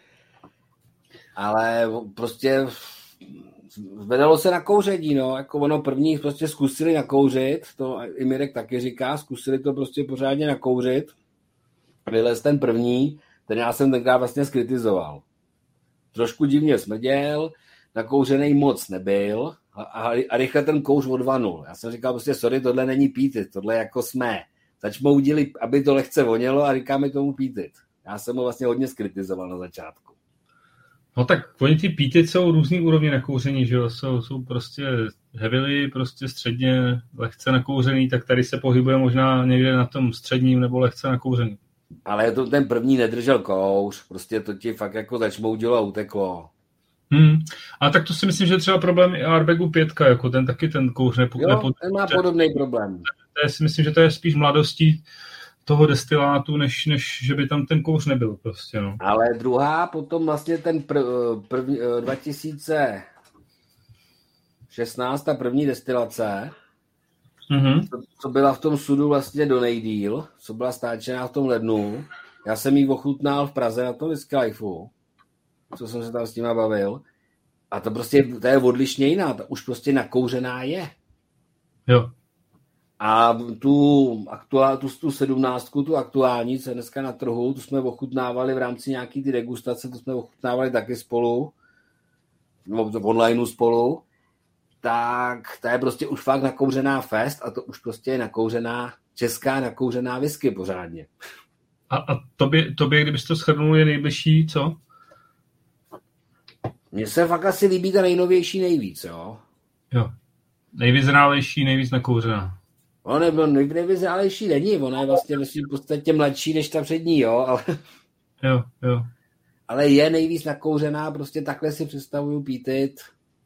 Speaker 2: ale prostě zvedalo se na kouření, no, jako ono první prostě zkusili nakouřit, to i Mirek taky říká, zkusili to prostě pořádně nakouřit, vylez ten první, ten já jsem tenkrát vlastně skritizoval. Trošku divně smrděl, nakouřenej moc nebyl a, a rychle ten kouř odvanul. Já jsem říkal prostě, sorry, tohle není pítit, tohle jako jsme. Začme udělit, aby to lehce vonělo a říkáme tomu pítit. Já jsem ho vlastně hodně skritizoval na začátku.
Speaker 1: No tak oni ty píty jsou různý úrovně nakouření, že jo? Jsou, jsou prostě heavily, prostě středně lehce nakouřený, tak tady se pohybuje možná někde na tom středním nebo lehce nakouřený.
Speaker 2: Ale to ten první nedržel kouř, prostě to ti fakt jako začmoudilo a uteklo.
Speaker 1: Hmm. A tak to si myslím, že třeba problém i Arbegu pět, jako ten taky ten kouř nepo,
Speaker 2: jo,
Speaker 1: nepo,
Speaker 2: ten má podobný problém.
Speaker 1: Já si myslím, že to je spíš mladostí toho destilátu, než, než že by tam ten kouř nebyl prostě, no.
Speaker 2: Ale druhá, potom vlastně ten prv, prv, dva tisíce šestnáct, ta první destilace,
Speaker 1: mm-hmm.
Speaker 2: co, co byla v tom sudu vlastně do nejdýl, co byla stáčená v tom lednu. Já jsem ji ochutnal v Praze na tom Whisky Lifeu, co jsem se tam s nima bavil. A to prostě, to je odlišně jiná, ta už prostě nakouřená je.
Speaker 1: Jo.
Speaker 2: A tu, aktuál, tu, tu sedmnáctku, tu aktuální, co je dneska na trhu, tu jsme ochutnávali v rámci nějaký ty degustace, to jsme ochutnávali taky spolu, nebo v onlineu spolu, tak ta je prostě už fakt nakouřená fest a to už prostě je nakouřená, česká nakouřená whisky pořádně.
Speaker 1: A, a tobě, tobě, kdybys to shrnul, je nejbližší, co?
Speaker 2: Mně se fakt asi líbí ta nejnovější nejvíc, jo.
Speaker 1: Jo. Nejvyzrálejší, nejvíc nakouřená.
Speaker 2: Ono nebylo nejvyzrálejší není, ona je vlastně v podstatě mladší než ta přední, jo, ale...
Speaker 1: Jo, jo.
Speaker 2: Ale je nejvíc nakouřená, prostě takhle si představuju pítit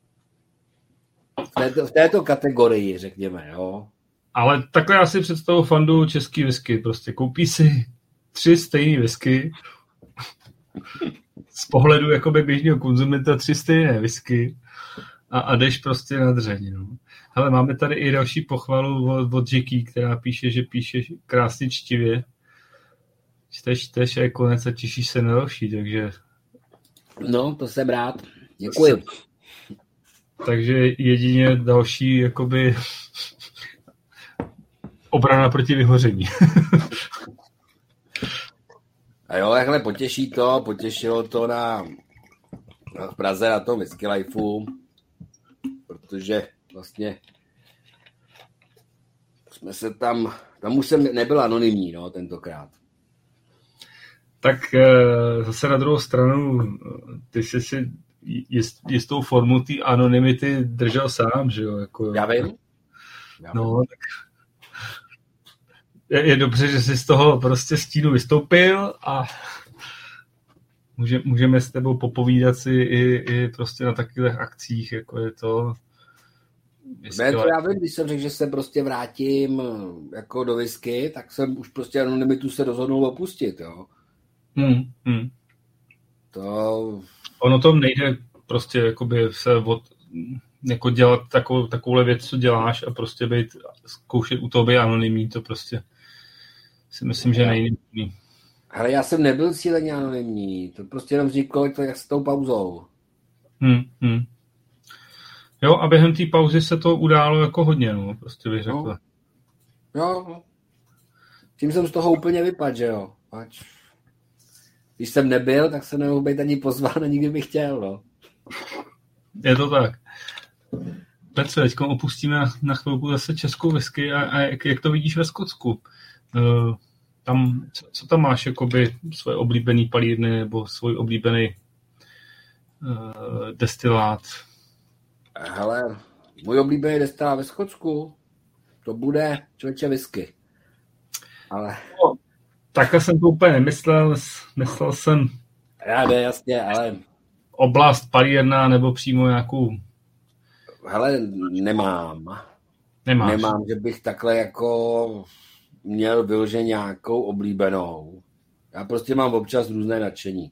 Speaker 2: v této, v této kategorii, řekněme, jo.
Speaker 1: Ale takhle já si představuji fandu český whisky, prostě koupí si tři stejný whisky z pohledu jakoby běžného konzumenta tři stejné whisky a, a jdeš prostě na dřeň, no. Hele, máme tady i další pochvalu od, od Jiky, která píše, že píše krásně čtivě. Čteš, čteš a je konec a těšíš se na další, takže...
Speaker 2: No, to jsem rád. Děkuji.
Speaker 1: Takže jedině další jakoby obrana proti vyhoření.
Speaker 2: A jo, takhle potěší to, potěšilo to na v Praze na tom Whisky Lifeu, protože vlastně jsme se tam, tam už jsem nebyl anonymní, no, tentokrát.
Speaker 1: Tak zase na druhou stranu, ty jsi si jist, jistou formu té anonymity držel sám, že jo? Jako,
Speaker 2: Já vím. Já
Speaker 1: no, vím. Tak je, je dobře, že jsi z toho prostě stínu vystoupil a může, můžeme s tebou popovídat si i, i prostě na takových akcích, jako je to...
Speaker 2: Ne, to já vím, když jsem řekl, že se prostě vrátím jako do whisky, tak jsem už prostě anonymitu se rozhodnul opustit, jo.
Speaker 1: Hmm, hmm.
Speaker 2: To...
Speaker 1: Ono to nejde prostě jakoby se od, jako dělat takovou, takovouhle věc, co děláš a prostě být, zkoušet u toho být anonymní, to prostě si myslím, že nejde.
Speaker 2: Ale já jsem nebyl cíleně anonymní, to prostě jenom říkal, to jak s tou pauzou.
Speaker 1: Hmm, hmm. Jo, a během té pauzy se to událo jako hodně, no, prostě bych řekl.
Speaker 2: No. Jo, tím jsem z toho úplně vypadl, že jo. Pač. Když jsem nebyl, tak jsem nemohl být ani pozván a nikdy bych chtěl, no.
Speaker 1: Je to tak. Petře, teďko opustíme na, na chvilku zase českou whisky a, a jak, jak to vidíš ve Skotsku? Uh, tam, co, co tam máš, jakoby svoje oblíbený palírny nebo svůj oblíbený uh, destilát?
Speaker 2: Hele, můj oblíbený destilát ve Skotsku, to bude člověče whisky. Ale...
Speaker 1: No, takhle jsem to úplně nemyslel, myslel jsem...
Speaker 2: Já ne, jasně, ale...
Speaker 1: Oblast palírna nebo přímo nějakou...
Speaker 2: Hele, nemám.
Speaker 1: Nemáš.
Speaker 2: Nemám, že bych takhle jako měl vyloženě nějakou oblíbenou. Já prostě mám občas různé nadšení.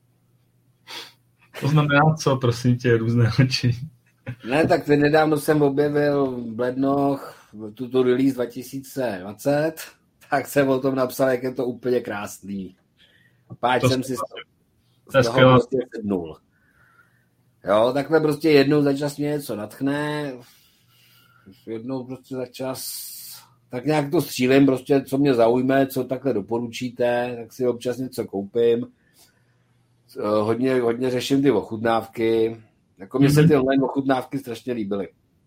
Speaker 1: To znamená co, prosím tě, různé nadšení?
Speaker 2: Ne, tak nedávno jsem objevil v Blednoch tuto release dva tisíce dvacet, tak jsem o tom napsal, jak je to úplně krásný. Páč to jsem si z toho prostě sednul. Jo, takhle prostě jednou za čas mě něco natchne, jednou prostě za čas, tak nějak to střílím, prostě co mě zaujme, co takhle doporučíte, tak si občas něco koupím. Hodně, hodně řeším ty ochutnávky. Jako mně se ty online ochutnávky strašně líbily.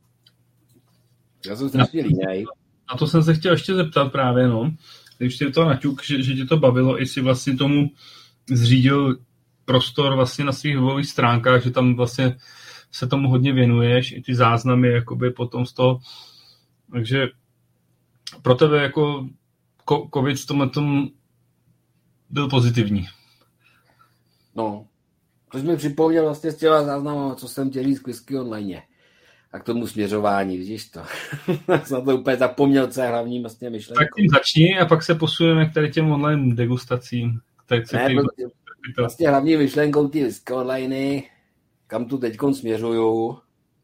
Speaker 2: Já jsem strašně línej.
Speaker 1: A to jsem se chtěl ještě zeptat právě, no. Když jsi to naťuk, že, že tě to bavilo, i si vlastně tomu zřídil prostor vlastně na svých webových stránkách, že tam vlastně se tomu hodně věnuješ, i ty záznamy jakoby potom z toho. Takže pro tebe jako covid v tomhle tom byl pozitivní.
Speaker 2: No, to jsi mi připomněl vlastně z těla záznamů, co jsem chtěl říct k whisky online. A k tomu směřování, vidíš to. Jsem to úplně zapomněl, co je hlavní vlastně myšlenkou.
Speaker 1: Tak tím začni a pak se posuneme k tady těm online degustacím.
Speaker 2: Ne, prostě, vlastně hlavní myšlenkou ty whisky online, kam tu teďkon směřuju.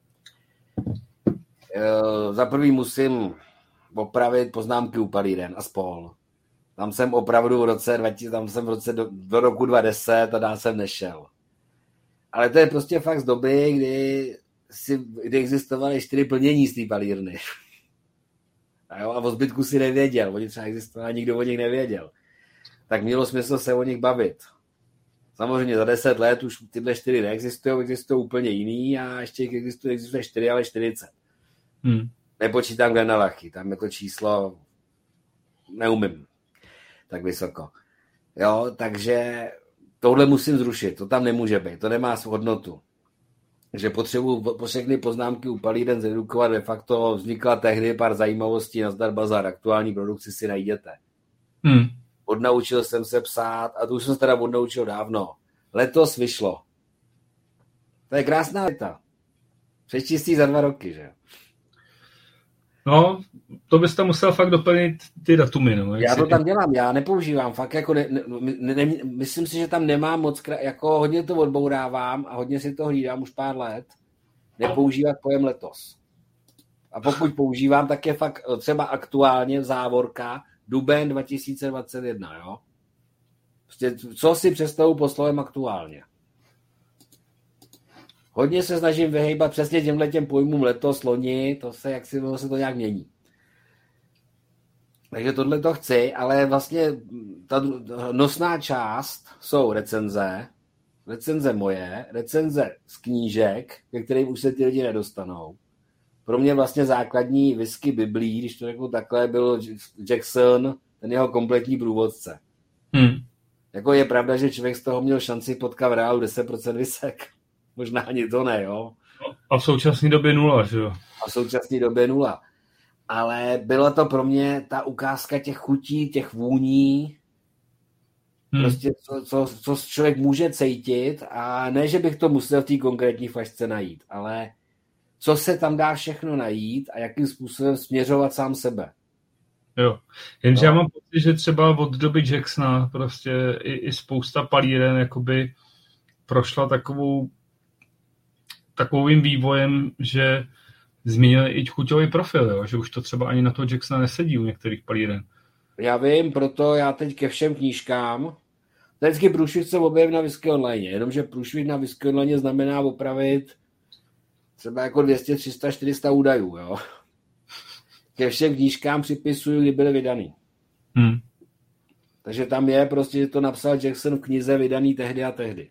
Speaker 2: E, za prvý musím opravit poznámky u palíren a spol. Tam jsem opravdu v roce dva tisíce, tam jsem v roce do, do roku dva tisíce deset a dál jsem nešel. Ale to je prostě fakt z doby, kdy, si, kdy existovaly čtyři plnění z té palírny. A, jo, a o zbytku si nevěděl. Oni třeba existovali, nikdo o nich nevěděl. Tak mělo smysl se o nich bavit. Samozřejmě za deset let už tyhle čtyři neexistují, existují úplně jiný a ještě existuje, existuje čtyři, ale čtyřicet. Hmm. Nepočítám Glenallachy, tam je to číslo, neumím tak vysoko. Jo, takže tohle musím zrušit, to tam nemůže být, to nemá hodnotu. Takže potřebuji po všechny poznámky u palíren zredukovat, de facto vznikla tehdy pár zajímavostí na Zdar Bazar, aktuální produkci si najděte. Hmm. Odnaučil jsem se psát, a to už jsem se teda odnaučil dávno. Letos vyšlo. To je krásná věta. Přečíst za dva roky, že?
Speaker 1: No, to bys tam musel fakt doplnit ty datumy. No,
Speaker 2: já to tam dělám, já nepoužívám, fakt jako ne, ne, ne, myslím si, že tam nemám moc, jako hodně to odbourávám a hodně si to hlídám už pár let, nepoužívat pojem letos. A pokud používám, tak je fakt třeba aktuálně závorka duben dva tisíce dvacet jedna, jo? Prostě, co si představu pod slovem aktuálně? Hodně se snažím vyhejbat přesně těmhle těm pojmům letos, loni, to se, jak si, se to nějak mění. Takže tohle to chci, ale vlastně ta nosná část jsou recenze, recenze moje, recenze z knížek, ke kterým už se ty lidi nedostanou. Pro mě vlastně základní whisky biblí, když to řeknu takhle, byl Jackson, ten jeho kompletní průvodce. Hmm. Jako je pravda, že člověk z toho měl šanci potkat v reálu deset procent visek. Možná ani to ne, jo.
Speaker 1: A v současné době nula, že jo? A
Speaker 2: v současné době nula. Ale byla to pro mě ta ukázka těch chutí, těch vůní, hmm. prostě co, co, co člověk může cítit a ne, že bych to musel v té konkrétní flašce najít, ale co se tam dá všechno najít a jakým způsobem směřovat sám sebe.
Speaker 1: Jo, jenže no. Já mám pocit, že třeba od doby Jacksona prostě i, i spousta palíren jakoby prošla takovou takovým vývojem, že změnili i chuťový profil, jo? Že už to třeba ani na toho Jacksona nesedí u některých palíren.
Speaker 2: Já vím, proto já teď ke všem knížkám, vždycky průšvih se objevím na Whisky Online, jenomže průšvih na Whisky Online znamená opravit třeba jako dvě stě, tři sta, čtyři sta údajů, jo. Ke všem knížkám připisuju, kdy byly vydaný. Hmm. Takže tam je prostě, že to napsal Jackson v knize vydaný tehdy a tehdy.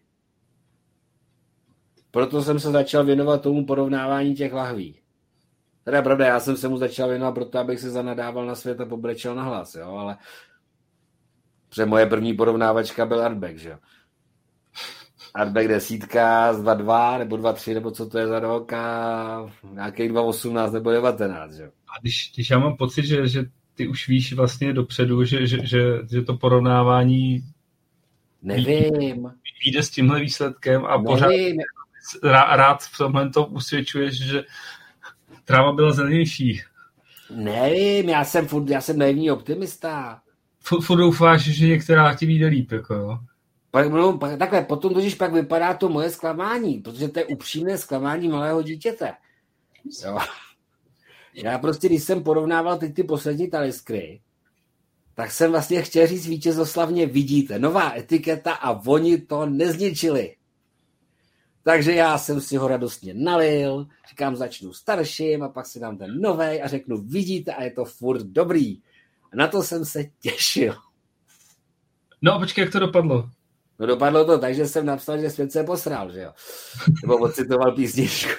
Speaker 2: Proto jsem se začal věnovat tomu porovnávání těch lahví. Teda pravda, já jsem se mu začal věnovat proto, abych se zanadával na svět a pobrečel na hlas, jo, ale protože moje první porovnávačka byl Ardbeg, že jo. Ardbeg desítka z dva dva nebo dva tři, nebo co to je za rok a nějakých dva osmnáct nebo devatenáct, že jo.
Speaker 1: A když, když já mám pocit, že, že ty už víš vlastně dopředu, že, že, že, že to porovnávání
Speaker 2: nevím.
Speaker 1: Vyjde s tímhle výsledkem a nevím. Pořád rád v tomhle to usvědčuješ, že tráva byla zelenější.
Speaker 2: Nevím, já jsem, furt, já jsem naivní optimista.
Speaker 1: Furt, furt doufáš, že některá ti vyjde líp, jako jo.
Speaker 2: Pak, no, pak, takhle, potom totiž pak vypadá to moje zklamání, protože to je upřímné zklamání malého dítěte. Jo. Já prostě, když jsem porovnával teď ty poslední taliskry, tak jsem vlastně chtěl říct vítězoslavně, vidíte, nová etiketa a oni to nezničili. Takže já jsem si ho radostně nalil, říkám, začnu starším a pak si dám ten novej a řeknu, vidíte, a je to furt dobrý. A na to jsem se těšil.
Speaker 1: No a počkej, jak to dopadlo?
Speaker 2: No dopadlo to tak, že jsem napsal, že svět se posral, že jo. Nebo odcitoval písničku.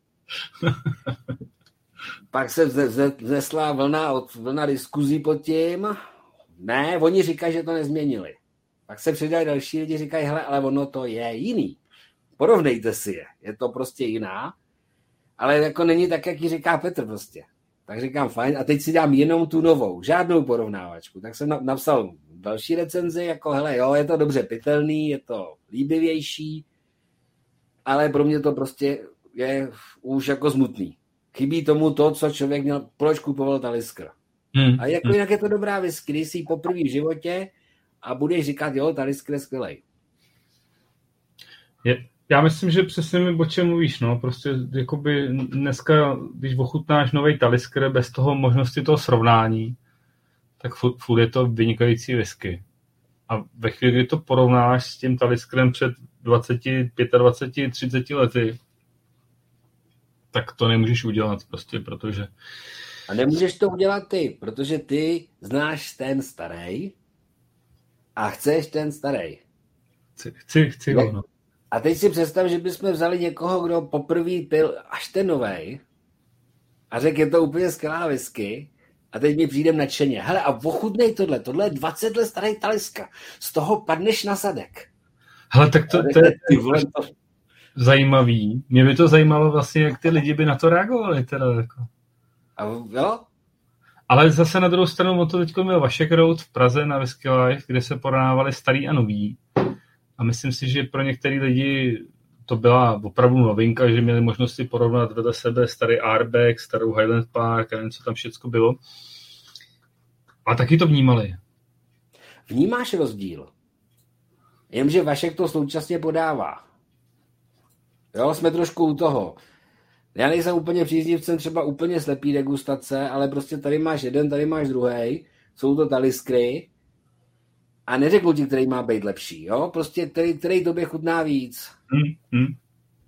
Speaker 2: Pak se vznesla vlna, od, vlna diskuzí pod tím. Ne, oni říkají, že to nezměnili. Pak se přidali další lidi, říkají, hele, ale ono to je jiný. Porovnejte si je. Je to prostě jiná. Ale jako není tak, jak ji říká Petr prostě. Tak říkám, fajn. A teď si dám jenom tu novou. Žádnou porovnávačku. Tak jsem napsal další recenzi, jako hele, jo, je to dobře pitelný, je to líbivější, ale pro mě to prostě je už jako smutný. Chybí tomu to, co člověk měl, proč kupoval Talisker. Hmm. A jako jinak je to dobrá whisky, když si ji poprvé v životě a budeš říkat, jo, Talisker je skvělej.
Speaker 1: Je, já myslím, že přesně mi o čem mluvíš, no, prostě jakoby dneska, když ochutnáš novej Talisker bez toho možnosti toho srovnání, tak furt je to vynikající whisky. A ve chvíli, kdy to porovnáš s tím Taliskerem před dvacet, dvacet pět, třicet lety, tak to nemůžeš udělat prostě, protože...
Speaker 2: A nemůžeš to udělat ty, protože ty znáš ten starý a chceš ten starý.
Speaker 1: Chci, chci, chci ho, no.
Speaker 2: A teď si představ, že bychom vzali někoho, kdo poprvé pil až ten novej a řekl, je to úplně skvělá whisky a teď mi přijdem nadšeně. Hele, a ochutnej tohle, tohle je dvacet let starý Taliska, z toho padneš na zadek.
Speaker 1: Hele, tak to, to je ty vole, to... zajímavý. Mě by to zajímalo vlastně, jak ty lidi by na to reagovali teda, jako.
Speaker 2: A jo?
Speaker 1: Ale zase na druhou stranu, on to teďko měl Vašek Road v Praze na Whisky Life, kde se porovnávali starý a nový. A myslím si, že pro některý lidi to byla opravdu novinka, že měli možnost si porovnat vedle sebe starý Ardbeg, starou Highland Park a nevím, co tam všecko bylo. A taky to vnímali.
Speaker 2: Vnímáš rozdíl. Jenže Vašek to současně podává. Jo, jsme trošku u toho. Já nejsem úplně příznivcem třeba úplně slepý degustace, ale prostě tady máš jeden, tady máš druhý. Jsou to Taliskry. A neřeknu ti, který má být lepší, jo? Prostě který, který tobě chutná víc.
Speaker 1: Hmm, hmm.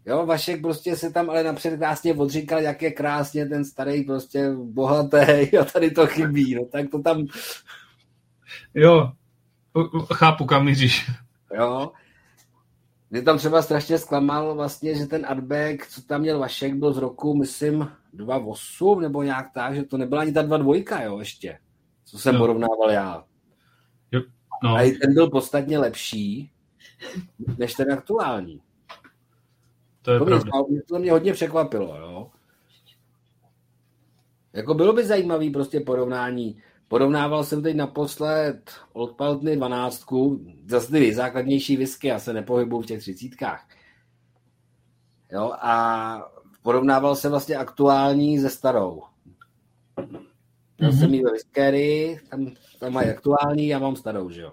Speaker 2: Jo, Vašek prostě se tam ale napřed krásně odříkal, jak je krásně ten starý prostě bohatý a tady to chybí, no tak to tam...
Speaker 1: Jo, chápu, kam míříš.
Speaker 2: Jo. Mě tam třeba strašně zklamal vlastně, že ten artback, co tam měl Vašek, byl z roku, myslím, dva osm nebo nějak tak, že to nebyla ani ta dva dvojka, jo, ještě, co jsem porovnával já.
Speaker 1: Jo. No.
Speaker 2: A i ten byl podstatně lepší, než ten aktuální.
Speaker 1: To je
Speaker 2: to,
Speaker 1: pravda.
Speaker 2: Mě, to mě hodně překvapilo, jo. Jako bylo by zajímavý prostě porovnání. Porovnával jsem teď naposled Old Paltny dvanáctku, zase ty základnější whisky, já se nepohybuju v těch třicítkách. Jo, a porovnával jsem vlastně aktuální se starou. Já mm-hmm. jsem jí ve whiskery, tam, tam mají aktuální, já mám starou, že jo.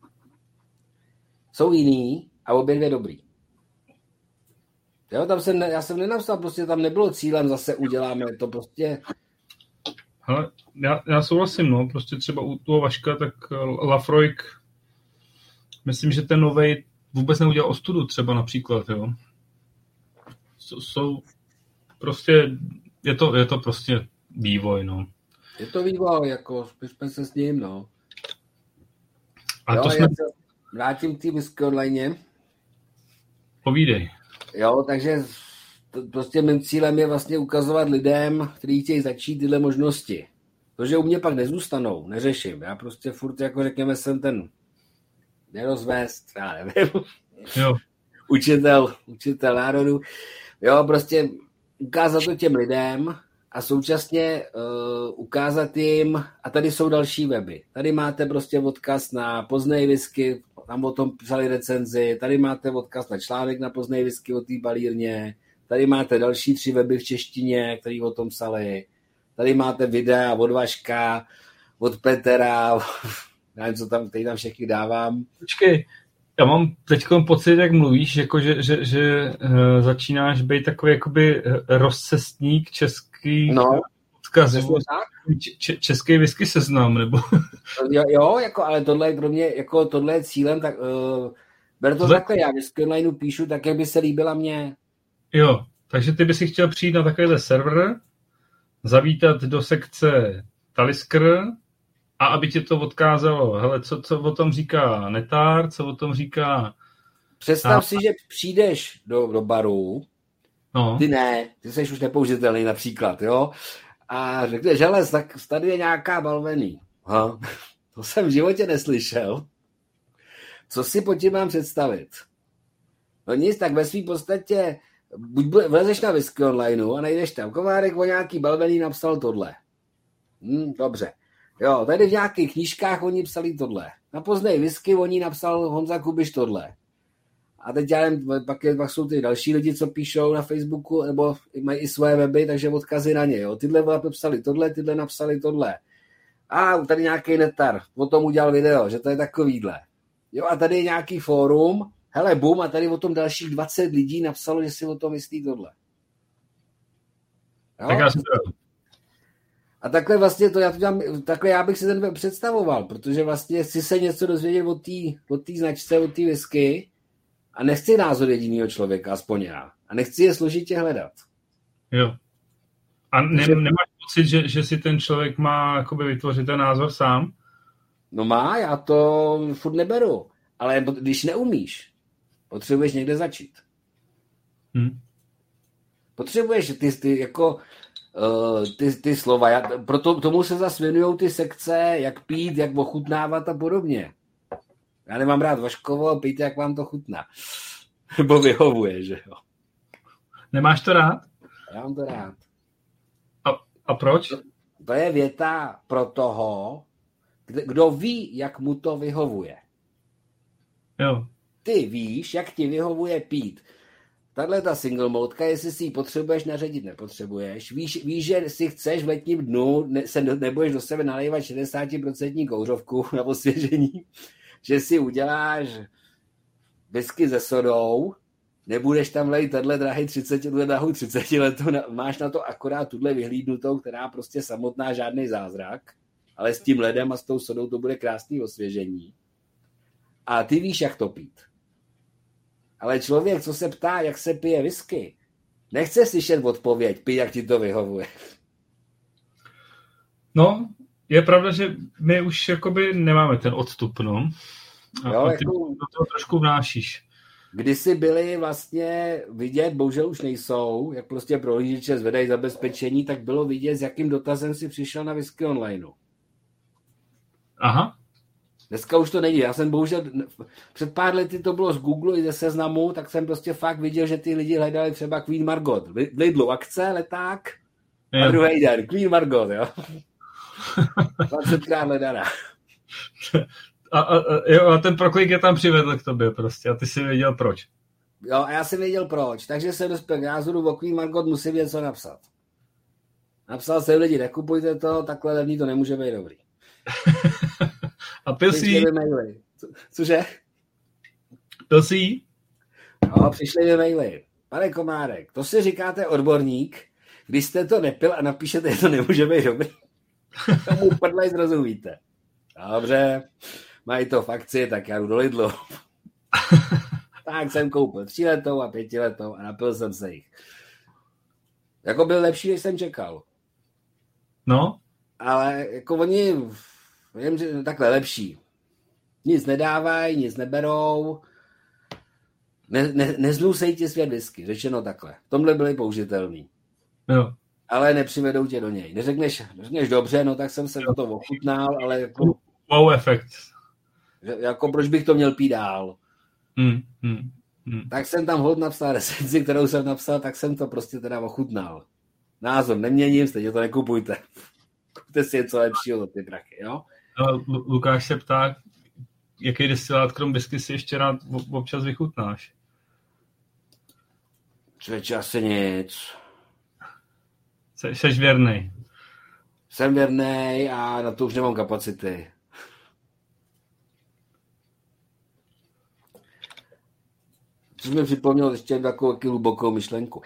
Speaker 2: Jsou jiný a obě dvě dobrý. Jo, tam jsem, já jsem nenapsal, prostě tam nebylo cílem, zase uděláme to prostě...
Speaker 1: Hele, já, já souhlasím, no, prostě třeba u toho Vaška, tak Lafroig, myslím, že ten novej vůbec neudělal ostudu třeba například, jo. Jsou prostě, je to, je to prostě vývoj, no.
Speaker 2: Je to vývoj, jako, spíšme se s ním, no.
Speaker 1: A
Speaker 2: jo,
Speaker 1: to jsme...
Speaker 2: já se vrátím k té whisky online.
Speaker 1: Povídej.
Speaker 2: Jo, takže to, prostě mým cílem je vlastně ukazovat lidem, kteří chtějí začít tyhle možnosti. To, že u mě pak nezůstanou, neřeším. Já prostě furt, jako řekněme, jsem ten nerozvést, já nevím,
Speaker 1: jo.
Speaker 2: učitel, učitel národu. Jo, prostě ukázat to těm lidem a současně uh, ukázat jim, a tady jsou další weby. Tady máte prostě odkaz na Poznej whisky, tam o tom psali recenzi, tady máte odkaz na článek na Poznej whisky o té balírně, tady máte další tři weby v češtině, který o tom psali, tady máte videa od Vaška, od Petra, nevím, co tam, tady tam všechny dávám.
Speaker 1: Počkej, já mám teď pocit, jak mluvíš, jako že, že, že uh, začínáš být takový jakoby rozcestník českých
Speaker 2: no,
Speaker 1: odkazů. Č- český whisky seznam, nebo...
Speaker 2: jo, jo, jako, ale tohle je pro mě, jako tohle je cílem, tak uh, ber to tohle... takhle, já whisky online píšu tak, jak by se líbila mně.
Speaker 1: Jo, takže ty by si chtěl přijít na takovýhle server, zavítat do sekce Talisker a aby ti to odkázalo, hele, co, co o tom říká Netár, co o tom říká...
Speaker 2: Představ a... si, že přijdeš do, do baru,
Speaker 1: no.
Speaker 2: Ty ne, ty jsi už nepoužitelný například, jo, a řekneš, hele, tak tady je nějaká balvený. Ha, to jsem v životě neslyšel. Co si pod tím mám představit? No nic, tak ve svým podstatě buď vlezeš na whisky online a najdeš tam Komárek o nějaký balvený napsal tohle. Hm, dobře. Jo, tady v nějakých knížkách oni psali tohle. Na Poznej whisky oni napsal Honza Kubiš tohle. A teď já nevím, pak, je, pak jsou ty další lidi, co píšou na Facebooku, nebo mají i své weby, takže odkazy na ně. Jo. Tyhle napsali tohle, tyhle napsali tohle. A tady nějaký Netar, o tom udělal video, že to je takovýhle. Jo, a tady je nějaký fórum, hele, bum, a tady o tom dalších dvacet lidí napsalo, že si o tom myslí tohle. Jo?
Speaker 1: Tak já si
Speaker 2: A takhle vlastně to já, to dělám, takhle já bych si ten web představoval, protože vlastně chci se něco dozvědět o té o té značce, o té whisky a nechci názor jediného člověka, aspoň já. A nechci je složitě hledat.
Speaker 1: Jo. A ne, Takže... nemáš pocit, že, že si ten člověk má jakoby vytvořit ten názor sám?
Speaker 2: No má, já to furt neberu. Ale když neumíš, potřebuješ někde začít.
Speaker 1: Hmm.
Speaker 2: Potřebuješ ty, ty jako uh, ty, ty slova. Já, proto tomu se zase věnujou ty sekce, jak pít, jak ochutnávat a podobně. Já nemám rád Vaškovo, pijte, jak vám to chutná. Nebo vyhovuje, že jo.
Speaker 1: Nemáš to rád?
Speaker 2: Já mám to rád.
Speaker 1: A, a proč?
Speaker 2: To, to je věta pro toho, kdo ví, jak mu to vyhovuje.
Speaker 1: Jo.
Speaker 2: Ty víš, jak ti vyhovuje pít. Tahle ta single maltka, jestli si ji potřebuješ naředit, nepotřebuješ. Víš, víš, že si chceš v letním dnu, ne, se nebudeš do sebe nalévat šedesát procent kouřovku na osvěžení, že si uděláš whisky se sodou, nebudeš tam lejt tahle drahý třicet, tuhle drahou třicet letou, máš na to akorát tuhle vyhlídnutou, která prostě samotná žádný zázrak, ale s tím ledem a s tou sodou to bude krásný osvěžení. A ty víš, jak to pít. Ale člověk, co se ptá, jak se pije whisky, nechce slyšet odpověď, pij, jak ti to vyhovuje.
Speaker 1: No, je pravda, že my už jakoby nemáme ten odstup, no. A,
Speaker 2: jo,
Speaker 1: a ty
Speaker 2: jako,
Speaker 1: do toho trošku vnášíš.
Speaker 2: Kdysi byli vlastně vidět, bohužel už nejsou, jak prostě prohlížeče zvedají zabezpečení, tak bylo vidět, s jakým dotazem si přišel na Whisky Online.
Speaker 1: Aha.
Speaker 2: Dneska už to není. Já jsem bohužel, před pár lety to bylo z Google i ze Seznamu, tak jsem prostě fakt viděl, že ty lidi hledali třeba Queen Margot. V Lidlu akce, leták a druhý den Queen Margot, jo. dvacetkrát hledaná.
Speaker 1: A, a, jo, a ten proklik je tam přivedl k tobě prostě a ty jsi věděl proč.
Speaker 2: Jo, a já jsem věděl proč. Takže jsem dospěl k názoru, o Queen Margot musím něco napsat. Napsal jsem lidi, nekupujte to, takhle levný to nemůže být dobrý.
Speaker 1: A pil jsi jí?
Speaker 2: Co, cože?
Speaker 1: Pil jsi jí?
Speaker 2: No, přišli mi maily. Pane Komárek, to si říkáte odborník, když jste to nepil a napíšete, že to nemůže být dobrý. Tomu prdlej zrozumíte. Dobře, mají to v akci, tak já jdu do Lidlu. Tak jsem koupil tříletou a pětiletou a napil jsem se jich. Jako byl lepší, než jsem čekal.
Speaker 1: No.
Speaker 2: Ale jako oni, vím, že takhle lepší. Nic nedávají, nic neberou, ne, ne, nezlusej ti svět whisky, řečeno takhle. V tomhle byli použitelný.
Speaker 1: Jo.
Speaker 2: Ale nepřivedou tě do něj. Neřekneš, neřekneš dobře, no tak jsem se do toho ochutnal, ale jako...
Speaker 1: Wow efekt.
Speaker 2: Jako proč bych to měl pít dál?
Speaker 1: Hmm, hmm, hmm.
Speaker 2: Tak jsem tam hod napsal recenzi, kterou jsem napsal, tak jsem to prostě teda ochutnal. Názor neměním, stejně to nekupujte. Kupte si něco lepšího za ty prachy, jo?
Speaker 1: No, Lukáš se ptá, jaký destilát krom whisky si ještě rád občas vychutnáš?
Speaker 2: Člověče, asi nic.
Speaker 1: Jseš věrnej.
Speaker 2: Jsem věrnej a na to už nemám kapacity. Což mi připomněl ještě takovou hlubokou myšlenku.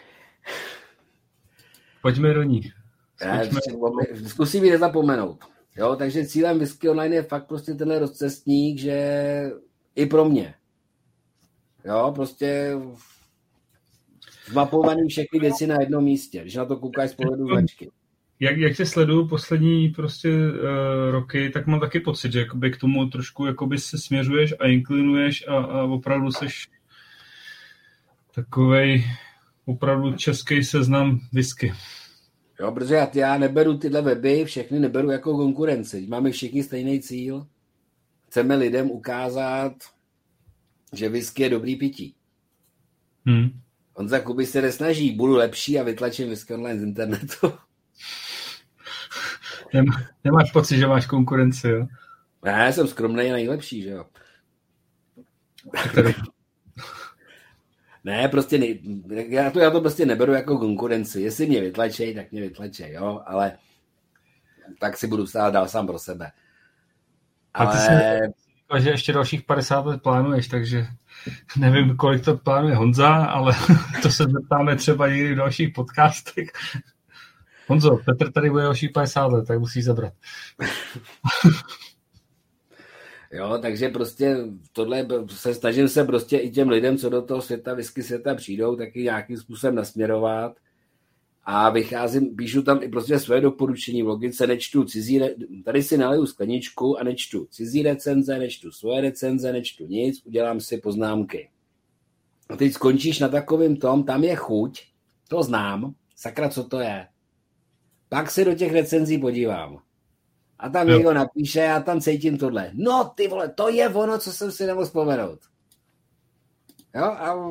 Speaker 1: Pojďme do ní.
Speaker 2: Ne, zkusím ji nezapomenout. Jo, takže cílem Whisky Online je fakt prostě tenhle rozcestník, že i pro mě. Jo, prostě zmapovaný všechny věci na jednom místě, když na to koukáš z pohledu značky.
Speaker 1: Jak, jak tě sleduju poslední prostě uh, roky, tak mám taky pocit, že jakoby k tomu trošku jakoby se směřuješ a inklinuješ a, a opravdu seš takovej opravdu český seznam whisky.
Speaker 2: Jo, protože já, já neberu tyhle weby, všechny neberu jako konkurenci. Máme všichni stejný cíl. Chceme lidem ukázat, že whisky je dobrý pití.
Speaker 1: Hmm.
Speaker 2: Honza Kuby se nesnaží, budu lepší a vytlačím Whisky Online z internetu.
Speaker 1: Nemáš pocit, že máš konkurenci, jo?
Speaker 2: Ne, jsem skromnej a nejlepší, že jo. Ne, prostě ne, já, to, já to prostě neberu jako konkurenci. Jestli mě vytlačej, tak mě vytlačej, jo, ale tak si budu stát dál sám pro sebe. Ale...
Speaker 1: A ty si říkal, že ještě dalších padesát let plánuješ, takže nevím, kolik to plánuje Honza, ale to se zeptáme třeba někdy v dalších podcastech. Honzo, Petr tady bude dalších padesát let, tak musíš zabrat.
Speaker 2: Jo, takže prostě tohle se snažím se prostě i těm lidem, co do toho světa, whisky světa přijdou, taky nějakým způsobem nasměrovat a vycházím, píšu tam i prostě své doporučení v logice, nečtu cizí, tady si naleju skleničku a nečtu cizí recenze, nečtu svoje recenze, nečtu nic, udělám si poznámky. A teď skončíš na takovým tom, tam je chuť, to znám, sakra, co to je. Pak se do těch recenzí podívám. A tam jo. Někdo napíše, a tam cítím tohle. No ty vole, to je ono, co jsem si nemohl vzpomenout. Jo, a...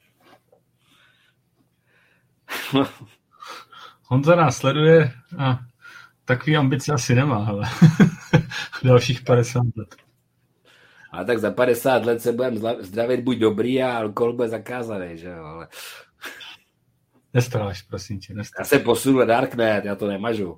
Speaker 1: Honza nás sleduje a takový ambice asi nemá, ale dalších padesát let.
Speaker 2: A tak za padesát let se budeme zdravit buď dobrý a alkohol bude zakázaný, že jo, ale...
Speaker 1: Nestaráš, prosím tě, nestaráš.
Speaker 2: Já se posunu na Darknet, já to nemažu.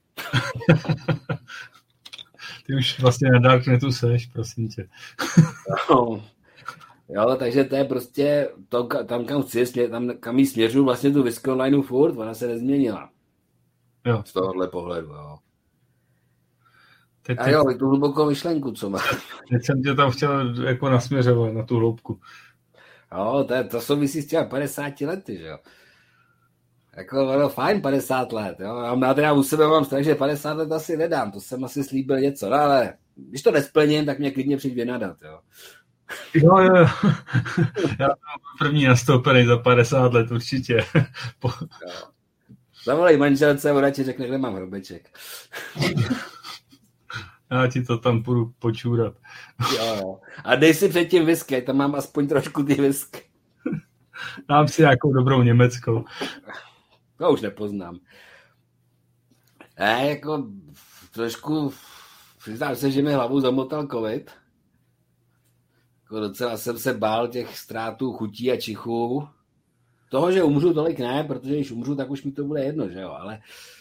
Speaker 1: Ty už vlastně na Darknetu seš, prosím tě.
Speaker 2: No. Jo, takže to je prostě to, tam kam chci, tam kam jí směřuju vlastně tu Whisky Online furt, ona se nezměnila.
Speaker 1: Jo.
Speaker 2: Z tohohle pohledu, jo.
Speaker 1: Teď,
Speaker 2: a jo, tu hlubokou myšlenku, co má.
Speaker 1: Teď jsem tě tam chtěl jako nasměřovat na tu hloubku.
Speaker 2: Jo, to, to souvisí s těma padesáti lety, že jo. Jako, no, fajn padesát let, jo. Já teda u sebe mám strach, že padesát let asi nedám, to jsem asi slíbil něco, no ale když to nesplním, tak mě klidně přijď vynadat, jo.
Speaker 1: Jo, jo, jo. Já mám první nastoupený za padesát let určitě. Po...
Speaker 2: Zavolej manželce, ona ti řekne, kde mám hrobeček.
Speaker 1: Já ti to tam půjdu počůrat.
Speaker 2: Jo, jo. A dej si předtím whisky, tam mám aspoň trošku ty whisky.
Speaker 1: Dám si nějakou dobrou německou.
Speaker 2: To už nepoznám. Ne, jako trošku, přiznám se, že mi hlavu zamotal covid. Jako docela jsem se bál těch ztrátů chutí a čichů. Toho, že umřu, tolik ne, protože když umřu, tak už mi to bude jedno, že jo, ale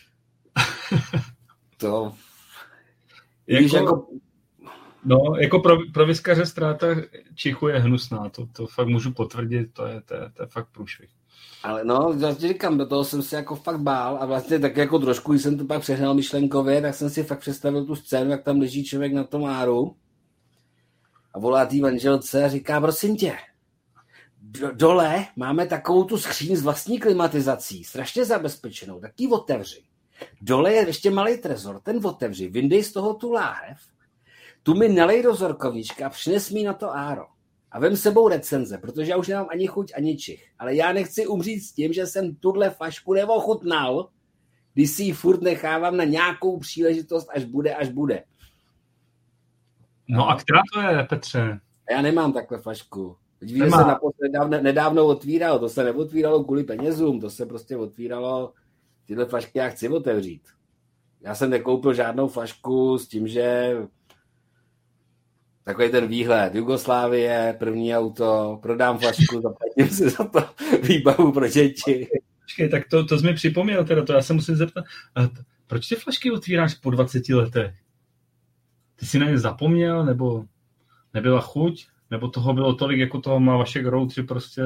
Speaker 2: to...
Speaker 1: Jako, jako... No, jako pro, pro viskaře ztráta čichu je hnusná, to, to fakt můžu potvrdit, to je, to je, to je fakt průšvih.
Speaker 2: Ale no, vlastně říkám, do toho jsem se jako fakt bál a vlastně tak jako trošku, když jsem to pak přehnal myšlenkově, tak jsem si fakt představil tu scénu, jak tam leží člověk na tom áru a volá tý manželce a říká, prosím tě, dole máme takovou tu skříň s vlastní klimatizací, strašně zabezpečenou, tak ji otevři. Dole je ještě malý trezor, ten otevři, vyndej z toho tu láhev, tu mi nalej do zorkovíčka a přines mi na to áro. A vem sebou recenze, protože já už nemám ani chuť, ani čich. Ale já nechci umřít s tím, že jsem tuhle fašku neochutnal, když si ji furt nechávám na nějakou příležitost, až bude, až bude.
Speaker 1: No a která to je, Petře?
Speaker 2: Já nemám takhle fašku. Víš, že se naposled nedávno, nedávno otvíralo, to se neotvíralo kvůli penězům, to se prostě otvíralo, tyhle flašky já chci otevřít. Já jsem nekoupil žádnou flašku s tím, že takový ten výhled, Jugoslávie, první auto, prodám flašku, zaplatím si za to výbavu pro děti.
Speaker 1: Počkej, tak to, to jsi mi připomněl, teda to já se musím zeptat, proč ty flašky otvíráš po dvaceti letech? Ty jsi na ně zapomněl, nebo nebyla chuť? Nebo toho bylo tolik, jako toho má Vašek Rout, že prostě...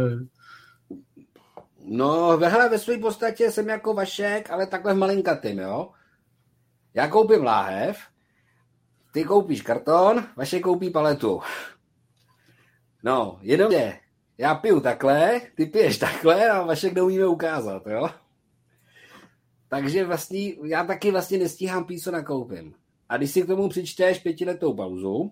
Speaker 2: No, hele, ve své podstatě jsem jako Vašek, ale takhle v malinkatým, jo. Já koupím láhev, ty koupíš karton, Vašek koupí paletu. No, jenom je. Já piju takhle, ty piješ takhle a Vašek neumíme ukázat, jo. Takže vlastně, já taky vlastně nestíhám pít, co nakoupím. A když si k tomu přičteš pětiletou pauzu,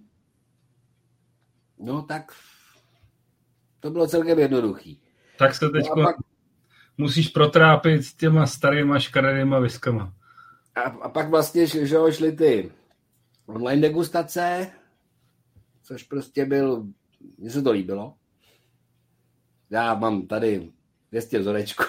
Speaker 2: no tak to bylo celkem jednoduchý.
Speaker 1: Tak se teď no pak... musíš protrápit s těma starýma škaredýma viskama.
Speaker 2: A, a pak vlastně že šly ty online degustace, což prostě byl, mně se to líbilo. Já mám tady dvě stě vzorečků.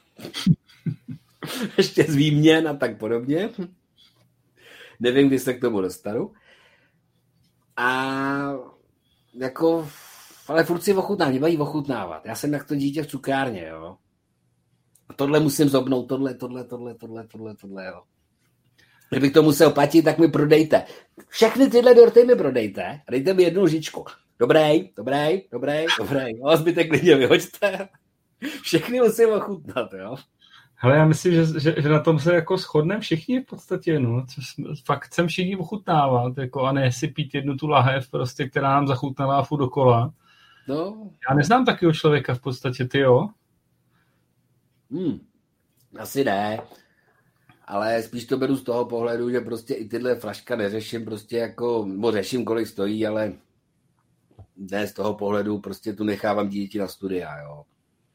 Speaker 2: Ještě z výměn a tak podobně. Nevím, kdy se k tomu dostanu. A jako, ale furt si ochutnám, mě baví ochutnávat. Já jsem jak to dítě v cukárně, jo. A tohle musím zobnout, tohle, tohle, tohle, tohle, tohle, tohle, jo. Kdybych to musel platit, tak mi prodejte. Všechny tyhle dorty mi prodejte a dejte mi jednu lžičku. Dobrý, dobrý, dobrý, dobrý. No a zbytek klidně vyhoďte. Všechny musím ochutnat, jo.
Speaker 1: Hele, já myslím, že, že, že na tom se jako shodneme všichni v podstatě, no. Fakt chcem všichni ochutnávat, jako, a ne si pít jednu tu lahev, prostě, která nám zachutnala furt dokola.
Speaker 2: No.
Speaker 1: Já neznám takového člověka v podstatě, ty jo?
Speaker 2: Hmm. Asi ne. Ale spíš to beru z toho pohledu, že prostě i tyhle flaška neřeším prostě jako, nebo řeším, kolik stojí, ale ne z toho pohledu, prostě tu nechávám děti na studia, jo.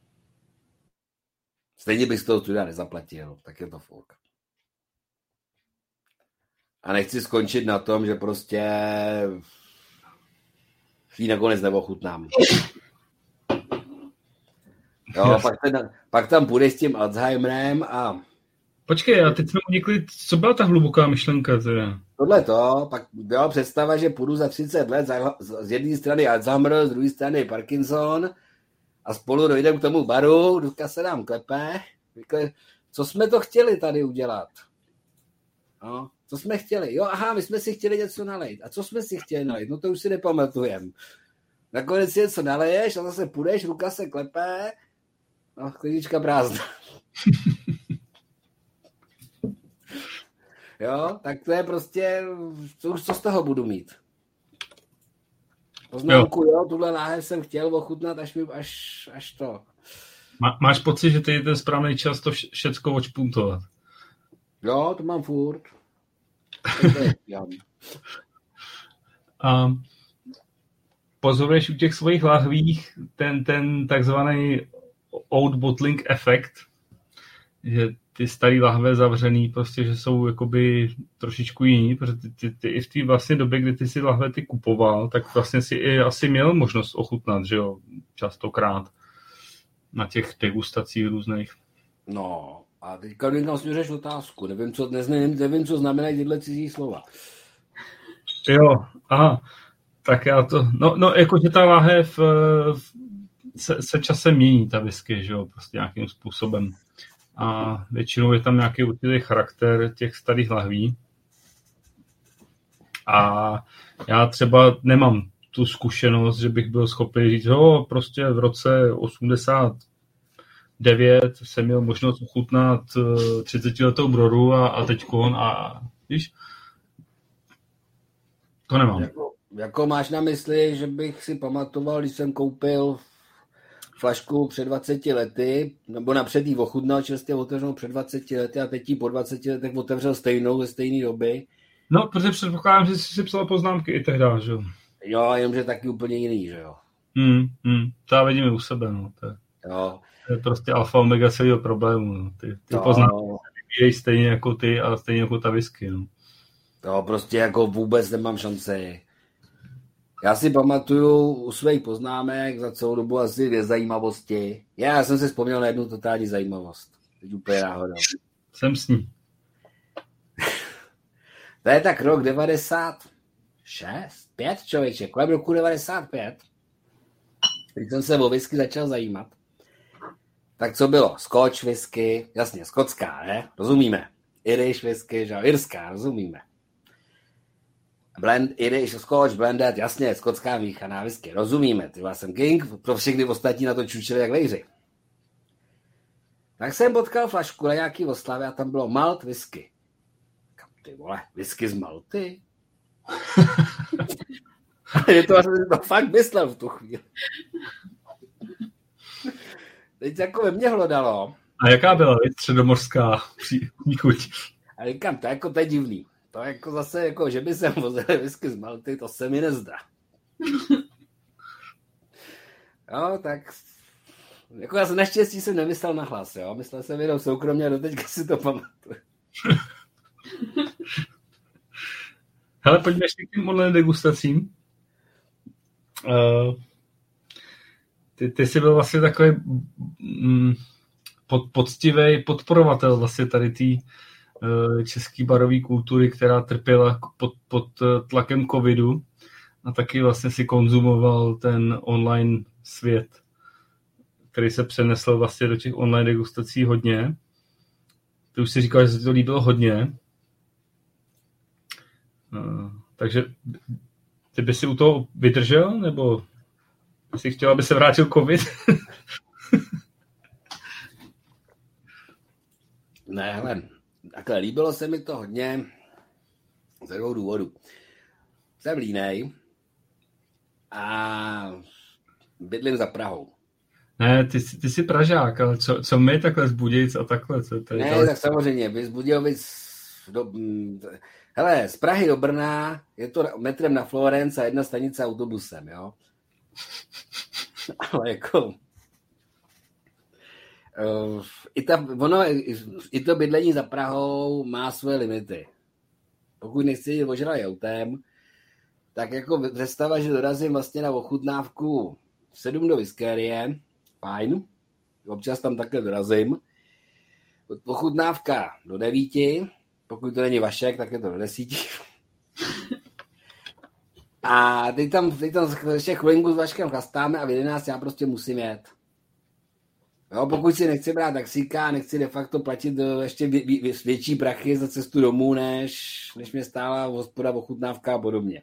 Speaker 2: Stejně bych z toho studia nezaplatil, tak je to fuk. A nechci skončit na tom, že prostě ji nakonec neochutnám. Jo, pak, ten, pak tam půjdeš s tím Alzheimerem a...
Speaker 1: Počkej, a teď jsme unikli, co byla ta hluboká myšlenka teda?
Speaker 2: Tohle to, pak byla představa, že půjdu za třicet let za, z jedné strany Alzheimer, z druhé strany Parkinson a spolu dojdeme k tomu baru, Dudka se nám klepe, říkali, co jsme to chtěli tady udělat? No, co jsme chtěli? Jo, aha, my jsme si chtěli něco nalejt. A co jsme si chtěli nalejt? No to už si nepamatujeme. Nakonec si něco naleješ a zase půjdeš, ruka se klepe, no, klinička prázdná. Jo, tak to je prostě, co už co z toho budu mít. Poznámku, jo, jo tuhle láhev jsem chtěl ochutnat, až, mi, až, až to.
Speaker 1: Má, máš pocit, že ty je ten správný čas to všecko odšpuntovat?
Speaker 2: Jo, to mám furt.
Speaker 1: A pozoruješ u těch svých lahvích ten, ten takzvaný old bottling efekt, že ty starý lahve zavřený, prostě, že jsou jakoby trošičku jiný, protože ty, ty, ty i v té vlastně době, kdy ty si lahve ty kupoval, tak vlastně si i asi měl možnost ochutnat, že jo, častokrát na těch degustacích různých.
Speaker 2: No, a teďka mi směřeš otázku, nevím, co, nevím, nevím, co znamenají tyhle cizí slova.
Speaker 1: Jo, aha, tak já to, no, no jakože ta láhev v, se, se časem mění, ta whisky, že jo, prostě nějakým způsobem. A většinou je tam nějaký určitý charakter těch starých lahví. A já třeba nemám tu zkušenost, že bych byl schopný říct, jo, prostě v roce osmdesát devět jsem měl možnost ochutnat třicetiletou brodu a, a teďkon a víš, to nemám.
Speaker 2: Jako, jako máš na mysli, že bych si pamatoval, když jsem koupil flašku před dvaceti lety, nebo napřed jí ochutnal, čerstvě otevřel před dvaceti lety a teď jí po dvaceti letech otevřel stejnou ze stejné doby.
Speaker 1: No, protože předpokládám, že jsi si psal poznámky i tehdy, že jo?
Speaker 2: Jo, jenomže taky úplně jiný, že jo?
Speaker 1: Hmm, hmm, to já vidím i u sebe, no. To je,
Speaker 2: jo.
Speaker 1: To je prostě alfa omega celého problému, no. Ty, ty no. Poznámky se vyvíjejí stejně jako ty a stejně jako ta whisky, no.
Speaker 2: To prostě jako vůbec nemám šanci. Já si pamatuju u svých poznámek za celou dobu asi dvě zajímavosti. Já jsem si vzpomněl na jednu totální zajímavost. Teď úplně náhodou.
Speaker 1: Jsem s ní.
Speaker 2: To je tak rok devadesát šest, pět člověče, kolem roku devadesát pět. Když jsem se o whisky začal zajímat. Tak co bylo? Scotch whisky, jasně, skotská, ne? Rozumíme. Irish whisky, že? Irská, rozumíme. Blend, Irish, Scotch, blended, jasně, skotská míchaná whisky, rozumíme, ty jsem king, pro všechny ostatní na to čučili jak vejři. Tak jsem potkal flašku na nějaký oslavě a tam bylo malt whisky. Kam ty vole, whisky z Malty? Je to, jsem to fakt myslel v tu chvíli. Teď jako ve mně hlodalo.
Speaker 1: A jaká byla středomořská příchuť?
Speaker 2: A říkám, to jako to je divný. To jako zase, jako, že by jsem vozil whisky z Malty, to se mi nezdá. Jo, tak jako já se naštěstí jsem nemyslel na hlas, jo. Myslel jsem jenom soukromně a doteďka si to pamatuju.
Speaker 1: Hele, pojďme ještě k těm online degustacím. Uh, ty, ty jsi byl vlastně takový mm, pod, poctivý podporovatel vlastně tady té uh, české barové kultury, která trpěla pod, pod tlakem covidu a taky vlastně si konzumoval ten online svět, který se přenesl vlastně do těch online degustací hodně. Ty už si říkal, že se to líbilo hodně. Uh, takže ty by si u toho vydržel, nebo jsi chtěl, aby se vrátil covid?
Speaker 2: Ne, hele, takhle líbilo se mi to hodně ze dvou důvodů. Jsem línej a bydlím za Prahou.
Speaker 1: Ne, ty, ty jsi Pražák, ale co, co my takhle z Budějic a takhle? Co tady
Speaker 2: ne,
Speaker 1: tady...
Speaker 2: tak samozřejmě, vy z Budějovic do... Hele, z Prahy do Brna je to metrem na Florence a jedna stanice autobusem, jo? Ale jako... Uh, i, ta, ono, i to bydlení za Prahou má své limity. Pokud nechci jít ožralý autem, tak jako představa, že dorazím vlastně na ochutnávku sedm do whiskérie, fajn, občas tam takhle dorazím. Ochutnávka do devíti, pokud to není Vašek, tak je to do desíti. A teď tam, teď tam ještě chvilinku s Vaškem chlastáme a v jedenáct já prostě musím jet. Jo, pokud si nechci brát taxíka, nechci de facto platit ještě vě, vě, větší prachy za cestu domů, než, než mě stála hospoda, ochutnávka a podobně.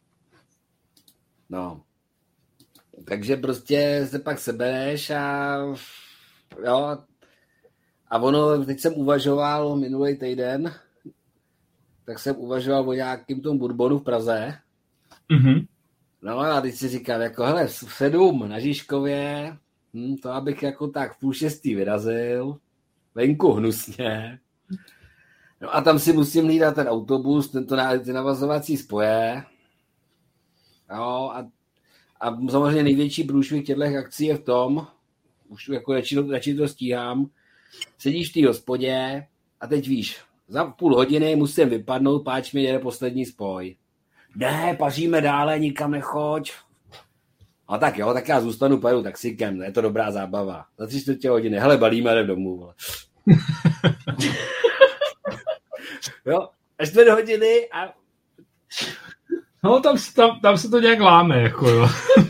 Speaker 2: No. Takže prostě se pak sebereš a jo. A ono, teď jsem uvažoval minulý týden, tak jsem uvažoval o nějakým tom bourbonu v Praze.
Speaker 1: Mm-hmm.
Speaker 2: No a teď si říkám, jako hele, v sedm na Žižkově, hm, to abych jako tak v půl šestý vyrazil, venku hnusně. No a tam si musím hlídat ten autobus, tento, ty navazovací spoje. No a, a samozřejmě největší průšvih těchto akcí je v tom, už jako radši, radši to stíhám, sedíš v té hospodě a teď víš, za půl hodiny musím vypadnout, páč mi jede poslední spoj. Ne, paříme dále, nikam nechoď. A tak jo, tak já zůstanu, pojedu taxikem, je to dobrá zábava. Za tři čtvrtě hodiny, hele, balíme, jdem domů. Vole. Jo, až čtvrt hodiny a...
Speaker 1: No, tam, tam, tam se to nějak láme, jako jo.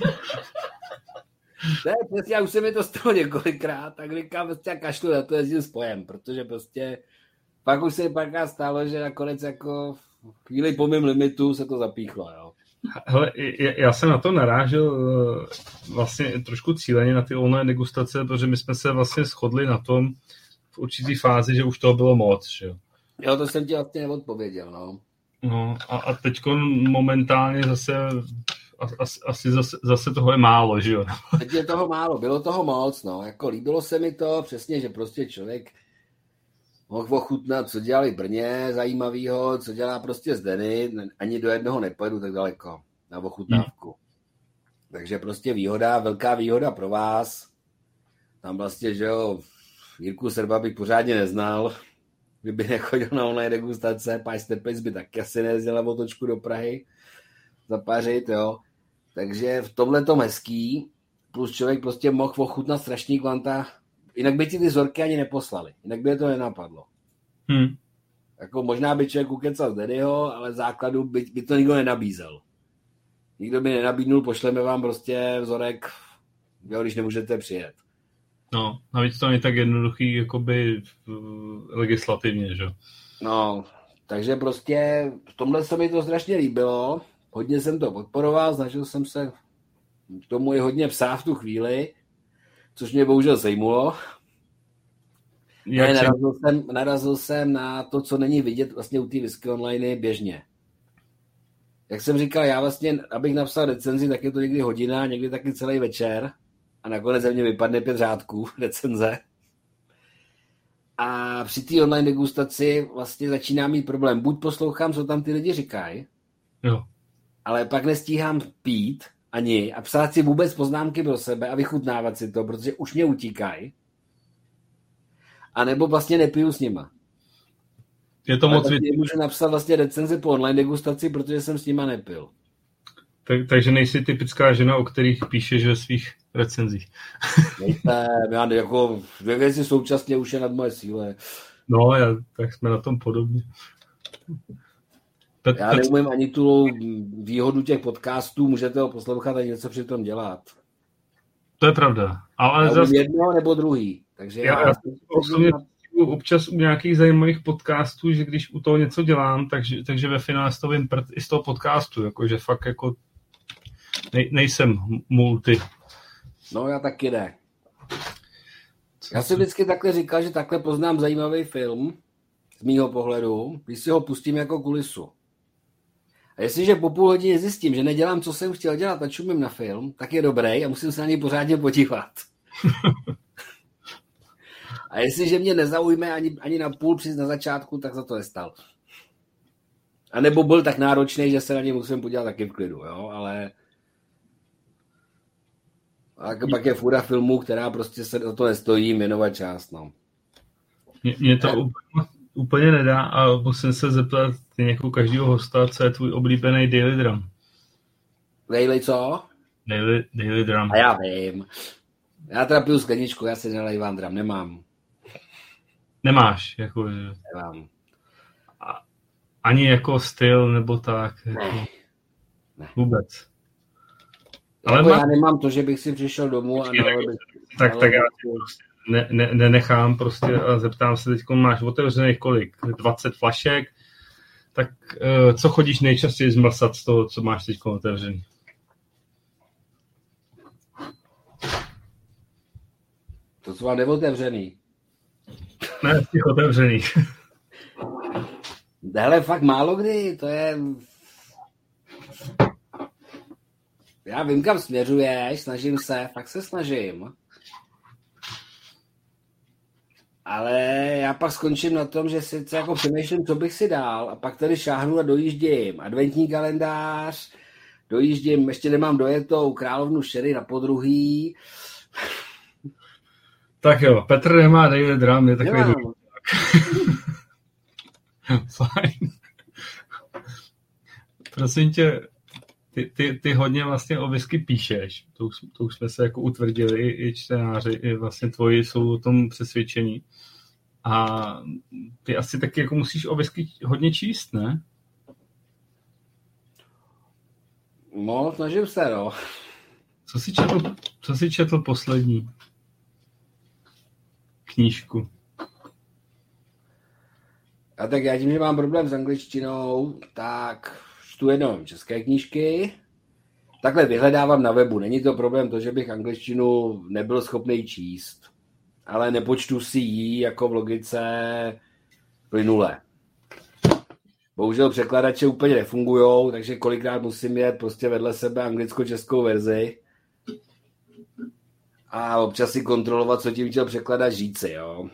Speaker 2: Ne, prostě já už se mi to stalo několikrát, tak říkám, prostě já kašlu na to jezdím spojem, protože prostě pak už se párkrát stalo, že nakonec jako chvíli po mém limitu se to zapíchlo, jo.
Speaker 1: Hele, já jsem na to narážel vlastně trošku cíleně na ty online degustace, protože my jsme se vlastně shodli na tom v určitý fázi, že už toho bylo moc, že jo.
Speaker 2: Jo, to jsem ti vlastně neodpověděl, no.
Speaker 1: No a, a teďko momentálně zase asi, asi zase, zase toho je málo, že jo.
Speaker 2: Teď je toho málo, bylo toho moc, no. Jako líbilo se mi to, přesně, že prostě člověk mohl ochutnat, co dělali v Brně zajímavýho, co dělá prostě Zdeny, ani do jednoho nepojedu tak daleko na ochutnávku. Hmm. Takže prostě výhoda, velká výhoda pro vás. Tam vlastně, že jo, Jirku Srba bych pořádně neznal, kdyby nechodil na online degustace, Páč Stepec by taky asi nejezdil na otočku do Prahy zapařit, jo. Takže v tomhle tom hezký, plus člověk prostě mohl ochutnat strašný kvanta, jinak by ti ty vzorky ani neposlali, jinak by je to nenapadlo.
Speaker 1: Hmm.
Speaker 2: Jako možná by člověk ukecal z Dennyho, ale v základu by, by to nikdo nenabízel. Nikdo by nenabídnul, pošleme vám prostě vzorek, jo, když nemůžete přijet.
Speaker 1: No, navíc to není tak jednoduchý, jakoby legislativně, že?
Speaker 2: No, takže prostě v tomhle se mi to strašně líbilo, hodně jsem to podporoval, snažil jsem se k tomu i hodně psát v tu chvíli, což mě bohužel sejmulo. Ne, narazil, jsem, narazil jsem na to, co není vidět vlastně u té Whisky Online běžně. Jak jsem říkal, já vlastně, abych napsal recenzi, tak je to někdy hodina, někdy taky celý večer a nakonec ze mě vypadne pět řádků recenze. A při té online degustaci vlastně začíná mít problém. Buď poslouchám, co tam ty lidi říkají,
Speaker 1: jo.
Speaker 2: Ale pak nestíhám pít ani a psát si vůbec poznámky pro sebe a vychutnávat si to, protože už mě utíkají. A nebo vlastně nepiju s nima.
Speaker 1: Je to moc
Speaker 2: věc. Můžu napsat vlastně recenzi po online degustaci, protože jsem s nima nepil.
Speaker 1: Tak, takže nejsi typická žena, o kterých píšeš ve svých recenzích.
Speaker 2: Nejsem, já jako dvě věci současně už je nad moje síle.
Speaker 1: No, já, tak jsme na tom podobně.
Speaker 2: Pet, já neumím ani tu výhodu těch podcastů, můžete ho poslouchat a něco při tom dělat.
Speaker 1: To je pravda. Ale
Speaker 2: já
Speaker 1: zase...
Speaker 2: jedno nebo druhý. Takže já,
Speaker 1: já, já osobně občas u nějakých zajímavých podcastů, že když u toho něco dělám, takže, takže ve finále stavím prd i z toho podcastu, jakože fakt jako nej, nejsem multi.
Speaker 2: No já taky ne. Já si vždycky takhle říkal, že takhle poznám zajímavý film z mýho pohledu, když si ho pustím jako kulisu. A jestliže po půl hodině zjistím, že nedělám, co jsem chtěl dělat a čumím na film, tak je dobrý a musím se na něj pořádně podívat. A jestliže mě nezaujme ani, ani na půl při na začátku, tak za to nestal. A nebo byl tak náročný, že se na něj musím podívat taky v klidu, jo, ale a pak je fůra filmů, která prostě se o to nestojí věnovat čas, no.
Speaker 1: Mě, mě to úplně, úplně nedá a musím se zeptat jako každého hosta, co je tvůj oblíbený Daily Drum.
Speaker 2: Daily co?
Speaker 1: Daily, daily Drum.
Speaker 2: A já vím. Já teda piju skleničku, já si nelejvám drum, nemám.
Speaker 1: Nemáš, jako...
Speaker 2: Nemám.
Speaker 1: A, ani jako styl, nebo tak?
Speaker 2: Ne.
Speaker 1: Jako,
Speaker 2: ne.
Speaker 1: Vůbec.
Speaker 2: Ale jako má... já nemám to, že bych si přišel domů a nalil bych...
Speaker 1: Tak, tak já ne, ne, nenechám prostě a zeptám se teď, máš otevřených kolik? dvacet flašek? Tak uh, co chodíš nejčastěji zmlsat z toho, co máš teď otevřený?
Speaker 2: To co mám neotevřený.
Speaker 1: Ne, z těch otevřených.
Speaker 2: Hele, fakt málo kdy, to je... Já vím, kam směřuješ, snažím se, fakt se snažím. Ale já pak skončím na tom, že sice jako přemýšlím, co bych si dal, a pak tady šáhnu a dojíždím adventní kalendář, dojíždím, ještě nemám dojetou královnu Sherry na podruhý.
Speaker 1: Tak jo, Petr nemá David Drum, je takový
Speaker 2: Nemám.
Speaker 1: Fajn. Prosím tě, ty, ty, ty hodně vlastně o whisky píšeš, to už, to už jsme se jako utvrdili, i, i čtenáři, i vlastně tvoji jsou o tom přesvědčení. A ty asi taky jako musíš o whisky hodně číst, ne?
Speaker 2: No, snažím se, no.
Speaker 1: Co jsi četl, co jsi četl poslední knížku?
Speaker 2: A tak já tím, že mám problém s angličtinou, tak čtu jenom české knížky. Takhle vyhledávám na webu. Není to problém to, že bych angličtinu nebyl schopný číst. Ale nepočtu si ji jako v logice plynule. Bohužel překladače úplně nefungujou, takže kolikrát musím jet prostě vedle sebe anglicko-českou verzi. A občas si kontrolovat, co tím chtěl překladač říci, jo.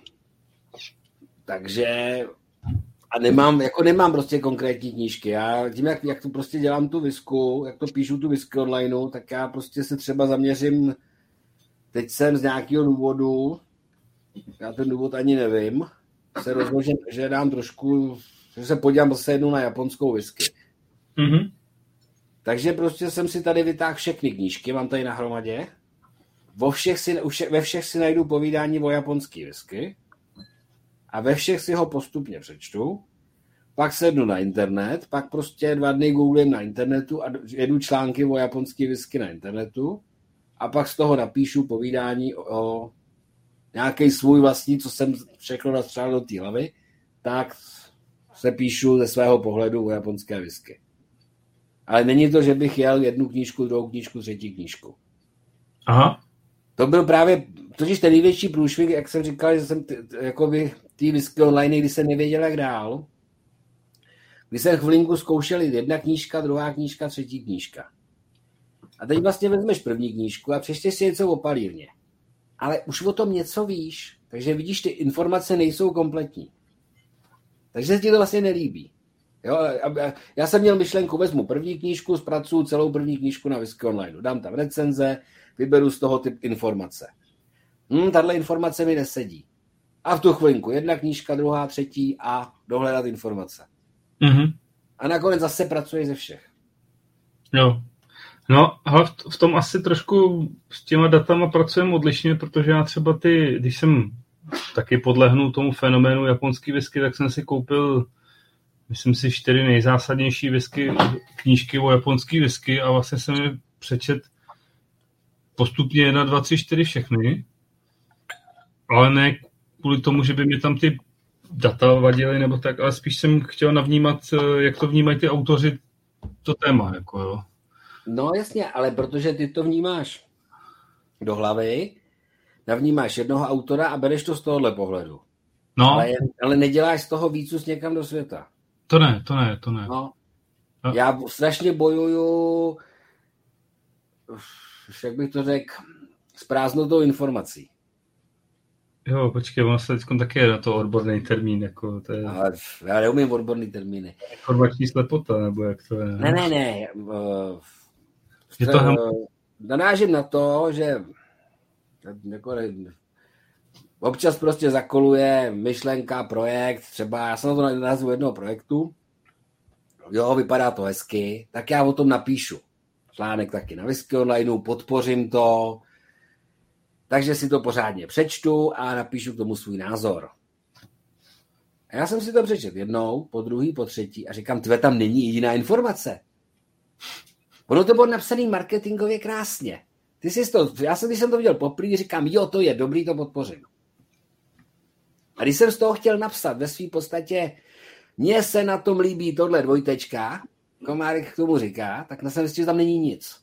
Speaker 2: Takže a nemám, jako nemám prostě konkrétní knížky. Já tím, jak, jak to prostě dělám tu visku, jak to píšu tu visky online, tak já prostě se třeba zaměřím, teď jsem z nějakého důvodu, já ten důvod ani nevím, se rozhodl, že, že dám trošku, že se podívám zase jednou na japonskou whisky.
Speaker 1: Mm-hmm.
Speaker 2: Takže prostě jsem si tady vytáhl všechny knížky, mám tady na hromadě. Vo všech si, ve všech si najdu povídání o japonský whisky a ve všech si ho postupně přečtu, pak sednu na internet, pak prostě dva dny googlím na internetu a jedu články o japonský whisky na internetu a pak z toho napíšu povídání o, o nějaký svůj vlastní, co jsem všechno nastřelil do té hlavy, tak se píšu ze svého pohledu o japonské whisky. Ale není to, že bych jel jednu knížku, druhou knížku, třetí knížku.
Speaker 1: Aha.
Speaker 2: To byl právě, totiž ten největší průšvih, jak jsem říkal, že jsem t- t- jakoby ty whisky online, když jsem nevěděl, jak dál. Když jsem chvilinku zkoušel jedna knížka, druhá knížka, třetí knížka. A teď vlastně vezmeš první knížku a přečteš si něco o palírně. Ale už o tom něco víš, takže vidíš, ty informace nejsou kompletní. Takže se ti to vlastně nelíbí. Jo, já jsem měl myšlenku, vezmu první knížku, zpracuju celou první knížku na whisky online. Dám tam recenze, vyberu z toho typ informace. Hm, tahle informace mi nesedí. A v tu chvilinku jedna knížka, druhá, třetí a dohledat informace.
Speaker 1: Mm-hmm.
Speaker 2: A nakonec zase pracuješ ze všech.
Speaker 1: Jo. No, ale v tom asi trošku s těma datama pracujeme odlišně, protože já třeba ty, když jsem taky podlehnul tomu fenoménu japonský whisky, tak jsem si koupil, myslím si, čtyři nejzásadnější whisky, knížky o japonský whisky a vlastně jsem je přečet postupně jedna, dva, tři, čtyři všechny, ale ne kvůli tomu, že by mě tam ty data vadily nebo tak, ale spíš jsem chtěl navnímat, jak to vnímají ty autoři to téma, jako jo.
Speaker 2: No jasně, ale protože ty to vnímáš do hlavy, navnímáš jednoho autora a bereš to z tohohle pohledu.
Speaker 1: No.
Speaker 2: Ale, ale neděláš z toho vícus někam do světa.
Speaker 1: To ne, to ne, to ne.
Speaker 2: No. No. Já strašně bojuju, jak bych to řekl, s prázdnotou informací.
Speaker 1: Jo, počkej, ono se teď taky je na to odborný termín. Jako to je...
Speaker 2: Ale já neumím odborný termíny.
Speaker 1: Informační slepota, nebo jak to je?
Speaker 2: Ne, ne, ne. Uh,
Speaker 1: je to hem...
Speaker 2: Narážím na to, že jako, občas prostě zakoluje myšlenka, projekt, třeba já jsem na to nazvu jednoho projektu, jo, vypadá to hezky, tak já o tom napíšu. Článek taky na Whisky Online, podpořím to, takže si to pořádně přečtu a napíšu k tomu svůj názor. A já jsem si to přečet jednou, po druhý, po třetí a říkám, tve, tam není jediná informace. Ono to bylo napsané marketingově krásně. Ty jsi to, já jsem, když jsem to viděl poprvé, říkám, jo, to je dobrý, to podpořím. A když jsem z toho chtěl napsat ve své podstatě, mně se na tom líbí tohle dvojtečka, Komárek k tomu říká, tak na jsem zjistil, že tam není nic.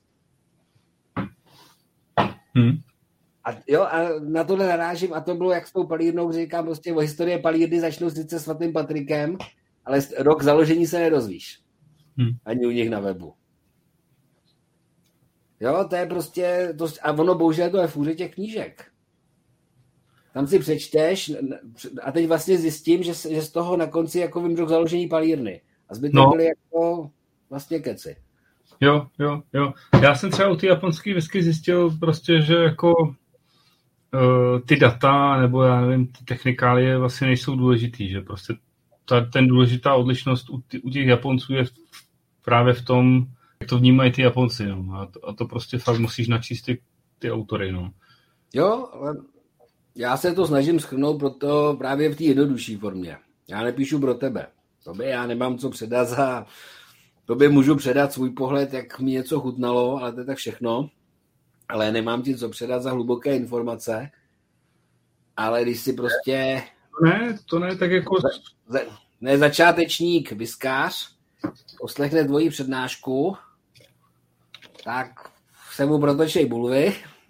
Speaker 1: Hmm.
Speaker 2: A jo, a na tohle narážím, a to bylo jak s tou palírnou, říkám, prostě o historie palírny začnou sice svatým Patrikem, ale rok založení se nedozvíš. Hmm. Ani u nich na webu. Jo, to je prostě, to, a ono bohužel to je fůře těch knížek. Tam si přečteš a teď vlastně zjistím, že, že z toho na konci jako vymřel založení palírny. A zbytek no. byly jako vlastně keci.
Speaker 1: Jo, jo, jo. Já jsem třeba u ty japonské whisky zjistil prostě, že jako uh, ty data nebo já nevím, ty technikálie vlastně nejsou důležitý, že prostě ta, ten důležitá odlišnost u, ty, u těch Japonců je v, právě v tom, jak to vnímají ty Japonci, no. A to, a to prostě fakt musíš načíst ty, ty autory, no.
Speaker 2: Jo, ale já se to snažím shrnout proto právě v té jednodušší formě. Já nepíšu pro tebe. Tobě já nemám co předat za... Tobě můžu předat svůj pohled, jak mi něco chutnalo, ale to je tak všechno. Ale nemám ti co předat za hluboké informace. Ale když si prostě...
Speaker 1: Ne, to ne, tak jako...
Speaker 2: Ne, začátečník, whiskář, poslechne tvoji přednášku, tak se mu protočej bulvy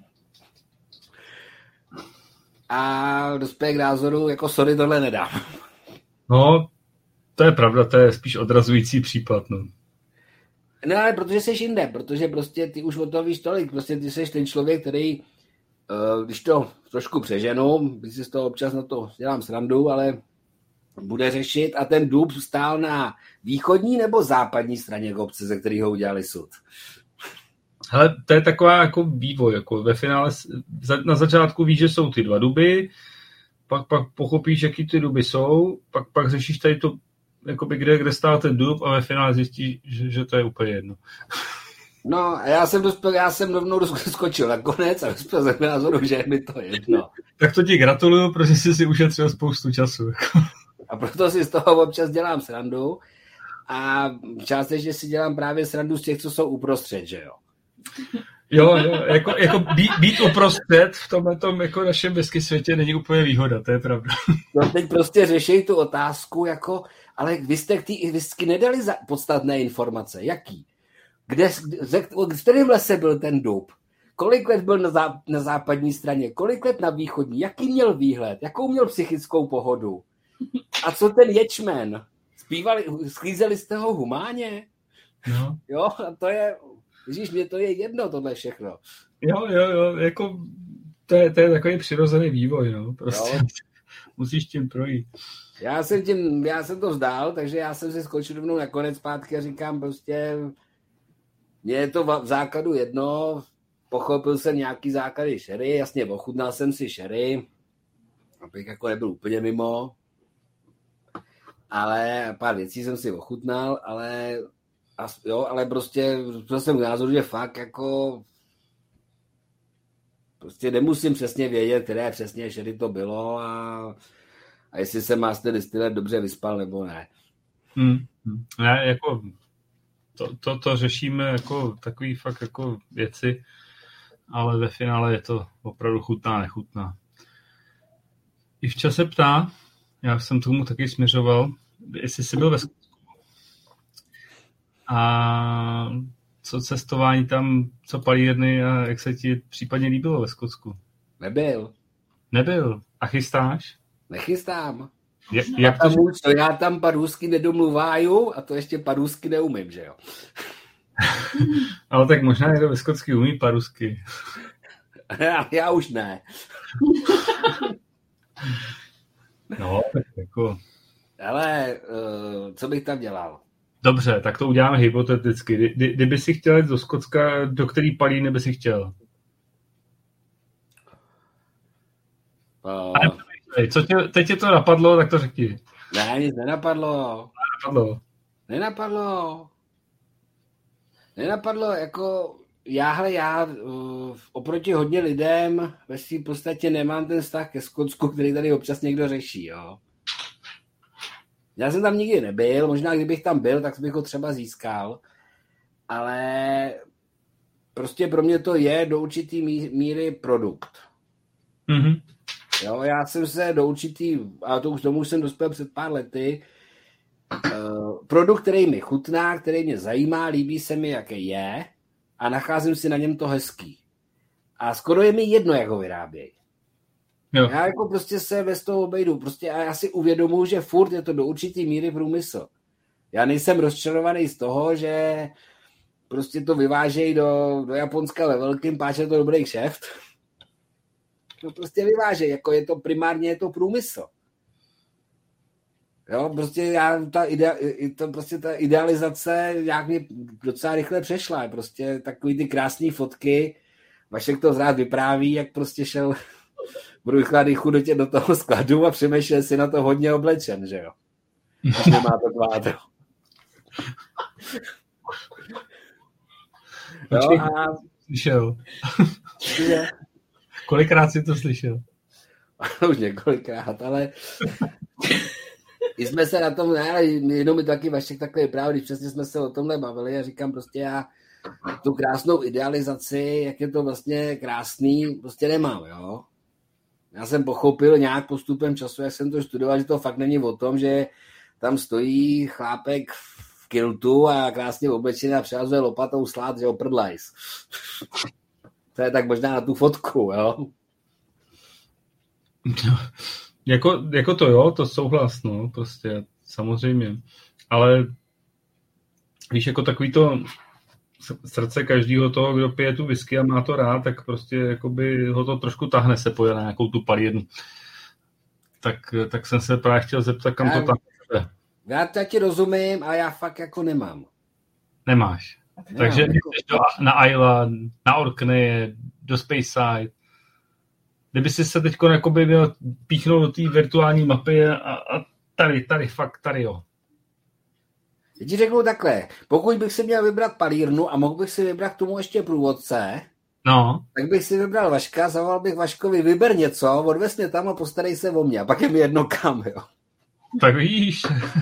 Speaker 2: a dospěje k názoru, jako sorry, tohle nedám.
Speaker 1: No, to je pravda, to je spíš odrazující případ, no.
Speaker 2: No ale protože jsi jinde, protože prostě ty už o toho víš tolik, prostě ty jsi ten člověk, který, když to trošku přeženu, když si z toho občas na to dělám srandu, ale bude řešit a ten dub stál na východní nebo západní straně kopce, ze kterého udělali sud.
Speaker 1: Hele, to je taková jako vývoj, jako ve finále na začátku víš, že jsou ty dva duby, pak, pak pochopíš, jaký ty duby jsou, pak, pak řešíš tady to, jakoby kde, kde stál ten dub a ve finále zjistíš, že, že to je úplně jedno.
Speaker 2: No a já jsem, dospěl, já jsem rovnou skočil na konec a dospěl jsem názoru, že je mi to jedno.
Speaker 1: Tak to ti gratuluju, protože jsi si ušetřil spoustu času.
Speaker 2: A proto si z toho občas dělám srandu a částečně si dělám právě srandu z těch, co jsou uprostřed, že jo?
Speaker 1: Jo, jo, jako, jako být, být uprostřed v tomhletom jako našem whisky světě není úplně výhoda, to je pravda.
Speaker 2: No teď prostě řešej tu otázku, jako, ale vy jste k té whisky nedali za podstatné informace. Jaký? Kde, kde, v kterém lese byl ten dub? Kolik let byl na, zá, na západní straně? Kolik let na východní? Jaký měl výhled? Jakou měl psychickou pohodu? A co ten ječmen? Zpívali, sklízeli jste ho humáně?
Speaker 1: No.
Speaker 2: Jo, a to je... Ježíš, mě to je jedno, tohle všechno.
Speaker 1: Jo, jo, jo, jako to je, to je takový přirozený vývoj, no, prostě jo. Musíš tím projít.
Speaker 2: Já jsem tím, já jsem to vzdál, takže já jsem si skočil rovnou na konec zpátky a říkám prostě, mně je to v základu jedno, pochopil jsem nějaký základy sherry, jasně, ochutnal jsem si sherry, abych jako nebyl úplně mimo, ale pár věcí jsem si ochutnal, ale A, jo, ale prostě to jsem k názoru, že fakt jako prostě nemusím přesně vědět, které přesně sherry to bylo a, a jestli se master distiller dobře vyspal nebo ne.
Speaker 1: Hmm. Ne, jako to, to, to řešíme jako takový fakt jako věci, ale ve finále je to opravdu chutná, nechutná. I v čase ptá, já jsem tomu taky směřoval, jestli jsi byl ve a co cestování tam, co palírny a jak se ti případně líbilo ve Skotsku?
Speaker 2: Nebyl.
Speaker 1: Nebyl. A chystáš?
Speaker 2: Nechystám.
Speaker 1: Je, jak
Speaker 2: to,
Speaker 1: to,
Speaker 2: to já tam parusky nedomluváju a to ještě parusky neumím, že jo?
Speaker 1: Ale tak možná někdo ve Skotsku umí parusky.
Speaker 2: já, já už ne.
Speaker 1: No, tak jako...
Speaker 2: Ale uh, co bych tam dělal?
Speaker 1: Dobře, tak to uděláme hypoteticky. Kdy, kdyby si chtěl jít do Skotska, do který palíny by si chtěl? Uh, Co tě, teď tě to napadlo, tak to řekni.
Speaker 2: Ne, nic nenapadlo.
Speaker 1: Nenapadlo.
Speaker 2: Nenapadlo. Nenapadlo, jako já, hele, já uh, oproti hodně lidem ve svým podstatě nemám ten vztah ke Skotsku, který tady občas někdo řeší, jo. Já jsem tam nikdy nebyl, možná kdybych tam byl, tak bych ho třeba získal, ale prostě pro mě to je do určitý míry produkt.
Speaker 1: Mm-hmm.
Speaker 2: Jo, já jsem se do určitý, a to už tomu jsem dospěl před pár lety, uh, produkt, který mi chutná, který mě zajímá, líbí se mi, jaký je a nacházím si na něm to hezký. A skoro je mi jedno, jak ho vyrábějí. Jo. Já jako prostě se bez toho obejdu. Prostě a já si uvědomuji, že furt je to do určitý míry průmysl. Já nejsem rozčarovaný z toho, že prostě to vyvážejí do, do Japonska ve velkým, páč je to dobrý kšeft. No prostě vyvážejí, jako je to primárně je to průmysl. Jo, prostě já, ta, idea, to prostě ta idealizace nějak mě docela rychle přešla. Prostě takový ty krásné fotky, Vašek to rád vypráví, jak prostě šel v rychladýchu do, tě, do toho skladu a přemýšlel si na to hodně oblečen, že jo. Když nemá to kvádro.
Speaker 1: Jo, a... Slyšel. Kolikrát jsi to slyšel?
Speaker 2: Už několikrát, ale i jsme se na tom, ne, jenom mi taky Vašek takhle vyprávěl, když přesně jsme se o tomhle bavili a říkám prostě já tu krásnou idealizaci, jak je to vlastně krásný, prostě nemám, jo. Já jsem pochopil nějak postupem času, jak jsem to studoval, že to fakt není o tom, že tam stojí chlápek v kiltu a krásně oblečený a přehazuje lopatou slát, že oprdlajs. To je tak možná na tu fotku, jo.
Speaker 1: No, jako, jako to jo, to souhlas, no, prostě, samozřejmě. Ale víš, jako takový to srdce každého toho, kdo pije tu whisky a má to rád, tak prostě jakoby ho to trošku tahne se poje na nějakou tu palírnu. Tak, tak jsem se právě chtěl zeptat, kam já, to tahne.
Speaker 2: Já to ti rozumím, a já fakt jako nemám.
Speaker 1: Nemáš. Nemám, takže jako... do, na Isla, na Orkney, do Speyside. Kdyby si se teď měl píchnout do té virtuální mapy a, a tady, tady, fakt, tady jo.
Speaker 2: Já ti řeknu takhle, pokud bych si měl vybrat palírnu a mohl bych si vybrat k tomu ještě průvodce,
Speaker 1: no.
Speaker 2: Tak bych si vybral Vaška, zavolal bych Vaškovi, vyber něco, odvez mě tam a postarej se o mě. A pak je mi jedno kam, jo.
Speaker 1: Tak víš.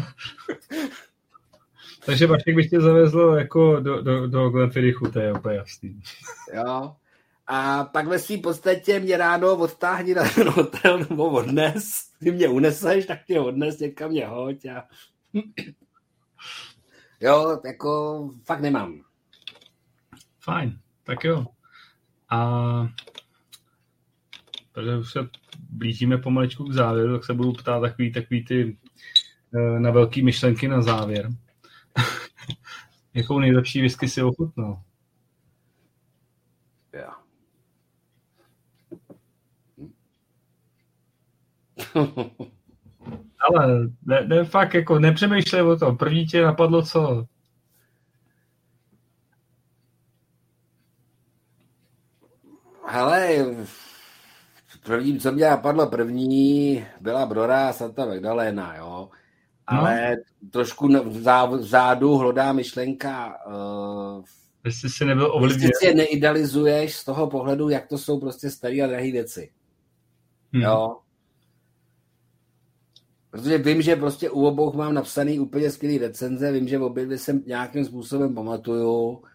Speaker 1: Takže Vašek bych tě zavezl jako do, do, do Glenfiddichu, to je úplně jasný.
Speaker 2: Jo. A pak ve svým podstatě mě ráno odtáhni na ten hotel nebo odnes. Ty mě uneseš, tak tě odnes, někam mě hoď. A... Jo, jako fakt nemám.
Speaker 1: Fajn, tak jo. A protože už se blížíme pomaličku k závěru, tak se budu ptát takový, takový ty na velký myšlenky na závěr. Jakou nejlepší whisky si ochutnal?
Speaker 2: Já.
Speaker 1: Ale ne, ne, fakt jako nepřemýšlej o tom. První tě napadlo co?
Speaker 2: Hele, první, co mě napadlo první, byla Brora Santa Magdalena, jo. Ale no. Trošku vzadu hlodá myšlenka. Uh,
Speaker 1: Jestli si nebyl ovlivněn.
Speaker 2: Jestli si neidealizuješ z toho pohledu, jak to jsou prostě staré a drahé věci. Hmm. Jo. Protože vím, že prostě u obou mám napsaný úplně skvělý recenze, vím, že obě dvě jsem nějakým způsobem pamatuju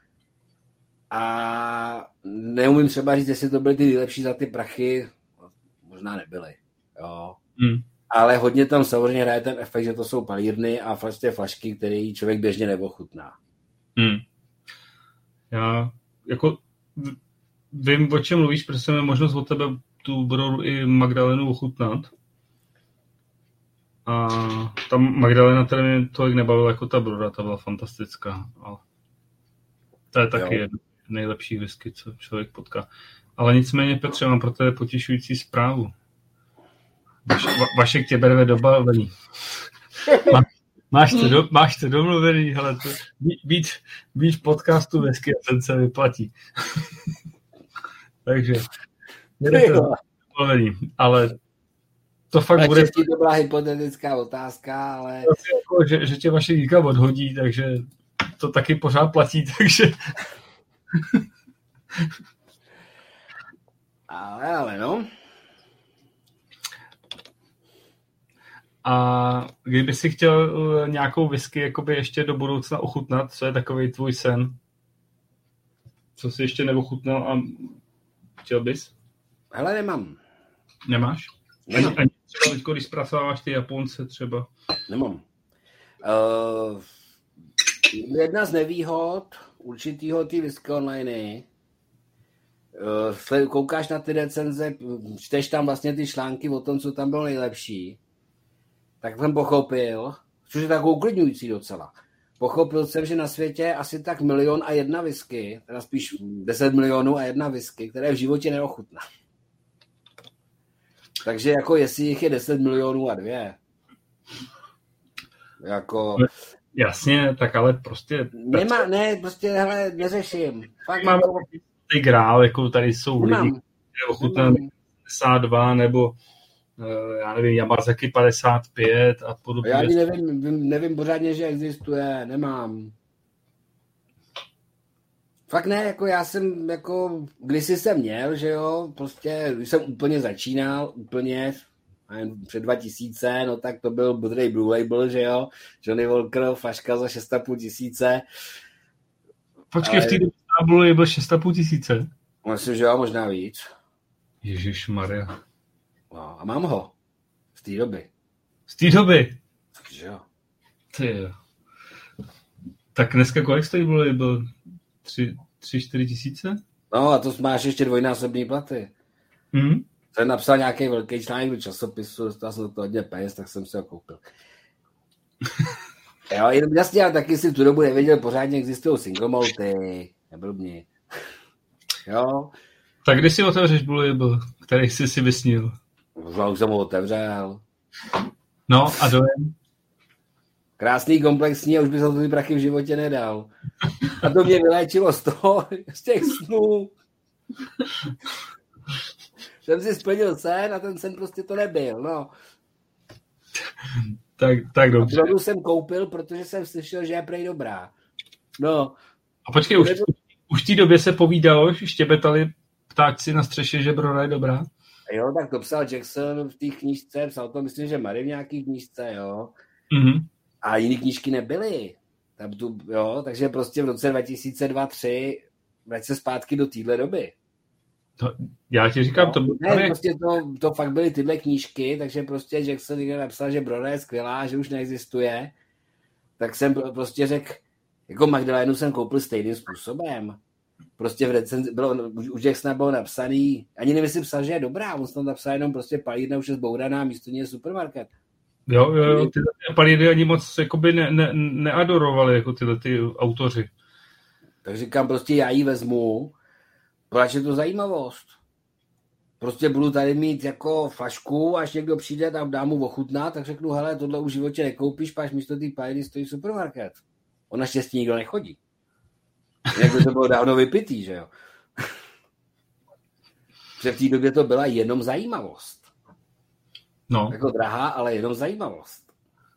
Speaker 2: a neumím třeba říct, jestli to byly ty nejlepší za ty prachy, možná nebyly, jo. Hmm. Ale hodně tam samozřejmě hraje ten efekt, že to jsou palírny a vlastně flašky, které člověk běžně neochutná.
Speaker 1: Hmm. Já jako vím, o čem mluvíš, protože jsem možnost od tebe tu Broru i Magdalenu ochutnat. A ta Magdalena teda mě tolik nebavila jako ta Brora, ta byla fantastická. Ale to je taky jedna nejlepší whisky, co člověk potká. Ale nicméně, Petře, mám pro tebe potěšující zprávu. Vaš, va, Vašek tě bere do bavení. Má, máš, to do, máš to domluvený, hele, to, být, být v podcastu Whisky Essence se vyplatí. Takže bere to do bavení, ale to fakt
Speaker 2: tak
Speaker 1: bude...
Speaker 2: To byla hypotetická otázka, ale...
Speaker 1: Jako, že, že tě vaše díka odhodí, takže to taky pořád platí, takže...
Speaker 2: ale, ale no...
Speaker 1: A kdyby si chtěl nějakou whisky jakoby ještě do budoucna ochutnat, co je takový tvůj sen? Co jsi ještě neochutnal a chtěl bys?
Speaker 2: Hele, nemám.
Speaker 1: Nemáš? Ani, ani třeba teď, když zpracováváš ty Japonce třeba?
Speaker 2: Nemám. Uh, jedna z nevýhod určitýho ty whisky online uh, koukáš na ty recenze, čteš tam vlastně ty články o tom, co tam bylo nejlepší, tak jsem pochopil, což je tak uklidňující docela, pochopil jsem, že na světě je asi tak milion a jedna whisky, teda spíš deset milionů a jedna whisky, které v životě neochutná. Takže jako jestli jich je deset milionů a dvě. Jako...
Speaker 1: Jasně, tak ale prostě...
Speaker 2: Nemá, ne, prostě hele, neřeším. Fakt
Speaker 1: mám
Speaker 2: jako...
Speaker 1: ty grál, jako tady jsou
Speaker 2: Nemám.
Speaker 1: lidi, které ochutná padesát dva nebo já nevím, Yamazaki padesát pět a podobně.
Speaker 2: Já ani nevím, nevím pořádně, že existuje, nemám. Fakt ne, jako já jsem, jako, kdysi jsem měl, že jo, prostě, když jsem úplně začínal, úplně, před dva tisíce, no tak to byl Budrej Blue Label, že jo, Johnny Walker, flaška za šest a půl tisíce.
Speaker 1: Počkej, ale... v té době Blue Label šest a půl tisíce?
Speaker 2: Myslím, že jo, možná víc.
Speaker 1: Ježišmarja.
Speaker 2: No, a mám ho. Z té doby.
Speaker 1: Z té doby?
Speaker 2: Takže jo.
Speaker 1: Ty jo. Tak dneska kolik stojí Blue Label? Tři, tři, čtyři tisíce?
Speaker 2: No a to máš ještě dvojnásobný platy.
Speaker 1: Mm.
Speaker 2: Jsem napsal nějaký velký článek do časopisu, dostal jsem do toho hodně peněz, tak jsem si ho koupil. Jo, jenom jasně, ale taky si v tu dobu nevěděl, pořádně existují single malty, neblbni. Jo.
Speaker 1: Tak kdy si otevřeš Blue Label, který jsi si vysnil?
Speaker 2: Možná už jsem ho otevřel.
Speaker 1: No a dojem?
Speaker 2: Krásný, komplexní a už by se to ty prachy v životě nedal. A to mě vyléčilo z toho, z těch snů. Jsem si splnil sen a ten sen prostě to nebyl, no.
Speaker 1: Tak, tak dobře.
Speaker 2: A jsem koupil, protože jsem slyšel, že je prej dobrá. No.
Speaker 1: A počkej, už, to... už v té době se povídalo, štěbetali ptáčci na střeše, že Brora je dobrá?
Speaker 2: Jo, tak to psal Jackson v té knížce, psal to, myslím, že Mary v nějaký knížce, jo.
Speaker 1: Mm-hmm.
Speaker 2: A jiný knížky nebyly. Tam tu, jo, takže prostě v roce dva tisíce dva tři vrať se zpátky do téhle doby.
Speaker 1: To, já ti říkám,
Speaker 2: no,
Speaker 1: to bylo...
Speaker 2: Ne, prostě to, to fakt byly tyhle knížky, takže prostě Jackson někde napsal, že Brora je skvělá, že už neexistuje. Tak jsem prostě řekl, jako Magdalénu jsem koupil stejným způsobem. Prostě v recenzi bylo, už Jacksona bylo napsaný, ani nevím, jestli psal, že je dobrá, on tam napsal jenom prostě palírna už je zbouraná, místo ní je supermarket.
Speaker 1: Jo, jo, jo, tyhle palíry ani moc jakoby ne, ne, neadorovali, jako tyhle ty autoři.
Speaker 2: Tak říkám, prostě já ji vezmu, proč je to zajímavost. Prostě budu tady mít jako flašku, až někdo přijde, tam dám mu ochutnat, tak řeknu, hele, tohle už v životě nekoupíš, páš místo té palíry stojí supermarket. On naštěstí nikdo nechodí. Jak by to bylo dávno vypitý, že jo. Protože v té době to byla jenom zajímavost.
Speaker 1: No.
Speaker 2: Jako drahá, ale jenom zajímavost.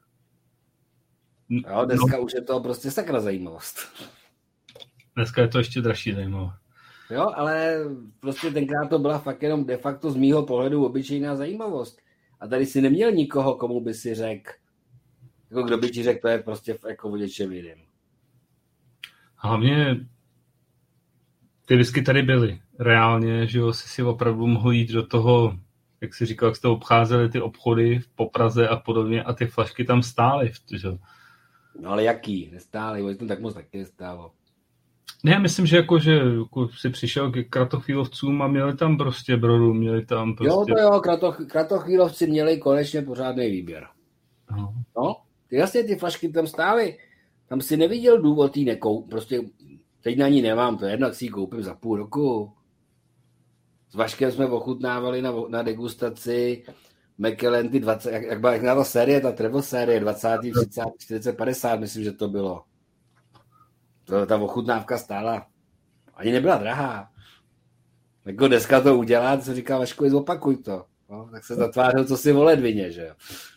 Speaker 2: Jo, dneska no. Už je to prostě sakra zajímavost.
Speaker 1: Dneska je to ještě dražší zajímavé.
Speaker 2: Jo, ale prostě tenkrát to byla fakt jenom de facto z mýho pohledu obyčejná zajímavost. A tady si neměl nikoho, komu by si řekl, jako kdo by ti řekl, to je prostě jako o něčem jiným.
Speaker 1: Hlavně ty whisky tady byly. Reálně, že jo, si si opravdu mohl jít do toho, jak jsi říkal, jak jste obcházeli ty obchody po Praze a podobně a ty flašky tam stály. Že?
Speaker 2: No ale jaký? Nestály, oni tam tak moc taky nestálo.
Speaker 1: Ne, myslím, že jako, že jako si přišel k kratochvílovcům a měli tam prostě Broru, měli tam prostě...
Speaker 2: Jo, to jo, kratoch, kratochvílovci měli konečně pořádný výběr.
Speaker 1: No.
Speaker 2: No, ty jasně ty flašky tam stály. Tam si neviděl důvod jí nekou, prostě teď na ní nemám, to jednak si ji koupím za půl roku. S Vaškem jsme ochutnávali na, na degustaci Macallan ty dvacet, jak, jak byla jak ta série, ta travel série dvacet, třicet, čtyřicet, padesát, myslím, že to bylo. To, ta ochutnávka stála. Ani nebyla drahá. Jako dneska to udělat, co říká Vašku, zopakuj to. No, tak se zatvářil, co si o ledvině, že jo.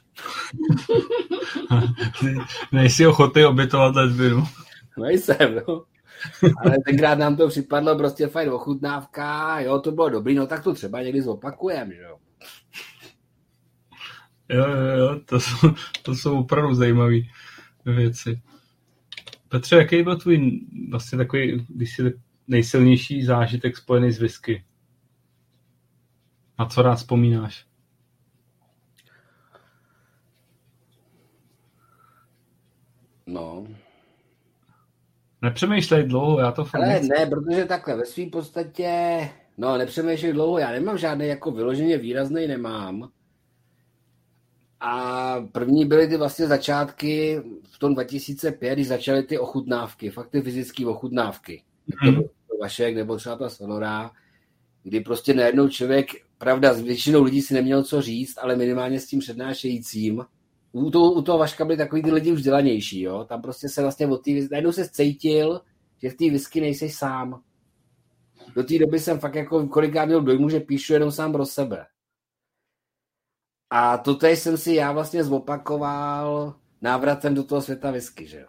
Speaker 1: Nejsi ochotný obětovat ledvinu.
Speaker 2: Nejsem, no. Ale tenkrát nám to připadlo prostě fajn ochutnávka, jo, to bylo dobrý, no tak to třeba někdy zopakujem, že jo.
Speaker 1: Jo, jo, jo, to jsou, to jsou opravdu zajímavé věci. Petře, jaký byl tvůj vlastně takový, když jsi nejsilnější zážitek spojený s whisky? Na co rád vzpomínáš?
Speaker 2: No.
Speaker 1: Nepřemýšlej dlouho, já to fakt
Speaker 2: Ale ne, protože takhle, ve svým podstatě, no nepřemýšlej dlouho, já nemám žádný jako vyloženě výrazný nemám, A první byly ty vlastně začátky v tom dva tisíce pět, když začaly ty ochutnávky, fakt ty fyzické ochutnávky. Mm. To byl Vašek nebo třeba ta Sonora, kdy prostě najednou člověk, pravda, s většinou lidí si neměl co říct, ale minimálně s tím přednášejícím. U toho, u toho Vaška byli takový ty lidi už vzdělanější, jo. Tam prostě se vlastně od té, najednou se cítil, že v té whisky nejseš sám. Do té doby jsem fakt jako kolikrát měl dojmu, že píšu jenom sám pro sebe. A to tady jsem si já vlastně zopakoval návratem do toho světa whisky, že jo.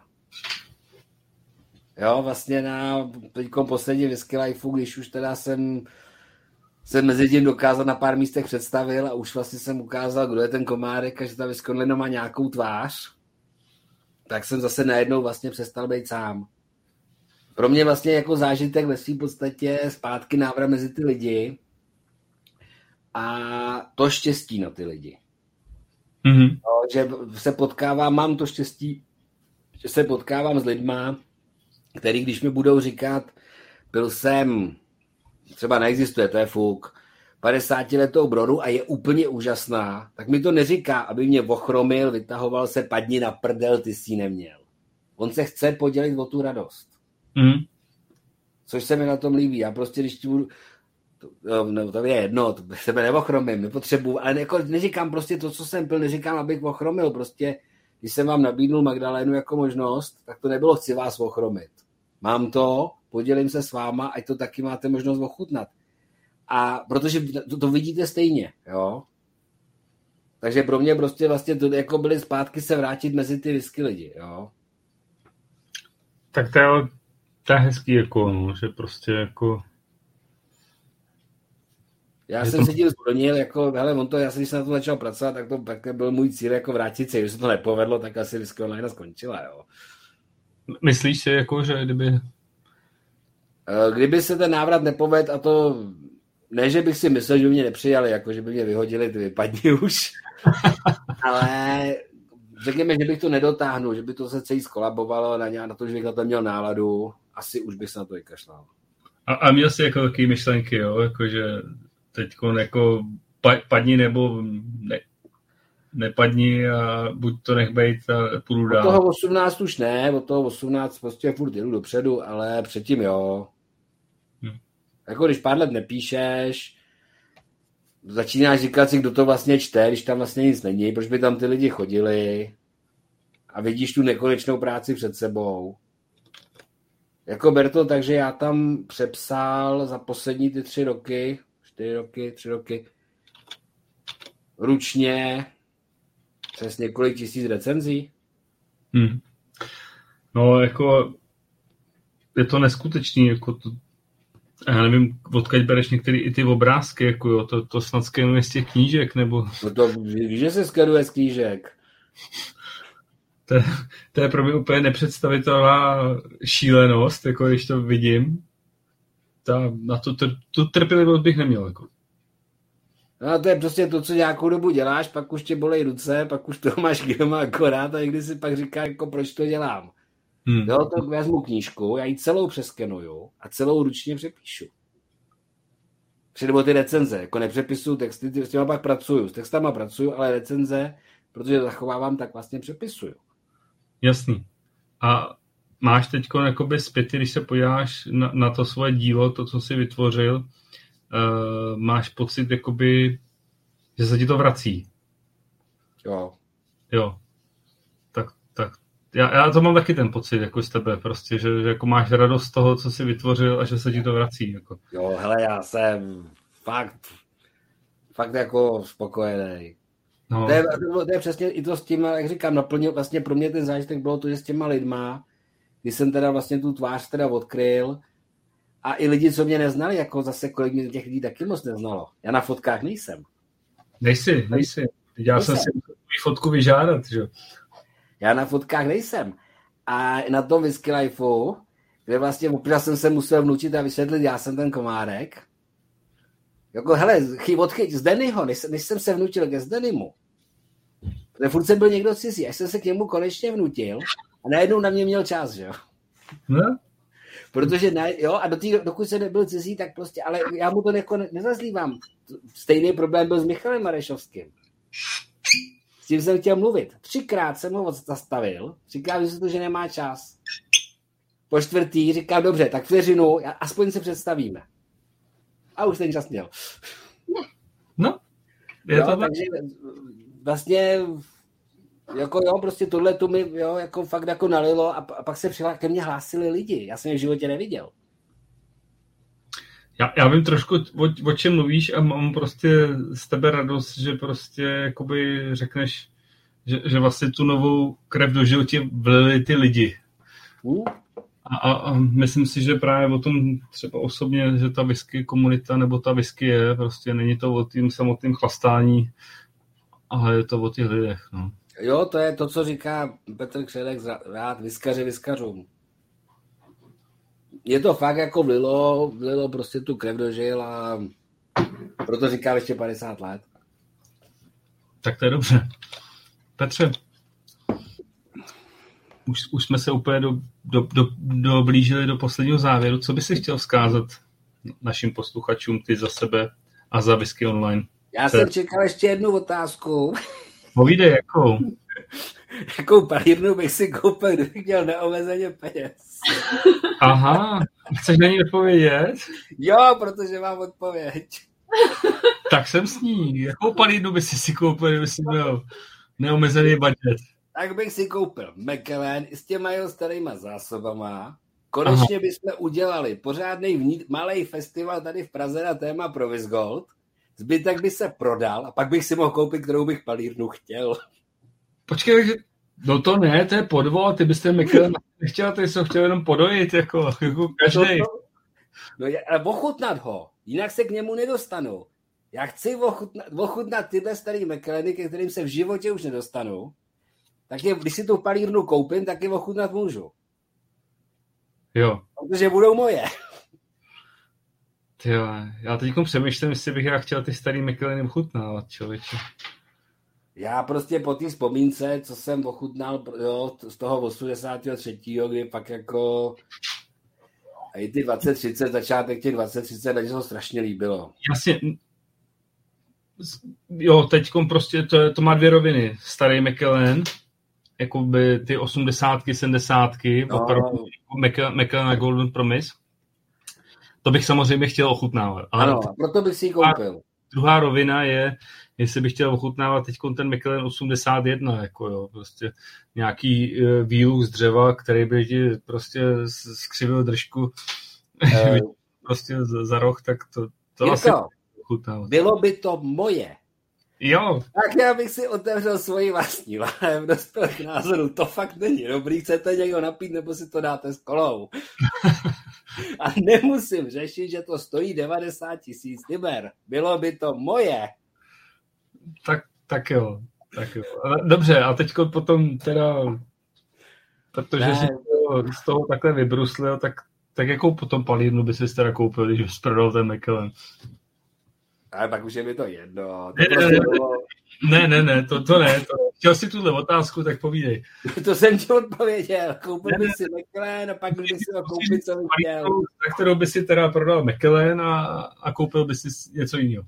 Speaker 2: Jo, vlastně na teďkom poslední Whisky Lifeu, když už teda jsem se mezi tím dokázal na pár místech představil a už vlastně jsem ukázal, kdo je ten Komárek a že ta whisky má nějakou tvář, tak jsem zase najednou vlastně přestal být sám. Pro mě vlastně jako zážitek ve svým podstatě zpátky návrat mezi ty lidi a to štěstí na ty lidi. Mm-hmm. No, že se potkávám, mám to štěstí, že se potkávám s lidma, který když mi budou říkat, byl jsem, třeba neexistuje, to je fuk, padesátiletou brodu a je úplně úžasná, tak mi to neříká, aby mě ochromil, vytahoval se, padni na prdel, ty jsi neměl. On se chce podělit o tu radost. Mm. Což se mi na tom líbí. Já prostě, když ti budu, to, no, to je jedno, to sebe neochromím, nepotřebuji, ale jako neříkám prostě to, co jsem pil, neříkám, abych ochromil, prostě, když jsem vám nabídnul Magdalénu jako možnost, tak to nebylo, chci vás ochromit. Mám to, podělím se s váma, ať to taky máte možnost ochutnat. A protože to, to vidíte stejně, jo. Takže pro mě prostě vlastně to jako byly zpátky se vrátit mezi ty whisky lidi, jo.
Speaker 1: Tak to je, to je hezký, jako, no, že prostě jako...
Speaker 2: Já jsem to... se tím zbronil, jako, hele, on to, já jsem, když jsem na to začal pracovat, tak to tak byl můj cíl, jako vrátit se, když se to nepovedlo, tak asi Whisky Online skončila, jo.
Speaker 1: Myslíš si, jako, že kdyby...
Speaker 2: Kdyby se ten návrat nepovedl, a to ne, že bych si myslel, že by mě nepřijali, jako, že by mě vyhodili, ty vypadni už, ale řekněme, že bych to nedotáhnul, že by to se celý skolabovalo na, na to, že bych na to měl náladu, asi už bych se na to vykašlal.
Speaker 1: A, a měl jsi jako takové myšlenky, jo, jako, že teďko jako padni nebo ne, nepadni a buď to nech bejt a půjdu dál.
Speaker 2: Od toho osmnáct už ne, od toho osmnáct prostě furt jdu dopředu, ale předtím jo. Hmm. Jako když pár let nepíšeš, začínáš říkat si, kdo to vlastně čte, když tam vlastně nic není, proč by tam ty lidi chodili a vidíš tu nekonečnou práci před sebou. Jako ber to, takže já tam přepsal za poslední ty tři roky, čtyři roky, tři roky, ručně přes několik tisíc recenzí.
Speaker 1: Hmm. No, jako je to neskutečný, jako to, já nevím, odkud bereš některé i ty obrázky, jako jo, to, to snad skenuje z těch knížek, nebo...
Speaker 2: No to víš, že se skenuje z knížek.
Speaker 1: To, to je pro mě úplně nepředstavitelná šílenost, jako když to vidím. Ta, na to, to, tu trpělivost bych neměl, jako.
Speaker 2: No to je prostě to, co nějakou dobu děláš, pak už tě bolej ruce, pak už to máš doma akorát a někdy si pak říká, jako proč to dělám. Hmm. Jo, to vezmu knížku, já ji celou přeskenuju a celou ručně přepíšu. Nebo ty recenze, jako nepřepisuju texty, s těma pak pracuju, s textama pracuju, ale recenze, protože zachovávám, tak vlastně přepisuju.
Speaker 1: Jasný. A máš teď jakoby zpěty, když se podíváš na, na to svoje dílo, to, co jsi vytvořil, uh, máš pocit, jakoby, že se ti to vrací.
Speaker 2: Jo.
Speaker 1: Jo. Tak, tak. Já, já to mám taky ten pocit, jako z tebe, prostě, že, že jako máš radost z toho, co jsi vytvořil a že se ti to vrací. Jako.
Speaker 2: Jo, hele, já jsem fakt, fakt jako spokojený. No. To, je, to je přesně i to s tím, jak říkám, naplnil, vlastně pro mě ten zážitek bylo to, že s těma lidma, když jsem teda vlastně tu tvář teda odkryl a i lidi, co mě neznali, jako zase kolik mě těch lidí taky moc neznalo. Já na fotkách nejsem.
Speaker 1: Nejsi, nejsi. Já jsem si fotku vyžádat, že?
Speaker 2: Já na fotkách nejsem. A na tom Whisky Lifeu, kde vlastně opět jsem se musel vnučit a vysvětlit, já jsem ten Komárek. Jako, hele, chyb odchyť z Dennyho, než, než jsem se vnutil ke Zdenymu. Protože furt jsem byl někdo cizí, až jsem se k němu konečně vnutil a najednou na mě měl čas, že jo.
Speaker 1: No?
Speaker 2: Protože, ne, jo, a do tý, dokud jsem nebyl cizí, tak prostě, ale já mu to neko nezazlívám. Stejný problém byl s Michalem Marešovským. S tím jsem chtěl mluvit. Třikrát jsem ho zastavil, říkal, že to, že nemá čas. Po čtvrtý říkal, dobře, tak vteřinu, aspoň se představíme. A už ten čas měl.
Speaker 1: No, je
Speaker 2: jo,
Speaker 1: to
Speaker 2: takže vlastně jako jo, prostě tohle tu mi jo, jako fakt jako nalilo a, a pak se přihlá, ke mně hlásili lidi. Já jsem je v životě neviděl.
Speaker 1: Já, já vím trošku, o, o čem mluvíš a mám prostě z tebe radost, že prostě jakoby řekneš, že, že vlastně tu novou krev do životě vlili ty lidi.
Speaker 2: Hmm?
Speaker 1: A, a, a myslím si, že právě o tom třeba osobně, že ta whisky komunita nebo ta whisky je, prostě není to o tím samotným chlastání, ale je to o těch lidech. No.
Speaker 2: Jo, to je to, co říká Petr Křelek rád, vyskaři vyskařům. Je to fakt jako vlilo, vlilo prostě tu krev do žil a proto říká ještě padesát let.
Speaker 1: Tak to je dobře. Petře, už, už jsme se úplně do, do, do, doblížili do posledního závěru. Co by si chtěl vzkázat našim posluchačům, ty za sebe a za Whisky Online?
Speaker 2: Já jsem čekal ještě jednu otázku.
Speaker 1: Povídej, jakou?
Speaker 2: Jakou palírnu bych si koupil, kdybych měl neomezeně peněz?
Speaker 1: Aha, chceš na ní odpovědět?
Speaker 2: Jo, protože mám odpověď.
Speaker 1: Tak jsem s ní. Jakou palírnu by si si koupil, kdyby si měl neomezený budget?
Speaker 2: Tak bych si koupil Macallan s těma jeho starýma zásobama. Konečně Aha. bychom udělali pořádnej malý festival tady v Praze na téma Pro Whisgold. Zbytek by se prodal a pak bych si mohl koupit, kterou bych palírnu chtěl.
Speaker 1: Počkej, no to ne, to je podvod, ty byste Macallan nechtěl, ty jsi ho chtěl jenom podojit, jako, jako každej.
Speaker 2: No, ale ochutnat ho, jinak se k němu nedostanu. Já chci ochutnat, ochutnat tyhle starý Macallany, ke kterým se v životě už nedostanu. Tak je, když si tu palírnu koupím, tak je ochutnat můžu.
Speaker 1: Jo.
Speaker 2: Protože budou moje.
Speaker 1: Jo, já teď přemýšlím, jestli bych já chtěl ty starý Macallany ochutnávat, člověče. Já
Speaker 2: prostě po té vzpomínce, co jsem ochutnal jo, z toho osmdesátého třetího, kdy pak jako i ty dvacet třicet, začátek těch dvacet třicet, takže se to strašně líbilo.
Speaker 1: Jasně. Jo, teďkom prostě to, to má dvě roviny. Starý Macallan, jakoby ty osmdesátky, sedmdesátky, no. Macallan a Golden Promise. To bych samozřejmě chtěl ochutnávat. Ale
Speaker 2: ano, proto bych si ji koupil.
Speaker 1: Druhá rovina je, jestli bych chtěl ochutnávat teď ten Macallan osmdesát jedna, jako jo, prostě nějaký uh, výluch z dřeva, který by ti prostě skřivil držku uh, prostě za, za roh, tak to, to
Speaker 2: Jirko,
Speaker 1: asi ochutnávat.
Speaker 2: Bylo by to moje.
Speaker 1: Jo.
Speaker 2: Tak já bych si otevřel svoji vlastní láhev, dospěl k názoru, to fakt není dobrý, chcete někdo napít, nebo si to dáte s kolou. A nemusím řešit, že to stojí devadesát tisíc liber. Bylo by to moje.
Speaker 1: Tak, tak jo. Tak jo. Dobře, a teď potom teda, protože ne. si to, z toho takhle vybruslil, tak, tak jakou potom palírnu by si teda koupil, když bys prodal ten Macallan?
Speaker 2: Ale pak už je mi to jedno. To
Speaker 1: ne, prostě ne, bylo... ne, ne, ne, to, to ne. To... Chtěl si tuhle otázku, tak povídej.
Speaker 2: To jsem ti odpověděl. Koupil ne, by si Macallan a pak by si ho koupit, co bych chtěl.
Speaker 1: Na kterou by si teda prodal Macallan a, a koupil by si něco jiného.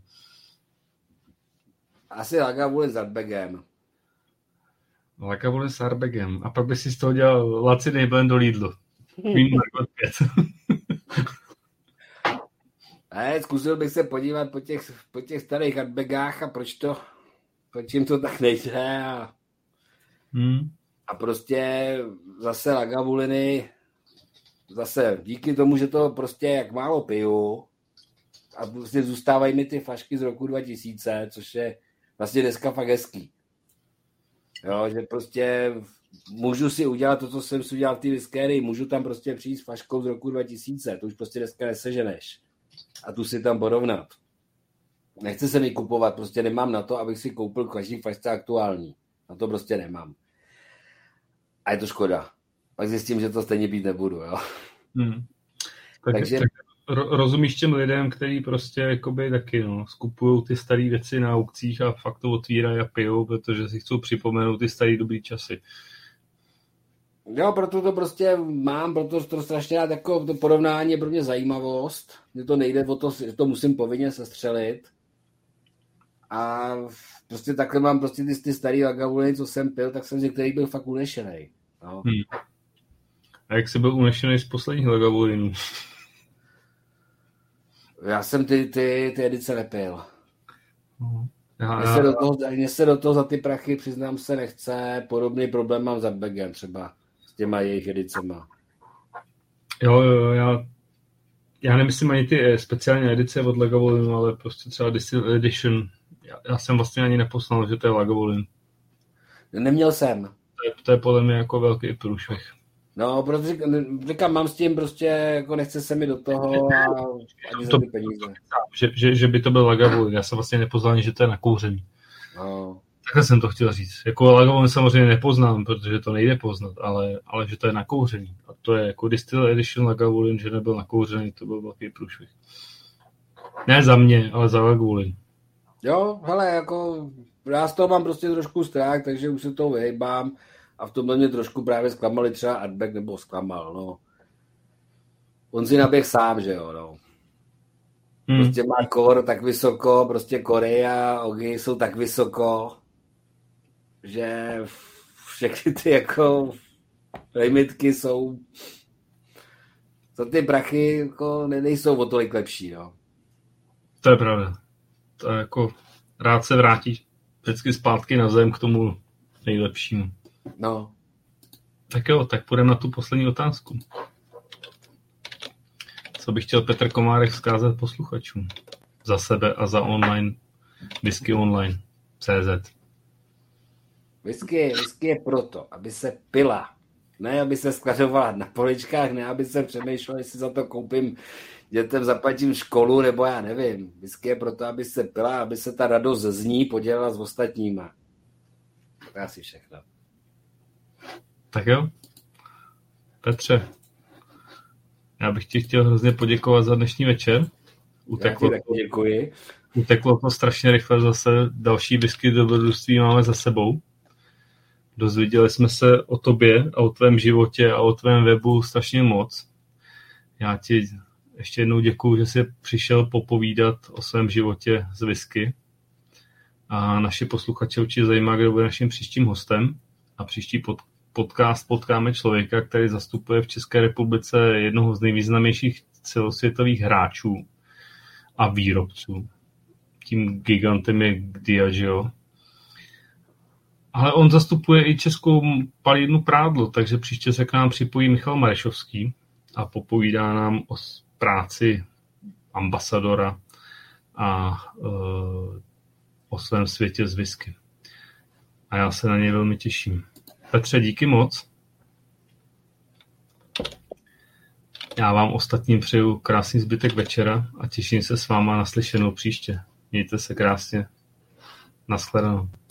Speaker 2: Asi Lagavulin s Ardbegem.
Speaker 1: Lagavulin s Ardbegem. A pak by si z toho dělal lacinej blend do Lidlu. Queen Margot pět.
Speaker 2: Ne, zkusil bych se podívat po těch, po těch starých Ardbegách a proč to, proč jim to tak nejde a, hmm. a prostě zase Lagavuliny, zase díky tomu, že to prostě jak málo piju a prostě zůstávají mi ty flašky z roku dva tisíce, což je vlastně dneska fakt hezký. Jo, že prostě můžu si udělat to, co jsem si udělal v té whiskérii, můžu tam prostě přijít s flaškou z roku dva tisíce, to už prostě dneska neseženeš. A tu si tam porovnat. Nechci se mi kupovat, prostě nemám na to, abych si koupil každý flašce aktuální. Na to prostě nemám. A je to škoda. Pak zjistím, že to stejně být nebudu, jo. Hmm.
Speaker 1: Tak, Takže... tak rozumíš těm lidem, kteří prostě jakoby taky, no, skupují ty staré věci na aukcích a fakt to otvírají a pijou, protože si chcou připomenout ty staré dobrý časy.
Speaker 2: Jo, proto to prostě mám, proto to strašně rád, jako to porovnání je pro mě zajímavost. Mně to nejde o to, že to musím povinně sestřelit. A prostě takhle mám prostě ty, ty starý Lagavuliny, co jsem pil, tak jsem z některých byl fakt unešenej. No.
Speaker 1: Hmm. A jak jsi byl unešenej z posledních Lagavulinů?
Speaker 2: Já jsem ty, ty, ty edice nepil.
Speaker 1: Hmm. Já,
Speaker 2: Mně se, do toho, mně se do toho za ty prachy, přiznám se, nechce. Podobný problém mám za Begem třeba s těma jejich edicema.
Speaker 1: Jo, jo, já, já nemyslím ani ty speciální edice od Lagavulinu, ale prostě třeba Distill Edition. Já, já jsem vlastně ani nepoznal, že to je Lagavulin.
Speaker 2: Neměl jsem.
Speaker 1: To je, to je podle mě jako velký průšvih.
Speaker 2: No, protože říkám, mám s tím prostě, jako nechce se mi do toho a ani za ty peníze.
Speaker 1: Že, že, že by to byl Lagavulin. Já jsem vlastně nepoznal, že to je nakouřený.
Speaker 2: No.
Speaker 1: Takhle jsem to chtěl říct. Jako Lagavulin samozřejmě nepoznám, protože to nejde poznat, ale, ale že to je nakouřený. A to je jako Distill Edition Lagavulin, že nebyl nakouřený, to byl velký průšvih. Ne za mě, ale za Lagavulin.
Speaker 2: Jo, hele, jako já z toho mám prostě trošku strach, takže už se toho vyhejbám a v tomhle mě trošku právě zklamali třeba Artback, nebo zklamal, no. On si naběh sám, že jo, no. Hmm. Prostě má kor tak vysoko, prostě kory a ogy jsou tak vysoko, že všechny ty jako limitky jsou, to ty prachy jako nejsou o tolik lepší, no.
Speaker 1: To je pravda. To je jako rád se vrátí vždycky zpátky na zem k tomu nejlepšímu.
Speaker 2: No.
Speaker 1: Tak jo, tak půjdeme na tu poslední otázku. Co by chtěl Petr Komárek vzkázat posluchačům? Za sebe a za online, whisky online, tečka cé zet.
Speaker 2: Whisky, whisky je proto, aby se pila. Ne, aby se skladovala na poličkách, ne, aby se přemýšlel, jestli za to koupím dětem, zaplatím školu, nebo já nevím. Whisky je proto, aby se pila, aby se ta radost z ní podělila s ostatníma. To je asi všechno.
Speaker 1: Tak jo. Petře, já bych ti chtěl hrozně poděkovat za dnešní večer.
Speaker 2: Uteklo, já ti taky děkuji.
Speaker 1: Uteklo to strašně rychle zase. Další whisky dobrodružství máme za sebou. Dozvěděli jsme se o tobě a o tvém životě a o tvém webu strašně moc. Já ti ještě jednou děkuju, že jsi přišel popovídat o svém životě z whisky. A naši posluchače určitě zajímá, kdo bude naším příštím hostem. A příští pod, podcast potkáme člověka, který zastupuje v České republice jednoho z nejvýznamnějších celosvětových hráčů a výrobců. Tím gigantem je Diageo. Ale on zastupuje i českou palírnu Prádlo, takže příště se k nám připojí Michal Marešovský a popovídá nám o práci ambasadora a uh, o svém světě z whisky. A já se na něj velmi těším. Petře, díky moc. Já vám ostatním přeju krásný zbytek večera a těším se s váma na slyšenou příště. Mějte se krásně. Nashledanou.